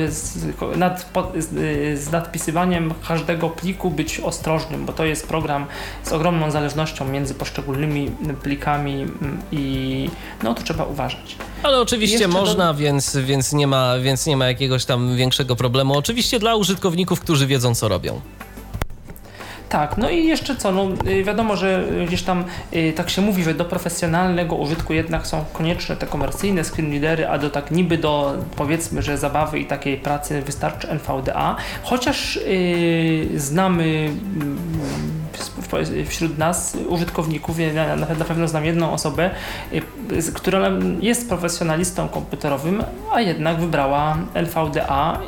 z nadpisywaniem każdego pliku być ostrożnym, bo to jest program z ogromną zależnością między poszczególnymi plikami i to trzeba uważać. Ale oczywiście można, więc nie ma jakiegoś tam większego problemu. Oczywiście dla użytkowników, którzy wiedzą, co robią. Tak, i jeszcze co, wiadomo, że gdzieś tam tak się mówi, że do profesjonalnego użytku jednak są konieczne te komercyjne screenreadery, a niby do, powiedzmy, że zabawy i takiej pracy wystarczy NVDA, chociaż znamy wśród nas użytkowników, ja na pewno znam jedną osobę, która jest profesjonalistą komputerowym, a jednak wybrała NVDA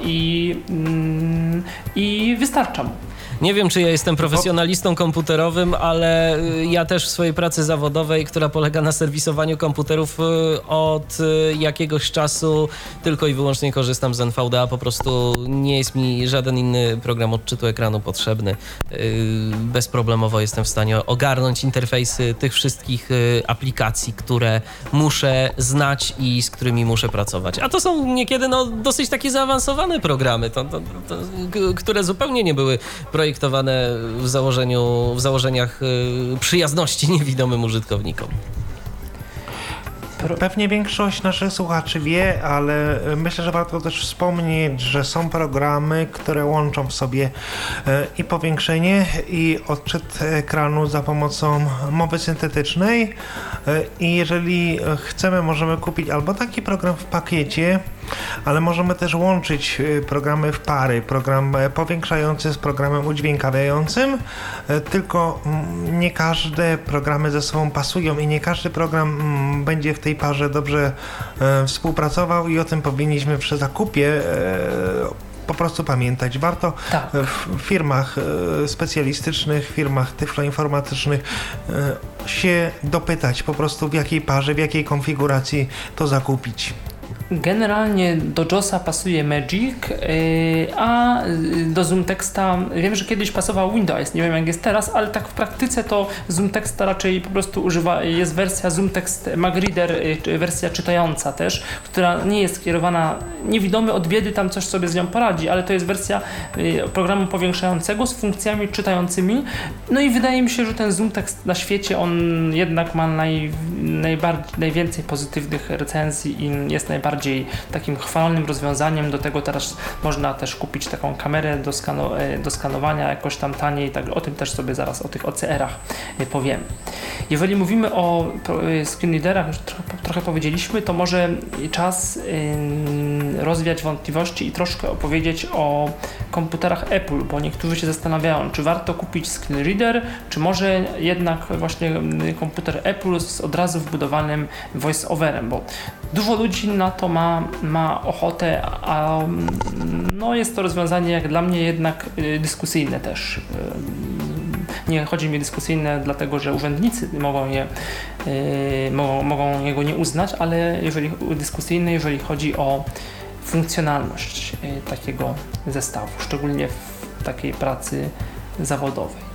i wystarcza mu. Nie wiem, czy ja jestem profesjonalistą komputerowym, ale ja też w swojej pracy zawodowej, która polega na serwisowaniu komputerów, od jakiegoś czasu tylko i wyłącznie korzystam z NVDA. Po prostu nie jest mi żaden inny program odczytu ekranu potrzebny. Bezproblemowo jestem w stanie ogarnąć interfejsy tych wszystkich aplikacji, które muszę znać i z którymi muszę pracować. A to są niekiedy dosyć takie zaawansowane programy, które zupełnie nie były projektowane w założeniach przyjazności niewidomym użytkownikom. Pewnie większość naszych słuchaczy wie, ale myślę, że warto też wspomnieć, że są programy, które łączą w sobie i powiększenie, i odczyt ekranu za pomocą mowy syntetycznej. I jeżeli chcemy, możemy kupić albo taki program w pakiecie, ale możemy też łączyć programy w pary. Program powiększający z programem udźwiękawiającym, tylko nie każde programy ze sobą pasują i nie każdy program będzie w tej parze dobrze współpracował i o tym powinniśmy przy zakupie po prostu pamiętać. Warto w firmach specjalistycznych, firmach tyfloinformatycznych się dopytać po prostu, w jakiej parze, w jakiej konfiguracji to zakupić. Generalnie do JOS-a pasuje Magic, a do ZoomTexta wiem, że kiedyś pasował Windows, nie wiem jak jest teraz, ale tak w praktyce to ZoomTexta raczej po prostu jest wersja ZoomText MagReader, wersja czytająca też, która nie jest kierowana, niewidomy od biedy tam coś sobie z nią poradzi, ale to jest wersja programu powiększającego z funkcjami czytającymi. I wydaje mi się, że ten ZoomText na świecie, on jednak ma najwięcej pozytywnych recenzji i jest najbardziej takim chwalnym rozwiązaniem. Do tego teraz można też kupić taką kamerę do skanowania jakoś tam taniej, tak o tym też sobie zaraz, o tych OCR-ach powiemy. Jeżeli mówimy o screenreaderach, już trochę powiedzieliśmy, to może czas rozwiać wątpliwości i troszkę opowiedzieć o komputerach Apple, bo niektórzy się zastanawiają, czy warto kupić screen reader, czy może jednak właśnie komputer Apple z od razu wbudowanym voice-overem, bo dużo ludzi na to ma ochotę, a no jest to rozwiązanie jak dla mnie jednak dyskusyjne też. Nie chodzi mi dyskusyjne dlatego, że urzędnicy mogą jego nie uznać, ale dyskusyjne, jeżeli chodzi o funkcjonalność takiego zestawu, szczególnie w takiej pracy zawodowej.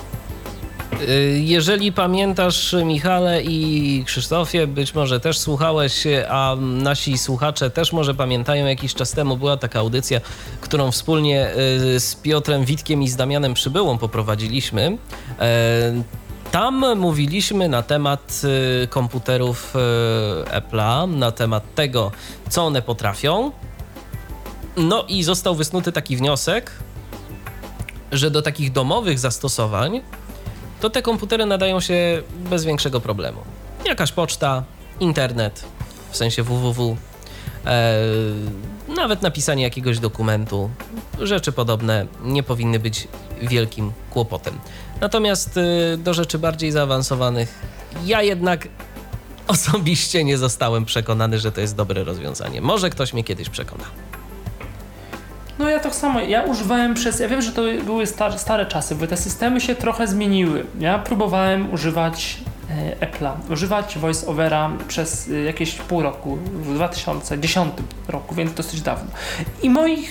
Jeżeli pamiętasz, Michale i Krzysztofie, być może też słuchałeś, a nasi słuchacze też może pamiętają, jakiś czas temu była taka audycja, którą wspólnie z Piotrem Witkiem i z Damianem Przybyłą poprowadziliśmy. Tam mówiliśmy na temat komputerów Apple'a, na temat tego, co one potrafią. No i został wysnuty taki wniosek, że do takich domowych zastosowań to te komputery nadają się bez większego problemu. Jakaś poczta, internet, w sensie www, nawet napisanie jakiegoś dokumentu, rzeczy podobne nie powinny być wielkim kłopotem. Natomiast do rzeczy bardziej zaawansowanych ja jednak osobiście nie zostałem przekonany, że to jest dobre rozwiązanie. Może ktoś mnie kiedyś przekona. No ja tak samo, ja wiem, że to były stare czasy, bo te systemy się trochę zmieniły. Ja próbowałem używać Apple'a, używać VoiceOvera przez jakieś pół roku, w 2010 roku, więc dosyć dawno. I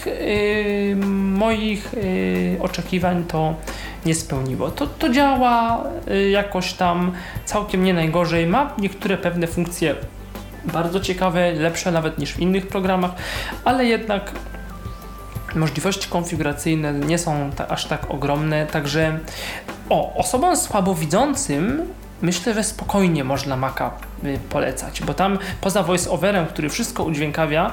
moich oczekiwań to nie spełniło. To działa jakoś tam całkiem nie najgorzej, ma niektóre pewne funkcje bardzo ciekawe, lepsze nawet niż w innych programach, ale jednak możliwości konfiguracyjne nie są aż tak ogromne, także osobom słabowidzącym myślę, że spokojnie można Maca polecać, bo tam poza voice-overem, który wszystko udźwiękawia,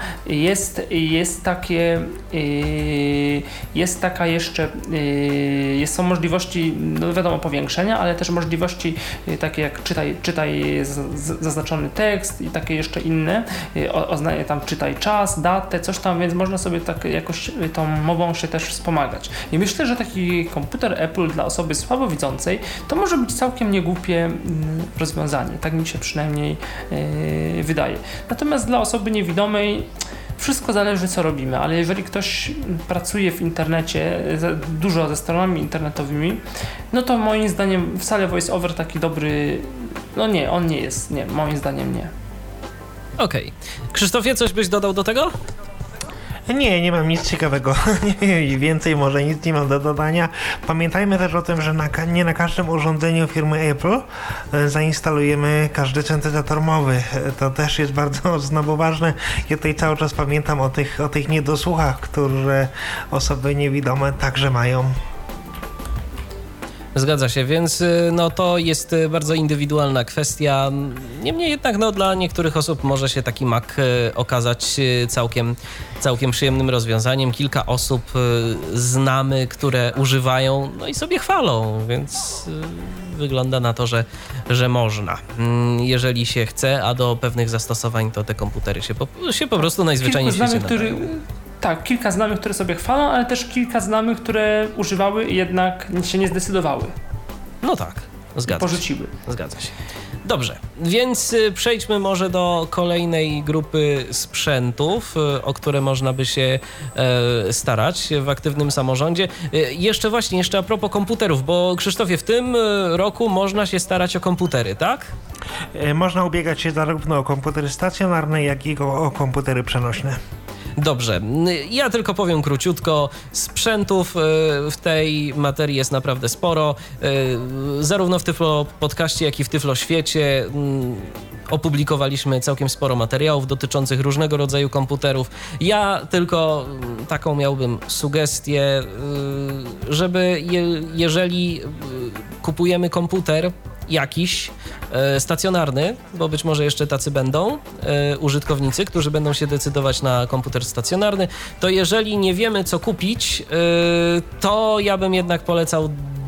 są możliwości, no wiadomo, powiększenia, ale też możliwości takie jak czytaj zaznaczony tekst i takie jeszcze inne, tam czytaj czas, datę, coś tam, więc można sobie tak jakoś tą mową się też wspomagać. I myślę, że taki komputer Apple dla osoby słabowidzącej to może być całkiem niegłupie rozwiązanie. Tak mi się przynajmniej wydaje. Natomiast dla osoby niewidomej wszystko zależy, co robimy, ale jeżeli ktoś pracuje w internecie dużo ze stronami internetowymi, no to moim zdaniem wcale VoiceOver taki dobry, no nie, on nie jest, nie, moim zdaniem nie. Okej. Krzysztofie, coś byś dodał do tego? Nie mam nic ciekawego. Więcej może nic nie mam do dodania. Pamiętajmy też o tym, że nie na każdym urządzeniu firmy Apple zainstalujemy każdy syntezator mowy. To też jest bardzo znowu ważne. Ja tutaj cały czas pamiętam o tych niedosłuchach, które osoby niewidome także mają. Zgadza się, więc no to jest bardzo indywidualna kwestia. Niemniej jednak no, dla niektórych osób może się taki Mac okazać całkiem przyjemnym rozwiązaniem. Kilka osób znamy, które używają, no i sobie chwalą, więc wygląda na to, że można. Jeżeli się chce, a do pewnych zastosowań to te komputery się po prostu najzwyczajniej w świecie nadają. Tak, kilka znajomych, które sobie chwalą, ale też kilka znajomych, które używały i jednak się nie zdecydowały. No tak, zgadza się. Porzuciły. Zgadza się. Dobrze, więc przejdźmy może do kolejnej grupy sprzętów, o które można by się starać w aktywnym samorządzie. Jeszcze a propos komputerów, bo Krzysztofie, w tym roku można się starać o komputery, tak? Można ubiegać się zarówno o komputery stacjonarne, jak i o komputery przenośne. Dobrze, ja tylko powiem króciutko, sprzętów w tej materii jest naprawdę sporo, zarówno w Tyflo Podcaście, jak i w Tyflo Świecie opublikowaliśmy całkiem sporo materiałów dotyczących różnego rodzaju komputerów. Ja tylko taką miałbym sugestię, żeby jeżeli kupujemy komputer jakiś stacjonarny, bo być może jeszcze tacy będą użytkownicy, którzy będą się decydować na komputer stacjonarny, to jeżeli nie wiemy, co kupić, to ja bym jednak polecał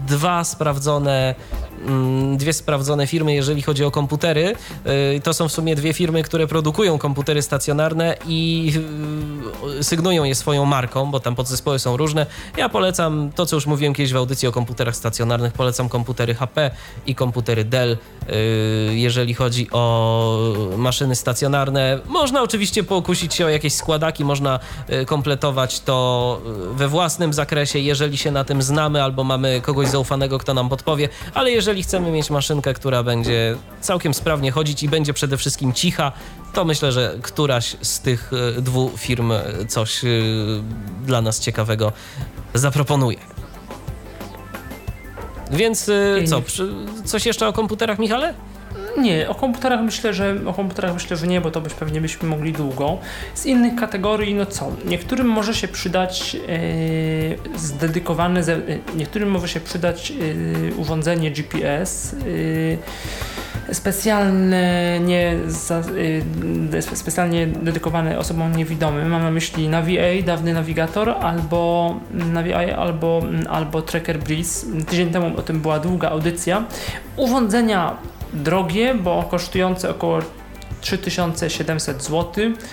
dwie sprawdzone firmy, jeżeli chodzi o komputery. To są w sumie dwie firmy, które produkują komputery stacjonarne i sygnują je swoją marką, bo tam podzespoły są różne. Ja polecam to, co już mówiłem kiedyś w audycji o komputerach stacjonarnych, polecam komputery HP i komputery Dell. Jeżeli chodzi o maszyny stacjonarne, można oczywiście pokusić się o jakieś składaki, można kompletować to we własnym zakresie, jeżeli się na tym znamy albo mamy kogoś zaufanego, kto nam podpowie, ale jeżeli chcemy mieć maszynkę, która będzie całkiem sprawnie chodzić i będzie przede wszystkim cicha, to myślę, że któraś z tych dwóch firm coś dla nas ciekawego zaproponuje. Więc co, coś jeszcze o komputerach, Michale? Nie, o komputerach myślę, że nie, bo to pewnie byśmy mogli długo. Z innych kategorii, no co, niektórym może się przydać niektórym może się przydać urządzenie GPS, specjalnie dedykowane osobom niewidomym. Mam na myśli Navi-A, dawny nawigator, albo Tracker Breeze. Tydzień temu o tym była długa audycja. Urządzenia drogie, bo kosztujące około 3700 zł.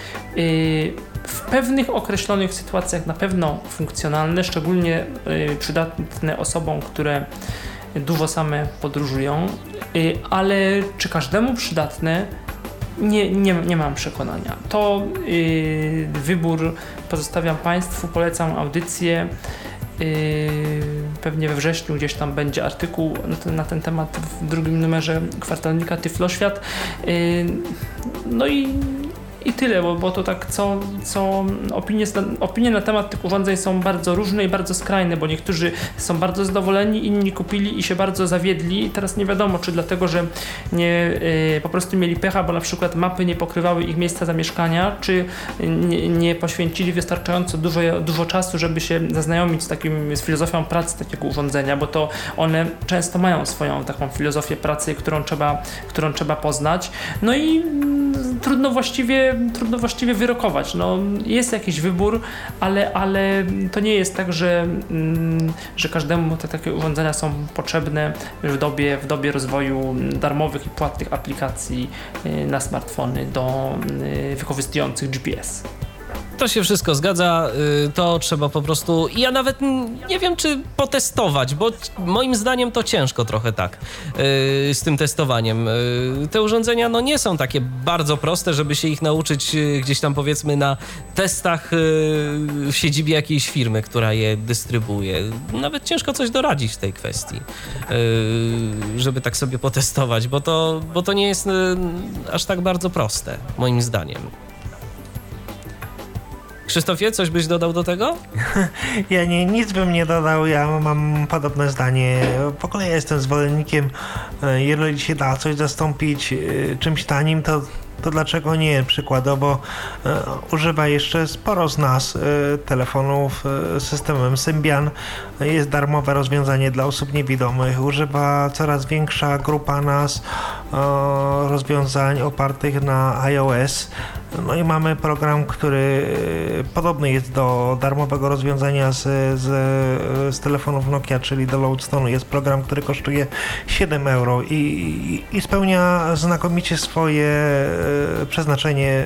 W pewnych określonych sytuacjach na pewno funkcjonalne, szczególnie przydatne osobom, które dużo same podróżują, ale czy każdemu przydatne? Nie mam przekonania. To wybór pozostawiam Państwu, polecam audycję. Pewnie we wrześniu gdzieś tam będzie artykuł na ten temat w drugim numerze kwartalnika Tyfloświat. No i tyle, bo to tak opinie na temat tych urządzeń są bardzo różne i bardzo skrajne, bo niektórzy są bardzo zadowoleni, inni kupili i się bardzo zawiedli i teraz nie wiadomo, czy dlatego, że po prostu mieli pecha, bo na przykład mapy nie pokrywały ich miejsca zamieszkania, czy nie poświęcili wystarczająco dużo czasu, żeby się zaznajomić z filozofią pracy takiego urządzenia, bo to one często mają swoją taką filozofię pracy, którą trzeba poznać. No i trudno właściwie wyrokować. No, jest jakiś wybór, ale to nie jest tak, że każdemu takie urządzenia są potrzebne w dobie rozwoju darmowych i płatnych aplikacji na smartfony wykorzystujących GPS. To się wszystko zgadza, to trzeba po prostu... Ja nawet nie wiem, czy potestować, bo moim zdaniem to ciężko trochę tak z tym testowaniem. Te urządzenia nie są takie bardzo proste, żeby się ich nauczyć gdzieś tam powiedzmy na testach w siedzibie jakiejś firmy, która je dystrybuuje. Nawet ciężko coś doradzić w tej kwestii, żeby tak sobie potestować, bo to nie jest aż tak bardzo proste, moim zdaniem. Krzysztofie, coś byś dodał do tego? Ja nic bym nie dodał, ja mam podobne zdanie. W ogóle ja jestem zwolennikiem, jeżeli się da coś zastąpić czymś tanim, to dlaczego nie? Przykładowo używa jeszcze sporo z nas telefonów systemem Symbian. Jest darmowe rozwiązanie dla osób niewidomych. Używa coraz większa grupa nas rozwiązań opartych na iOS. No i mamy program, który podobny jest do darmowego rozwiązania z telefonów Nokia, czyli do Loadstone'u. Jest program, który kosztuje 7 euro i spełnia znakomicie swoje przeznaczenie.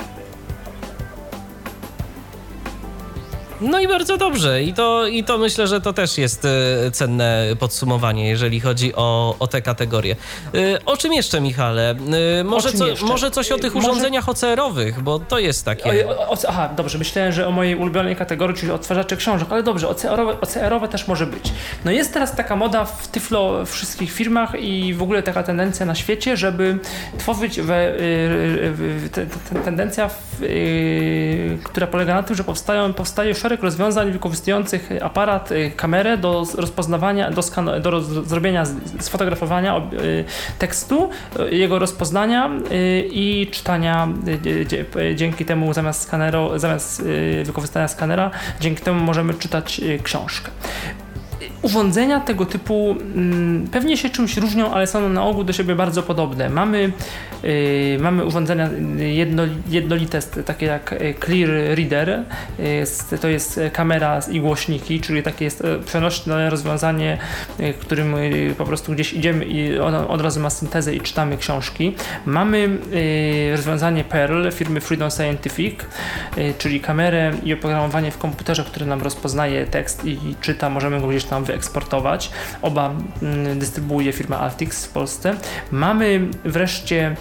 No i bardzo dobrze. I to myślę, że to też jest cenne podsumowanie, jeżeli chodzi o te kategorie. O czym jeszcze, Michale? Może coś o tych urządzeniach OCR-owych, bo to jest takie... Aha, dobrze. Myślałem, że o mojej ulubionej kategorii, czyli odtwarzacze książek, ale dobrze, OCR-owe też może być. No jest teraz taka moda w Tyflo w wszystkich firmach i w ogóle taka tendencja na świecie, żeby tworzyć tendencja, która polega na tym, że powstaje szereg rozwiązań wykorzystujących aparat, kamerę do rozpoznawania, do zrobienia, sfotografowania tekstu, jego rozpoznania i czytania. Dzięki temu zamiast wykorzystania skanera, dzięki temu możemy czytać książkę. urządzenia tego typu pewnie się czymś różnią, ale są na ogół do siebie bardzo podobne. Mamy urządzenia jednolite, takie jak Clear Reader, to jest kamera i głośniki, czyli takie jest przenośne rozwiązanie, którym po prostu gdzieś idziemy i ono od razu ma syntezę i czytamy książki. Mamy rozwiązanie Perl firmy Freedom Scientific, czyli kamerę i oprogramowanie w komputerze, które nam rozpoznaje tekst i czyta, możemy go gdzieś tam wyeksportować. Oba dystrybuuje firma Altix w Polsce. Mamy wreszcie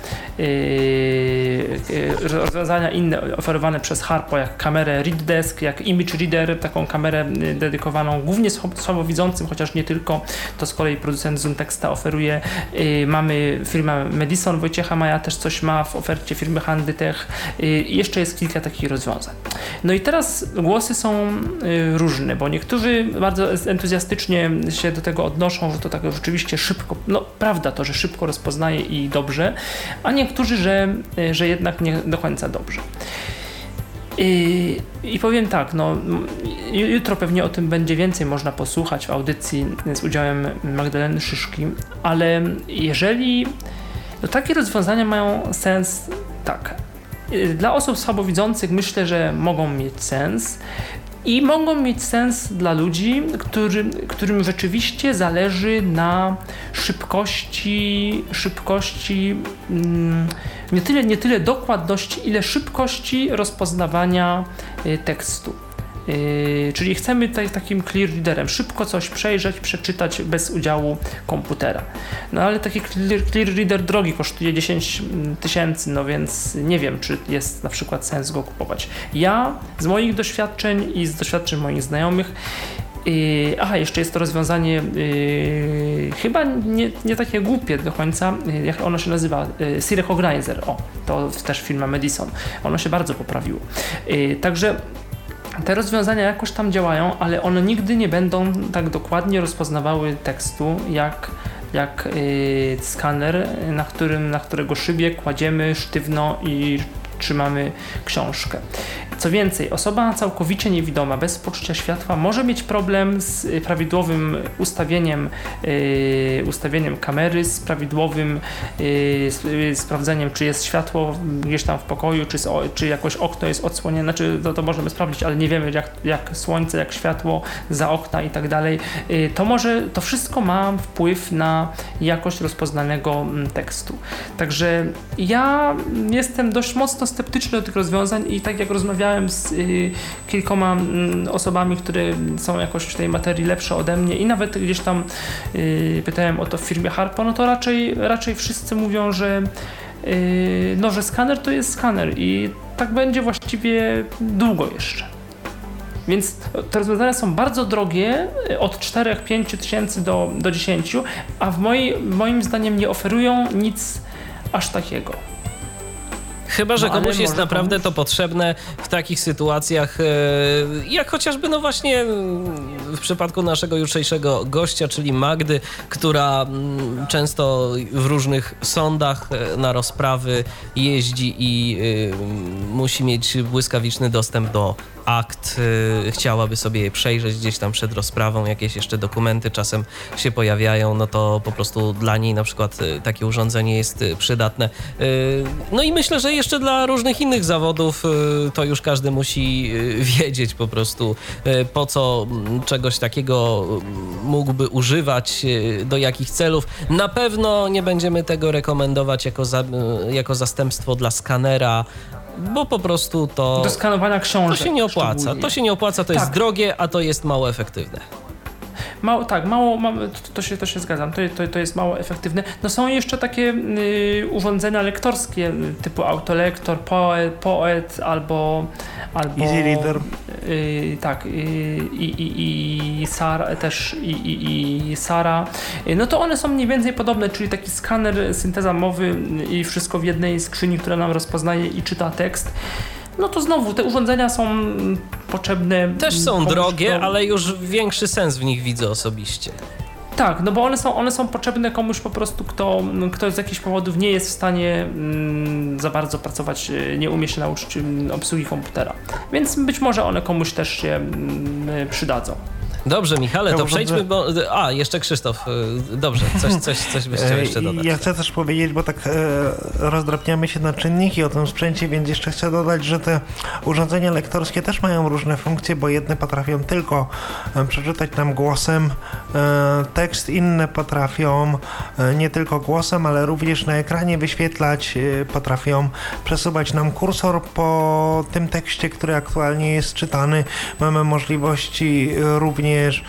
rozwiązania inne oferowane przez Harpo, jak kamerę Read Desk, jak Image Reader, taką kamerę dedykowaną głównie słabowidzącym, chociaż nie tylko, to z kolei producent Zoom Texta oferuje. Mamy firma Madison, Wojciecha Maja też coś ma w ofercie firmy Handytech i jeszcze jest kilka takich rozwiązań. No i teraz głosy są różne, bo niektórzy bardzo entuzjastycznie się do tego odnoszą, że to tak rzeczywiście szybko, no prawda to, że szybko rozpoznaje i dobrze, a niektórzy, że jednak nie do końca dobrze. I powiem tak, no jutro pewnie o tym będzie więcej można posłuchać w audycji z udziałem Magdaleny Szyszki, ale jeżeli takie rozwiązania mają sens, tak, dla osób słabowidzących myślę, że mogą mieć sens i mogą mieć sens dla ludzi, którym rzeczywiście zależy na szybkości nie tyle dokładności, ile szybkości rozpoznawania tekstu. Czyli chcemy takim clear readerem szybko coś przejrzeć, przeczytać bez udziału komputera. No ale taki clear reader drogi kosztuje 10 000, no więc nie wiem, czy jest na przykład sens go kupować. Ja z moich doświadczeń i z doświadczeń moich znajomych jeszcze jest to rozwiązanie chyba nie takie głupie do końca, jak ono się nazywa, C-Recognizer, to też firma Madison. Ono się bardzo poprawiło. Także te rozwiązania jakoś tam działają, ale one nigdy nie będą tak dokładnie rozpoznawały tekstu jak skaner, na którego szybie kładziemy sztywno i trzymamy książkę. Co więcej, osoba całkowicie niewidoma, bez poczucia światła może mieć problem z prawidłowym ustawieniem kamery, z prawidłowym sprawdzeniem, czy jest światło gdzieś tam w pokoju, czy jakoś okno jest odsłonięte, znaczy to możemy sprawdzić, ale nie wiemy jak słońce, jak światło za okna i tak dalej. To wszystko ma wpływ na jakość rozpoznanego tekstu. Także ja jestem dość mocno sceptyczny do tych rozwiązań i tak jak rozmawiałem z kilkoma osobami, które są jakoś w tej materii lepsze ode mnie i nawet gdzieś tam pytałem o to w firmie Harpo, no to raczej wszyscy mówią, że skaner to jest skaner i tak będzie właściwie długo jeszcze. Więc te rozwiązania są bardzo drogie, od 4-5 tysięcy do 10, a moim zdaniem nie oferują nic aż takiego. Chyba że komuś jest naprawdę to potrzebne w takich sytuacjach, jak chociażby właśnie w przypadku naszego jutrzejszego gościa, czyli Magdy, która często w różnych sądach na rozprawy jeździ i musi mieć błyskawiczny dostęp do akt, chciałaby sobie je przejrzeć gdzieś tam przed rozprawą, jakieś jeszcze dokumenty czasem się pojawiają, no to po prostu dla niej na przykład takie urządzenie jest przydatne. No i myślę, że jeszcze dla różnych innych zawodów to już każdy musi wiedzieć po prostu, po co czegoś takiego mógłby używać, do jakich celów. Na pewno nie będziemy tego rekomendować jako zastępstwo dla skanera, bo po prostu to... Do skanowania książek. To się nie opłaca. To się nie opłaca, to jest drogie, a to jest mało efektywne. To się zgadzam, to jest mało efektywne. No są jeszcze takie urządzenia lektorskie typu autolektor, Poet albo Easy Reader. I Sara też i Sara. No to one są mniej więcej podobne, czyli taki skaner, synteza mowy i wszystko w jednej skrzyni, która nam rozpoznaje i czyta tekst. No to znowu, te urządzenia są potrzebne... Też są drogie, ale już większy sens w nich widzę osobiście. Tak, no bo one są potrzebne komuś po prostu, kto z jakichś powodów nie jest w stanie za bardzo pracować, nie umie się nauczyć obsługi komputera. Więc być może one komuś też się przydadzą. Dobrze, Michale, to przejdźmy, bo... A, jeszcze Krzysztof. Dobrze, coś byś chciał jeszcze dodać. Ja chcę też powiedzieć, bo tak rozdrabniamy się na czynniki o tym sprzęcie, więc jeszcze chcę dodać, że te urządzenia lektorskie też mają różne funkcje, bo jedne potrafią tylko przeczytać nam głosem tekst, inne potrafią nie tylko głosem, ale również na ekranie wyświetlać, potrafią przesuwać nam kursor po tym tekście, który aktualnie jest czytany. Mamy możliwości również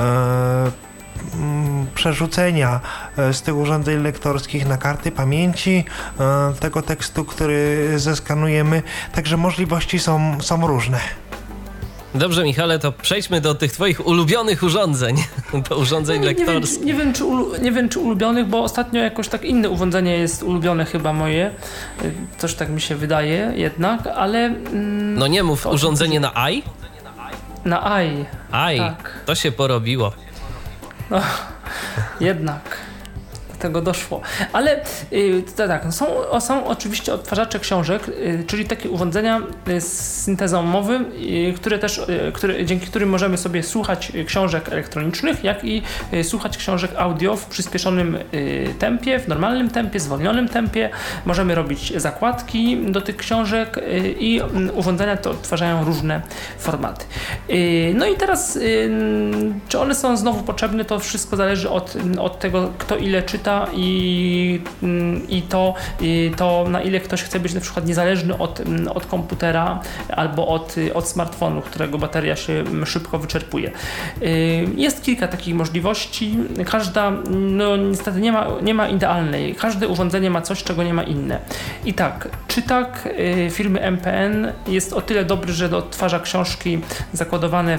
przerzucenia z tych urządzeń lektorskich na karty pamięci tego tekstu, który zeskanujemy, także możliwości są różne. Dobrze, Michale, to przejdźmy do tych twoich ulubionych urządzeń, do urządzeń lektorskich. Nie wiem, czy ulubionych, bo ostatnio jakoś tak inne urządzenie jest ulubione chyba moje, coś tak mi się wydaje jednak, ale... No nie mów, urządzenie na AI? Na AI. AI, tak. To się porobiło. No, jednak do tego doszło. Ale tak, są oczywiście odtwarzacze książek, czyli takie urządzenia z syntezą mowy, dzięki którym możemy sobie słuchać książek elektronicznych, jak i słuchać książek audio w przyspieszonym tempie, w normalnym tempie, zwolnionym tempie. Możemy robić zakładki do tych książek i urządzenia te odtwarzają różne formaty. No i teraz, czy one są znowu potrzebne, to wszystko zależy od tego, kto ile czyta i to na ile ktoś chce być na przykład niezależny od komputera albo od smartfonu, którego bateria się szybko wyczerpuje. Jest kilka takich możliwości. Każda, no niestety nie ma idealnej. Każde urządzenie ma coś, czego nie ma inne. I tak, czytak firmy MPN jest o tyle dobry, że odtwarza książki zakodowane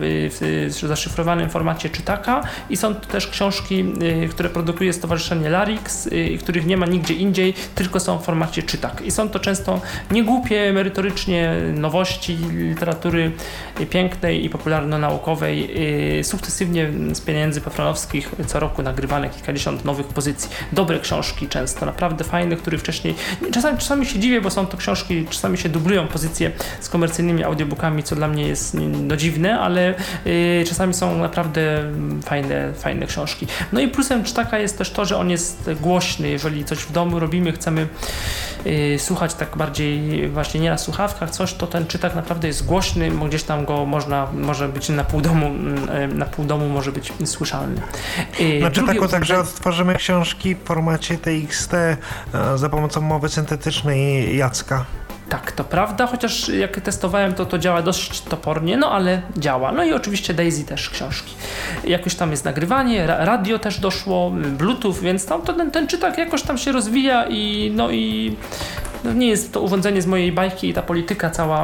w zaszyfrowanym formacie czytaka i są to też książki, które produkuje Stowarzyszenie Larix, których nie ma nigdzie indziej, tylko są w formacie czytak. I są to często niegłupie, merytorycznie nowości literatury pięknej i popularno-naukowej, sukcesywnie z pieniędzy patronowskich co roku nagrywane kilkadziesiąt nowych pozycji. Dobre książki często, naprawdę fajne, które wcześniej... Czasami się dziwię, bo są to książki, czasami się dublują pozycje z komercyjnymi audiobookami, co dla mnie jest dziwne, ale czasami są naprawdę fajne książki. No i plusem czytaka jest też to, że on jest głośny. Jeżeli coś w domu robimy, chcemy słuchać tak bardziej właśnie nie na słuchawkach coś, to ten czytak naprawdę jest głośny, bo gdzieś tam go może być na pół domu może być słyszalny. Na czytaku także odtworzymy książki w formacie TXT za pomocą mowy syntetycznej Jacka. Tak, to prawda, chociaż jak testowałem, to działa dość topornie, no ale działa. No i oczywiście Daisy też książki. Jakoś tam jest nagrywanie, radio też doszło, Bluetooth, więc tam ten czytak jakoś tam się rozwija i nie jest to urządzenie z mojej bajki i ta polityka cała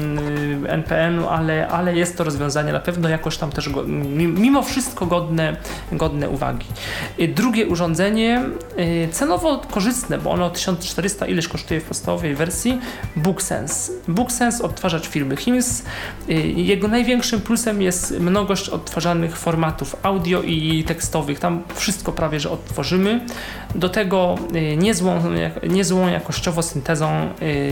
NPN-u, ale jest to rozwiązanie na pewno jakoś tam też mimo wszystko godne uwagi. Drugie urządzenie cenowo korzystne, bo ono 1400 ileś kosztuje w podstawowej wersji, BookSense. BookSense odtwarzacz firmy HIMS. Jego największym plusem jest mnogość odtwarzanych formatów audio i tekstowych. Tam wszystko prawie, że odtworzymy. Do tego niezłą jakościowo syntezą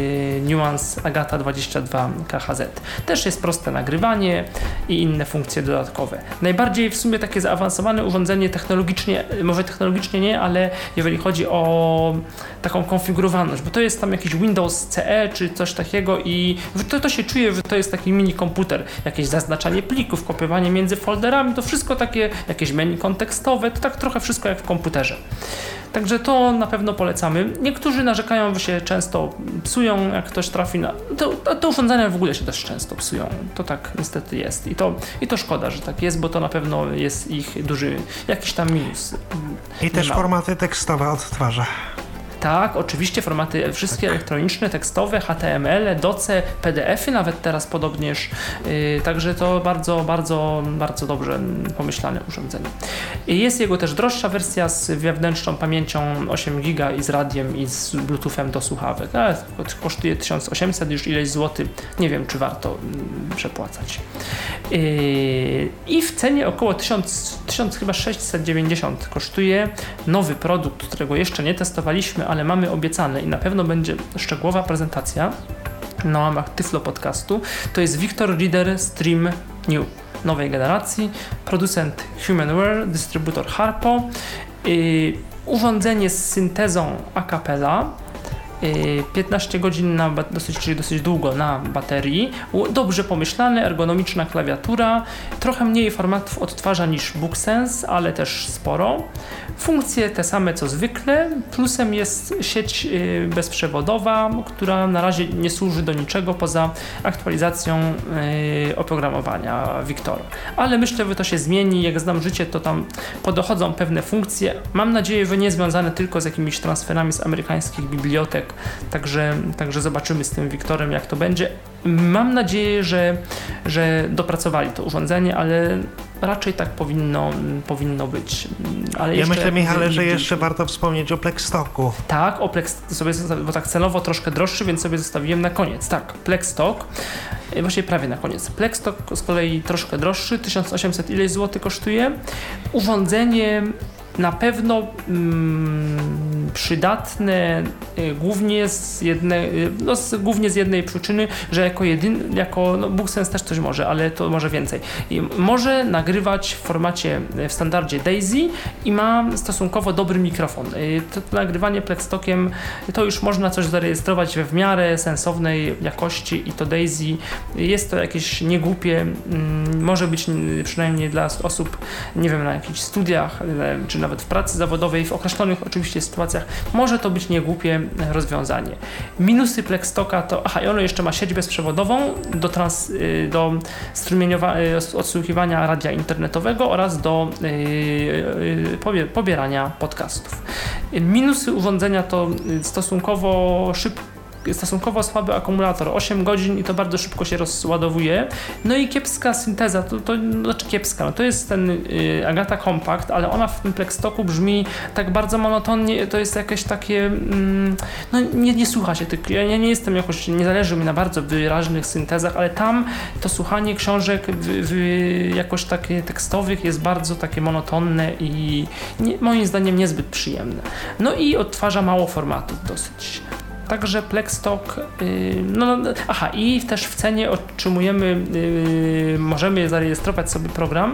Nuance Agata 22 KHZ. Też jest proste nagrywanie i inne funkcje dodatkowe. Najbardziej w sumie takie zaawansowane urządzenie technologicznie, może technologicznie nie, ale jeżeli chodzi o taką konfigurowalność, bo to jest tam jakiś Windows CE czy coś takiego i to się czuje, że to jest taki mini komputer. Jakieś zaznaczanie plików, kopiowanie między folderami, to wszystko takie, jakieś menu kontekstowe, to tak trochę wszystko jak w komputerze. Także to na pewno polecamy. Niektórzy narzekają, że się często psują, jak ktoś trafi na... Te urządzenia w ogóle się też często psują. To tak niestety jest. I to szkoda, że tak jest, bo to na pewno jest ich duży jakiś tam minus. I też formaty tekstowe odtwarza. Tak, oczywiście formaty wszystkie elektroniczne, tekstowe, HTML, doce, PDF-y nawet teraz podobnież. Także to bardzo, bardzo, bardzo dobrze pomyślane urządzenie. Jest jego też droższa wersja z wewnętrzną pamięcią 8 GB i z radiem i z Bluetoothem do słuchawek. Kosztuje 1800 już ileś złotych. Nie wiem, czy warto przepłacać. I w cenie około 1690 kosztuje nowy produkt, którego jeszcze nie testowaliśmy, ale mamy obiecane i na pewno będzie szczegółowa prezentacja na łamach Tyflo Podcastu. To jest Victor Reader Stream New. nowej generacji, producent Humanware, dystrybutor Harpo, urządzenie z syntezą a cappella, 15 godzin czyli dosyć długo na baterii, dobrze pomyślane, ergonomiczna klawiatura, trochę mniej formatów odtwarza niż BookSense, ale też sporo. Funkcje te same co zwykle, plusem jest sieć bezprzewodowa, która na razie nie służy do niczego poza aktualizacją oprogramowania Victora. Ale myślę, że to się zmieni, jak znam życie, to tam podochodzą pewne funkcje, mam nadzieję, że nie związane tylko z jakimiś transferami z amerykańskich bibliotek, także zobaczymy z tym Victorem, jak to będzie. Mam nadzieję, że dopracowali to urządzenie, ale raczej tak powinno być. Ale ja myślę, Michale, że jeszcze warto wspomnieć o Plextalku. Tak, o Plextalku sobie bo tak celowo troszkę droższy, więc sobie zostawiłem na koniec. Tak, Plextalk, właściwie prawie na koniec. Plextalk z kolei troszkę droższy, 1800 ileś złotych kosztuje. Urządzenie na pewno przydatne głównie z jednej przyczyny, że BookSense też coś może, ale to może więcej. Może nagrywać w formacie w standardzie DAISY i ma stosunkowo dobry mikrofon. To nagrywanie Plextalkiem to już można coś zarejestrować we w miarę sensownej jakości i to DAISY jest to jakieś niegłupie, może być przynajmniej dla osób, nie wiem, na jakichś studiach, czy nawet w pracy zawodowej, w określonych oczywiście sytuacjach, może to być niegłupie rozwiązanie. Minusy Plextalka to, i ono jeszcze ma sieć bezprzewodową do odsłuchiwania radia internetowego oraz do pobierania podcastów. Minusy urządzenia to stosunkowo słaby akumulator, 8 godzin i to bardzo szybko się rozładowuje. No i kiepska synteza, to jest ten Agata Compact, ale ona w tym Plextalku brzmi tak bardzo monotonnie, to jest jakieś takie, nie słucha się tych, ja nie jestem jakoś, nie zależy mi na bardzo wyraźnych syntezach, ale tam to słuchanie książek jakoś takie tekstowych jest bardzo takie monotonne i moim zdaniem niezbyt przyjemne. No i odtwarza mało formatów dosyć. Także Plextalk, i też w cenie otrzymujemy, możemy zarejestrować sobie program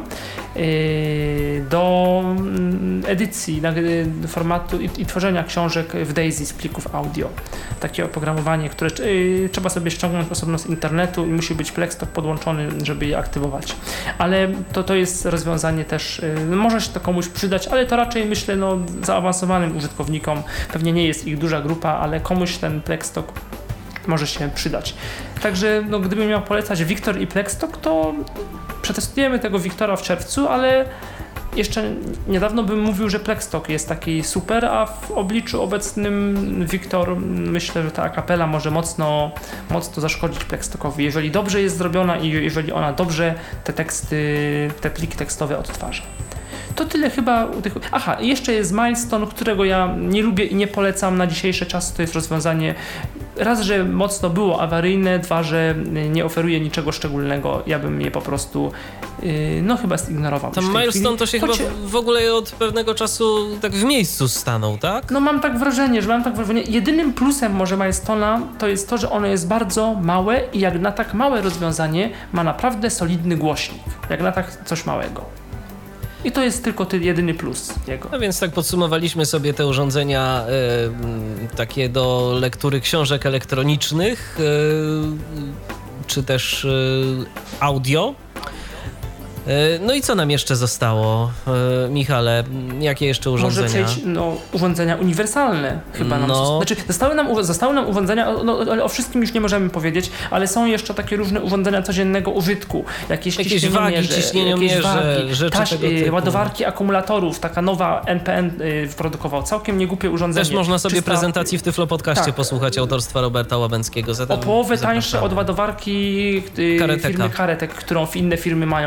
do edycji formatu i tworzenia książek w DAISY z plików audio. Takie oprogramowanie, które trzeba sobie ściągnąć osobno z internetu i musi być Plextalk podłączony, żeby je aktywować. Ale to jest rozwiązanie też, może się to komuś przydać, ale to raczej myślę zaawansowanym użytkownikom, pewnie nie jest ich duża grupa, ale komuś ten Plextalk może się przydać. Także gdybym miał polecać Victor i Plextalk, to przetestujemy tego Victora w czerwcu, ale jeszcze niedawno bym mówił, że Plextalk jest taki super, a w obliczu obecnym Victor, myślę, że ta a cappella może mocno zaszkodzić Plextalkowi, jeżeli dobrze jest zrobiona i jeżeli ona dobrze te pliki tekstowe odtwarza. To tyle chyba u tych... jeszcze jest Milestone, którego ja nie lubię i nie polecam na dzisiejsze czasy. To jest rozwiązanie, raz, że mocno było awaryjne, dwa, że nie oferuje niczego szczególnego. Ja bym je po prostu chyba zignorował. Tam Milestone to się chyba w ogóle od pewnego czasu tak w miejscu stanął, tak? Mam tak wrażenie. Jedynym plusem może Milestone'a to jest to, że ono jest bardzo małe i jak na tak małe rozwiązanie ma naprawdę solidny głośnik. Jak na tak coś małego. I to jest tylko jedyny plus jego. No więc tak podsumowaliśmy sobie te urządzenia takie do lektury książek elektronicznych, czy też audio. No i co nam jeszcze zostało, Michale? Jakie jeszcze urządzenia? Może przejść, urządzenia uniwersalne chyba nam zostały nam urządzenia, ale o wszystkim już nie możemy powiedzieć, ale są jeszcze takie różne urządzenia codziennego użytku. Jakieś wagi, ciśnieniomierze, rzeczy tego typu. Ładowarki akumulatorów, taka nowa NPN wyprodukował całkiem niegłupie urządzenie. Też można sobie prezentacji w Tyflo Podcaście posłuchać autorstwa Roberta Łabęckiego. O połowę tańsze od ładowarki firmy Karetek, którą inne firmy mają, więc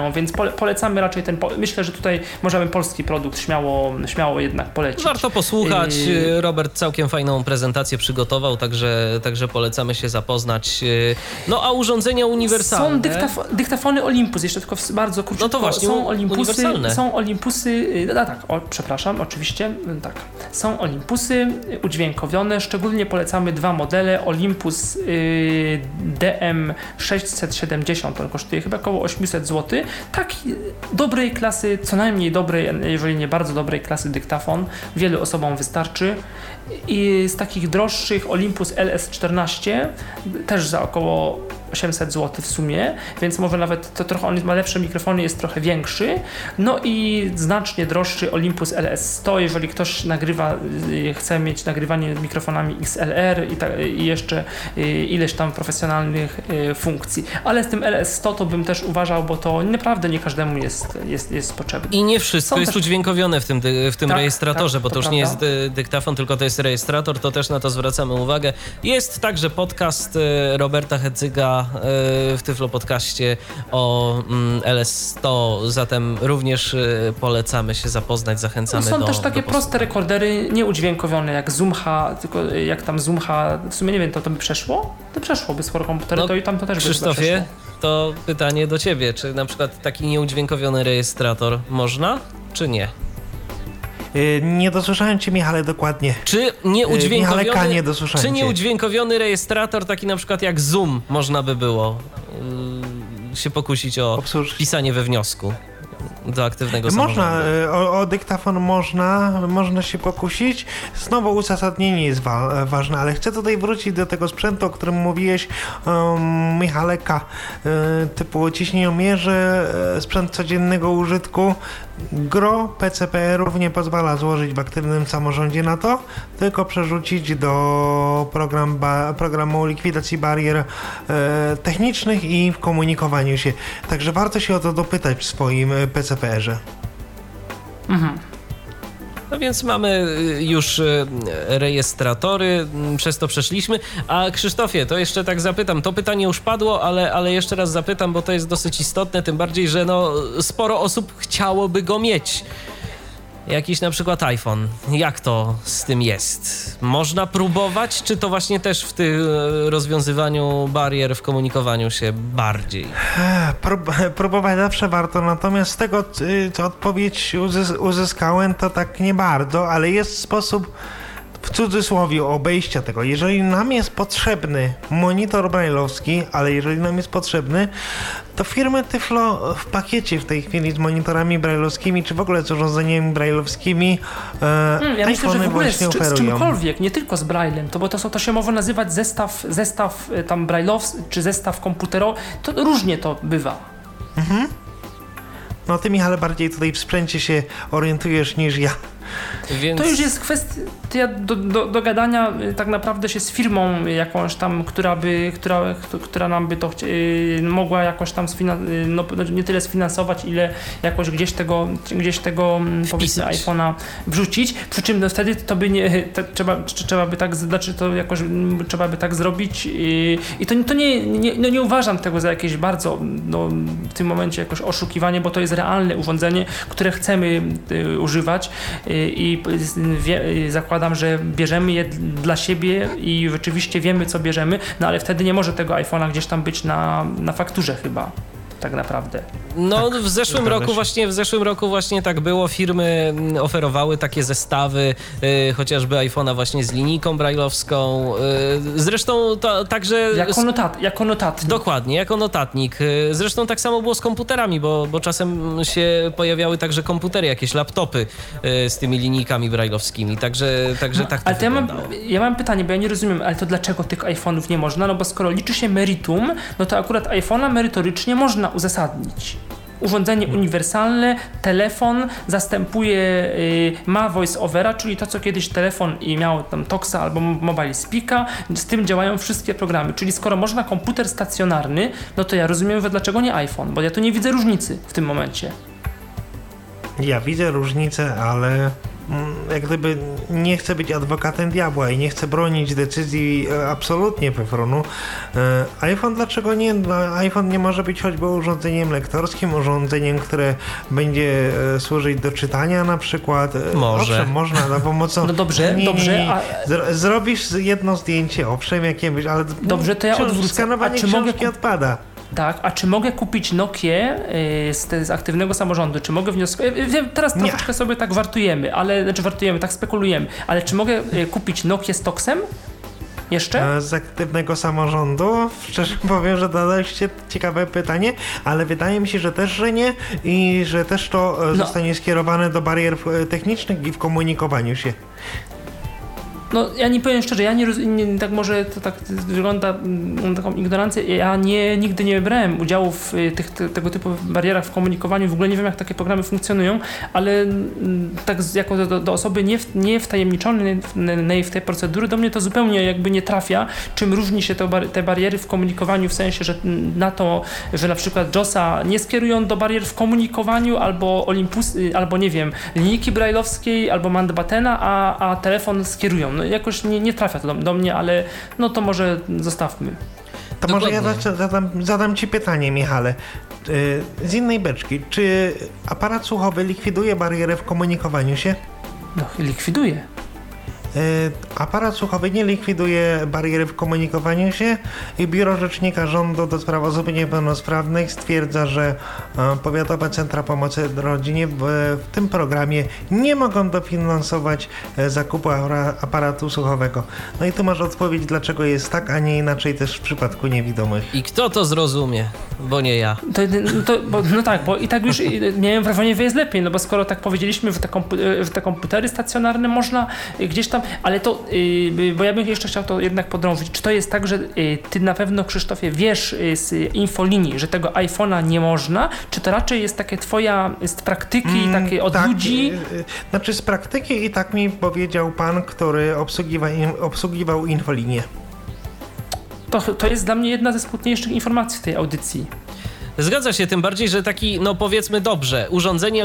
polecamy raczej myślę, że tutaj możemy polski produkt śmiało jednak polecić. Warto posłuchać. Robert całkiem fajną prezentację przygotował, także polecamy się zapoznać. No a urządzenia uniwersalne... Są dyktafony Olympus, jeszcze tylko bardzo krótko. No to właśnie, uniwersalne. Są Olympusy, przepraszam, oczywiście, tak. Są Olympusy udźwiękowione, szczególnie polecamy 2 modele. Olympus DM670, on kosztuje chyba około 800 zł. Taki dobrej klasy, co najmniej dobrej, jeżeli nie bardzo dobrej klasy dyktafon. Wielu osobom wystarczy. I z takich droższych Olympus LS14 też za około 800 zł w sumie, więc może nawet to trochę, on ma lepsze mikrofony, jest trochę większy. No i znacznie droższy Olympus LS100, jeżeli ktoś chce mieć nagrywanie mikrofonami XLR i jeszcze ileś tam profesjonalnych funkcji. Ale z tym LS100 to bym też uważał, bo to naprawdę nie każdemu jest potrzebne. I nie wszystko jest udźwiękowione w tym rejestratorze, bo to już prawda. Nie jest dyktafon, tylko to jest rejestrator, to też na to zwracamy uwagę. Jest także podcast Roberta Hedzyga w Tyflo Podcaście o LS100, zatem również polecamy się zapoznać, zachęcamy do... Są też takie proste rekordery, nieudźwiękowione jak Zoom H, tylko jak tam Zoom H, w sumie nie wiem, to by przeszło? To przeszłoby z komputery, to i tam to też by przeszło. Krzysztofie, to pytanie do ciebie, czy na przykład taki nieudźwiękowiony rejestrator można, czy nie? Nie dosłyszałem cię, Michale, dokładnie. Czy nieudźwiękowiony rejestrator, taki na przykład jak Zoom, można by było się pokusić o pisanie we wniosku do aktywnego samorządu? Można, o dyktafon można się pokusić. Znowu uzasadnienie jest ważne, ale chcę tutaj wrócić do tego sprzętu, o którym mówiłeś, Michaleka, typu ciśnieniomierze, sprzęt codziennego użytku. Gro PCPR-ów nie pozwala złożyć w aktywnym samorządzie na to, tylko przerzucić do programu likwidacji barier technicznych i w komunikowaniu się. Także warto się o to dopytać w swoim PCPR-ze. Mhm. No więc mamy już rejestratory, przez to przeszliśmy. A Krzysztofie, to jeszcze tak zapytam, to pytanie już padło, ale jeszcze raz zapytam, bo to jest dosyć istotne, tym bardziej, że sporo osób chciałoby go mieć. Jakiś na przykład iPhone. Jak to z tym jest? Można próbować, czy to właśnie też w tym rozwiązywaniu barier, w komunikowaniu się bardziej? Próbować zawsze warto, natomiast z tego, co odpowiedź uzyskałem, to tak nie bardzo, ale jest sposób, w cudzysłowie, obejścia tego. Jeżeli nam jest potrzebny monitor braille'owski, ale jeżeli nam jest potrzebny, to firmy Tyflo w pakiecie w tej chwili z monitorami braille'owskimi, czy w ogóle z urządzeniami braille'owskimi ja myślę, że w ogóle z czymkolwiek, nie tylko z braillem, bo to się może nazywać zestaw tam braille'owski, czy zestaw komputerowy, to różnie to bywa. Mhm. No ty, Michale, bardziej tutaj w sprzęcie się orientujesz niż ja. Więc... To już jest kwestia do gadania tak naprawdę się z firmą jakąś tam, która nam by to mogła jakoś tam nie tyle sfinansować, ile jakoś gdzieś tego powiedzmy iPhone'a wrzucić. Przy czym wtedy to by nie trzeba by tak, znaczy to jakoś trzeba by tak zrobić i to nie uważam tego za jakieś bardzo w tym momencie jakoś oszukiwanie, bo to jest realne urządzenie, które chcemy używać. I zakładam, że bierzemy je dla siebie i rzeczywiście wiemy, co bierzemy, no ale wtedy nie może tego iPhone'a gdzieś tam być na fakturze chyba. Tak naprawdę. No tak, w zeszłym roku właśnie tak było, firmy oferowały takie zestawy, chociażby iPhone'a właśnie z linijką braille'owską, zresztą także... Jako notatnik. Dokładnie, jako notatnik. Zresztą tak samo było z komputerami, bo czasem się pojawiały także komputery, jakieś laptopy z tymi linijkami braille'owskimi, także tak to wyglądało. Ja mam pytanie, bo ja nie rozumiem, ale to dlaczego tych iPhone'ów nie można? No bo skoro liczy się meritum, no to akurat iPhone'a merytorycznie można uzasadnić. Urządzenie uniwersalne, telefon zastępuje, ma voice overa, czyli to, co kiedyś telefon i miał tam Toxa albo Mobile Speaka, z tym działają wszystkie programy. Czyli skoro można komputer stacjonarny, no to ja rozumiem, że dlaczego nie iPhone, bo ja tu nie widzę różnicy w tym momencie. Ja widzę różnicę, ale jak gdyby nie chcę być adwokatem diabła i nie chcę bronić decyzji absolutnie PFRON-u. iPhone dlaczego nie? iPhone nie może być choćby urządzeniem lektorskim, urządzeniem, które będzie służyć do czytania na przykład. Może. Owszem, można za pomocą... No dobrze, dobrze. Zrobisz jedno zdjęcie, owszem, jakieś, ale Dobrze, to ja odwrócę. skanowanie książki odpada. Tak, a czy mogę kupić Nokię z aktywnego samorządu? Czy mogę wnioskować? Teraz troszeczkę sobie tak żartujemy, tak spekulujemy, ale czy mogę kupić Nokię z Toxem? Jeszcze? Z aktywnego samorządu? Szczerze powiem, że dość ciekawe pytanie, ale wydaje mi się, że też, że nie i że też to zostanie skierowane do barier technicznych i w komunikowaniu się. No, ja nie powiem szczerze, tak może to tak wygląda, mam taką ignorancję, ja nigdy nie brałem udziału w tego typu barierach w komunikowaniu, w ogóle nie wiem, jak takie programy funkcjonują, ale tak jako do osoby nie wtajemniczonej w tej procedury, do mnie to zupełnie jakby nie trafia, czym różni się te bariery w komunikowaniu, w sensie, że na to, że na przykład JOS-a nie skierują do barier w komunikowaniu, albo Olympus, albo nie wiem, linijki brajlowskiej, albo Mountbattena, a telefon skierują. No, jakoś nie trafia to do mnie, ale no to może zostawmy. To dokładnie. Może ja zadam Ci pytanie, Michale. Z innej beczki. Czy aparat słuchowy likwiduje barierę w komunikowaniu się? No, likwiduje. Aparat słuchowy nie likwiduje bariery w komunikowaniu się i Biuro Rzecznika Rządu do Spraw Osób Niepełnosprawnych stwierdza, że powiatowe centra pomocy rodzinie w tym programie nie mogą dofinansować zakupu aparatu słuchowego. No i tu masz odpowiedź, dlaczego jest tak, a nie inaczej też w przypadku niewidomych. I kto to zrozumie? Bo nie ja. Bo i tak już miałem wrażenie, że jest lepiej, no bo skoro tak powiedzieliśmy, że te komputery stacjonarne można gdzieś tam, ale to, bo ja bym jeszcze chciał to jednak podrążyć, czy to jest tak, że ty na pewno, Krzysztofie, wiesz z infolinii, że tego iPhone'a nie można, czy to raczej jest takie z praktyki, takie od ludzi? Znaczy z praktyki i tak mi powiedział pan, który obsługiwał infolinię. To jest dla mnie jedna ze smutniejszych informacji w tej audycji. Zgadza się, tym bardziej, że taki, no powiedzmy dobrze, urządzenie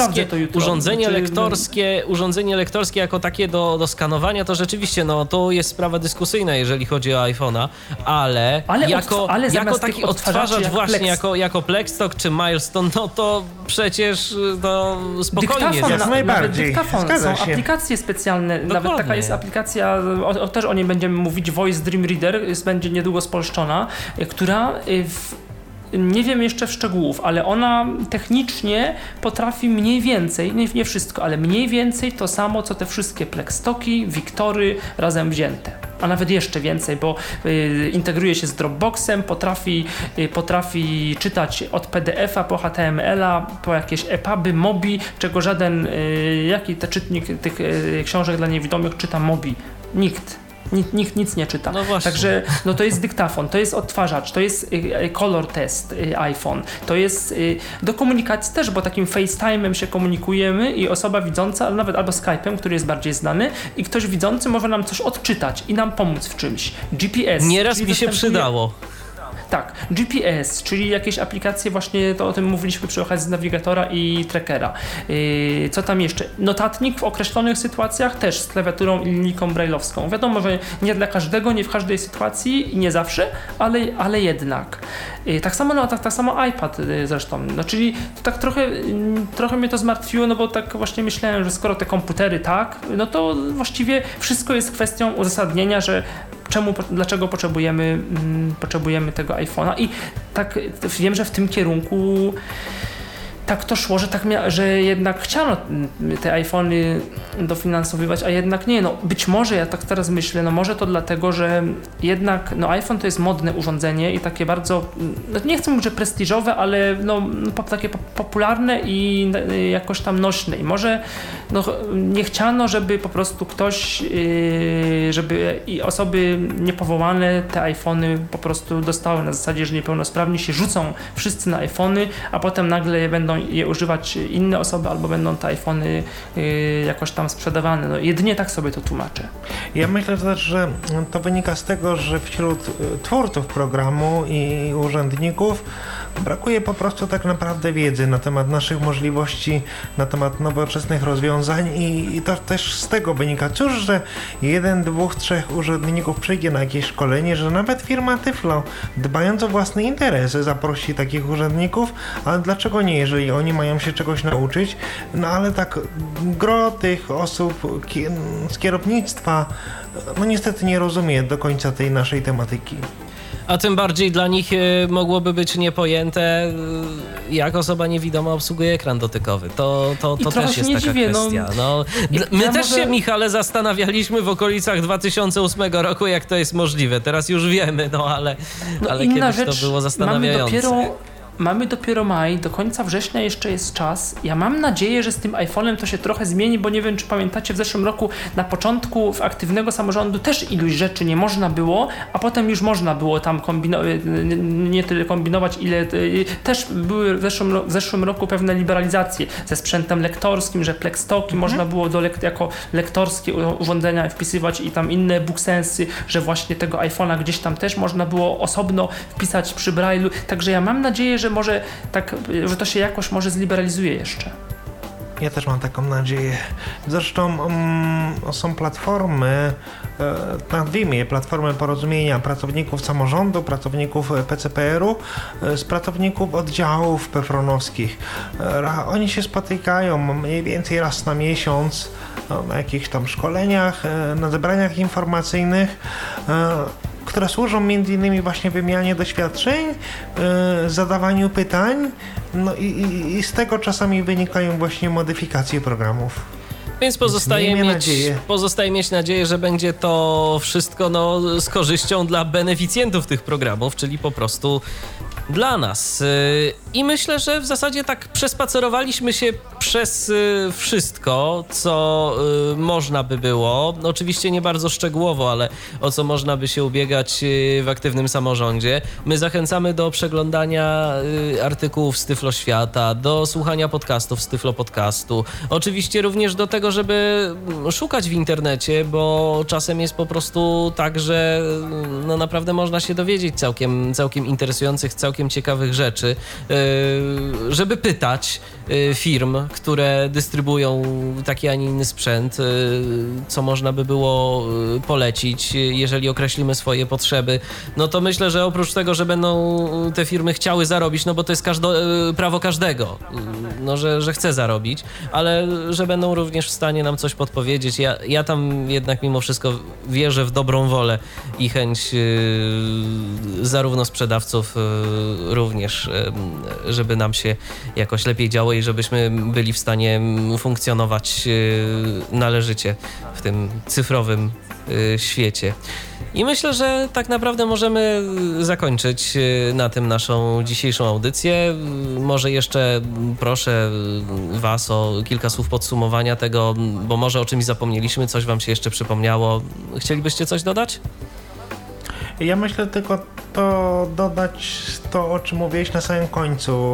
lektorskie jako takie do skanowania, to rzeczywiście, no to jest sprawa dyskusyjna, jeżeli chodzi o iPhone'a, ale jako taki odtwarzacz właśnie, jako Plextalk czy Milestone, no to przecież to spokojnie. Nawet dyktafon, są aplikacje specjalne, dokładnie. Nawet taka jest aplikacja, też o niej będziemy mówić, Voice Dream Reader, będzie niedługo spolszczona, która nie wiem jeszcze szczegółów, ale ona technicznie potrafi mniej więcej, nie wszystko, ale mniej więcej to samo, co te wszystkie Plextalki, Victory razem wzięte. A nawet jeszcze więcej, bo integruje się z Dropboxem, potrafi czytać od PDF-a po HTML-a, po jakieś EPUBy, Mobi, czego żaden, jaki to czytnik tych książek dla niewidomych czyta Mobi? Nikt nic nie czyta. No właśnie. Także no to jest dyktafon, to jest odtwarzacz, to jest color test iPhone, to jest do komunikacji też, bo takim FaceTime'em się komunikujemy i osoba widząca, nawet albo Skype'em, który jest bardziej znany i ktoś widzący może nam coś odczytać i nam pomóc w czymś. GPS. Nieraz mi się przydało. Tak, GPS, czyli jakieś aplikacje właśnie, to o tym mówiliśmy przy okazji nawigatora i trackera. Co tam jeszcze? Notatnik w określonych sytuacjach też z klawiaturą i linijką brajlowską. Wiadomo, że nie dla każdego, nie w każdej sytuacji i nie zawsze, ale jednak. Tak samo iPad zresztą. No, czyli to tak trochę mnie to zmartwiło, no bo tak właśnie myślałem, że skoro te komputery tak, no to właściwie wszystko jest kwestią uzasadnienia, że dlaczego potrzebujemy tego iPhone'a i tak wiem, że w tym kierunku tak to szło, że jednak chciano te iPhony dofinansowywać, a jednak nie. No być może, ja tak teraz myślę, no może to dlatego, że jednak no iPhone to jest modne urządzenie i takie bardzo, no nie chcę mówić, że prestiżowe, ale no takie popularne i jakoś tam nośne. I może no, nie chciano, żeby po prostu ktoś, żeby i osoby niepowołane te iPhony po prostu dostały na zasadzie, że niepełnosprawni się rzucą wszyscy na iPhony, a potem nagle będą je używać inne osoby, albo będą te iPhony jakoś tam sprzedawane. No, jedynie tak sobie to tłumaczę. Ja myślę też, że to wynika z tego, że wśród twórców programu i urzędników Brakuje po prostu tak naprawdę wiedzy na temat naszych możliwości, na temat nowoczesnych rozwiązań i to też z tego wynika. Cóż, że 1, 2, 3 urzędników przyjdzie na jakieś szkolenie, że nawet firma Tyflo, dbając o własny interes, zaprosi takich urzędników, ale dlaczego nie, jeżeli oni mają się czegoś nauczyć? No ale tak gro tych osób z kierownictwa no niestety nie rozumie do końca tej naszej tematyki. A tym bardziej dla nich mogłoby być niepojęte, jak osoba niewidoma obsługuje ekran dotykowy. To też jest taka kwestia. No, my też się, Michale, zastanawialiśmy w okolicach 2008 roku, jak to jest możliwe. Teraz już wiemy, ale kiedyś to było zastanawiające. Mamy dopiero maj, do końca września jeszcze jest czas. Ja mam nadzieję, że z tym iPhone'em to się trochę zmieni, bo nie wiem, czy pamiętacie, w zeszłym roku na początku w aktywnego samorządu też iluś rzeczy nie można było, a potem już można było tam nie tyle kombinować, ile też były w zeszłym roku pewne liberalizacje ze sprzętem lektorskim, że Plextalki można było jako lektorskie urządzenia wpisywać i tam inne BookSensy, że właśnie tego iPhone'a gdzieś tam też można było osobno wpisać przy Braille'u. Także ja mam nadzieję, że może tak, że to się jakoś może zliberalizuje jeszcze. Ja też mam taką nadzieję. Zresztą są platformy, na WIM-ie, platformy porozumienia pracowników samorządu, pracowników PCPR-u z pracowników oddziałów PFRON-owskich. Oni się spotykają mniej więcej raz na miesiąc na jakichś tam szkoleniach, na zebraniach informacyjnych, które służą m.in. właśnie wymianie doświadczeń, zadawaniu pytań, no i z tego czasami wynikają modyfikacje programów. Więc pozostaje mieć nadzieję, że będzie to wszystko z korzyścią dla beneficjentów tych programów, czyli po prostu dla nas. I myślę, że w zasadzie tak przespacerowaliśmy się przez wszystko, co można by było. Oczywiście nie bardzo szczegółowo, ale o co można by się ubiegać w aktywnym samorządzie. My zachęcamy do przeglądania artykułów z Tyflo Świata, do słuchania podcastów z Tyflo Podcastu. Oczywiście również do tego, żeby szukać w internecie, bo czasem jest po prostu tak, że naprawdę można się dowiedzieć całkiem interesujących, całkiem ciekawych rzeczy, żeby pytać firm, które dystrybuują taki, a nie inny sprzęt, co można by było polecić, jeżeli określimy swoje potrzeby. No to myślę, że oprócz tego, że będą te firmy chciały zarobić, no bo to jest prawo każdego, że chce zarobić, ale że będą również w stanie nam coś podpowiedzieć. Ja tam jednak mimo wszystko wierzę w dobrą wolę i chęć zarówno sprzedawców również, żeby nam się jakoś lepiej działo i żebyśmy byli w stanie funkcjonować należycie w tym cyfrowym świecie. I myślę, że tak naprawdę możemy zakończyć na tym naszą dzisiejszą audycję. Może jeszcze proszę Was o kilka słów podsumowania tego, bo może o czymś zapomnieliśmy, coś Wam się jeszcze przypomniało. Chcielibyście coś dodać? Ja myślę tylko dodać to, o czym mówiłeś na samym końcu,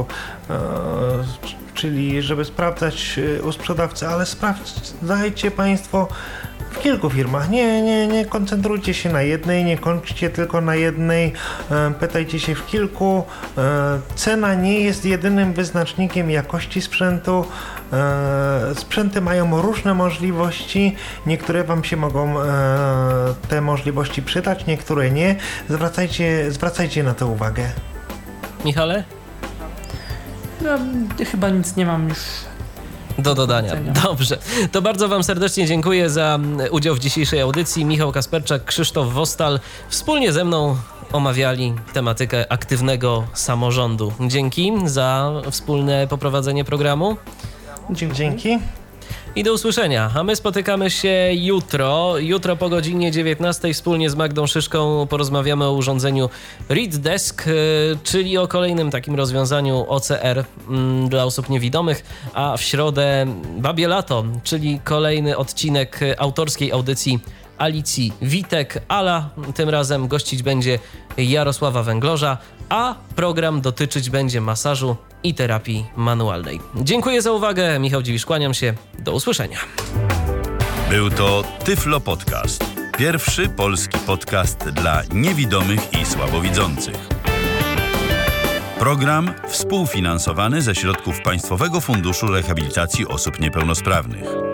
czyli żeby sprawdzać u sprzedawcy, ale sprawdzajcie Państwo w kilku firmach. Nie koncentrujcie się na jednej, nie kończcie tylko na jednej, pytajcie się w kilku. Cena nie jest jedynym wyznacznikiem jakości sprzętu. Sprzęty mają różne możliwości, niektóre Wam się mogą te możliwości przydać, niektóre nie. Zwracajcie na to uwagę. Michale? Ja chyba nic nie mam już do dodania. Dobrze. To bardzo Wam serdecznie dziękuję za udział w dzisiejszej audycji. Michał Kasperczak, Krzysztof Wostal wspólnie ze mną omawiali tematykę aktywnego samorządu. Dzięki za wspólne poprowadzenie programu. Dzięki. I do usłyszenia. A my spotykamy się jutro. Jutro po godzinie 19 wspólnie z Magdą Szyszką porozmawiamy o urządzeniu Read Desk, czyli o kolejnym takim rozwiązaniu OCR dla osób niewidomych, a w środę Babie Lato, czyli kolejny odcinek autorskiej audycji Alicji Witek. Ala tym razem gościć będzie Jarosława Węglorza, a program dotyczyć będzie masażu i terapii manualnej. Dziękuję za uwagę. Michał Dziwisz, kłaniam się. Do usłyszenia. Był to Tyflo Podcast. Pierwszy polski podcast dla niewidomych i słabowidzących. Program współfinansowany ze środków Państwowego Funduszu Rehabilitacji Osób Niepełnosprawnych.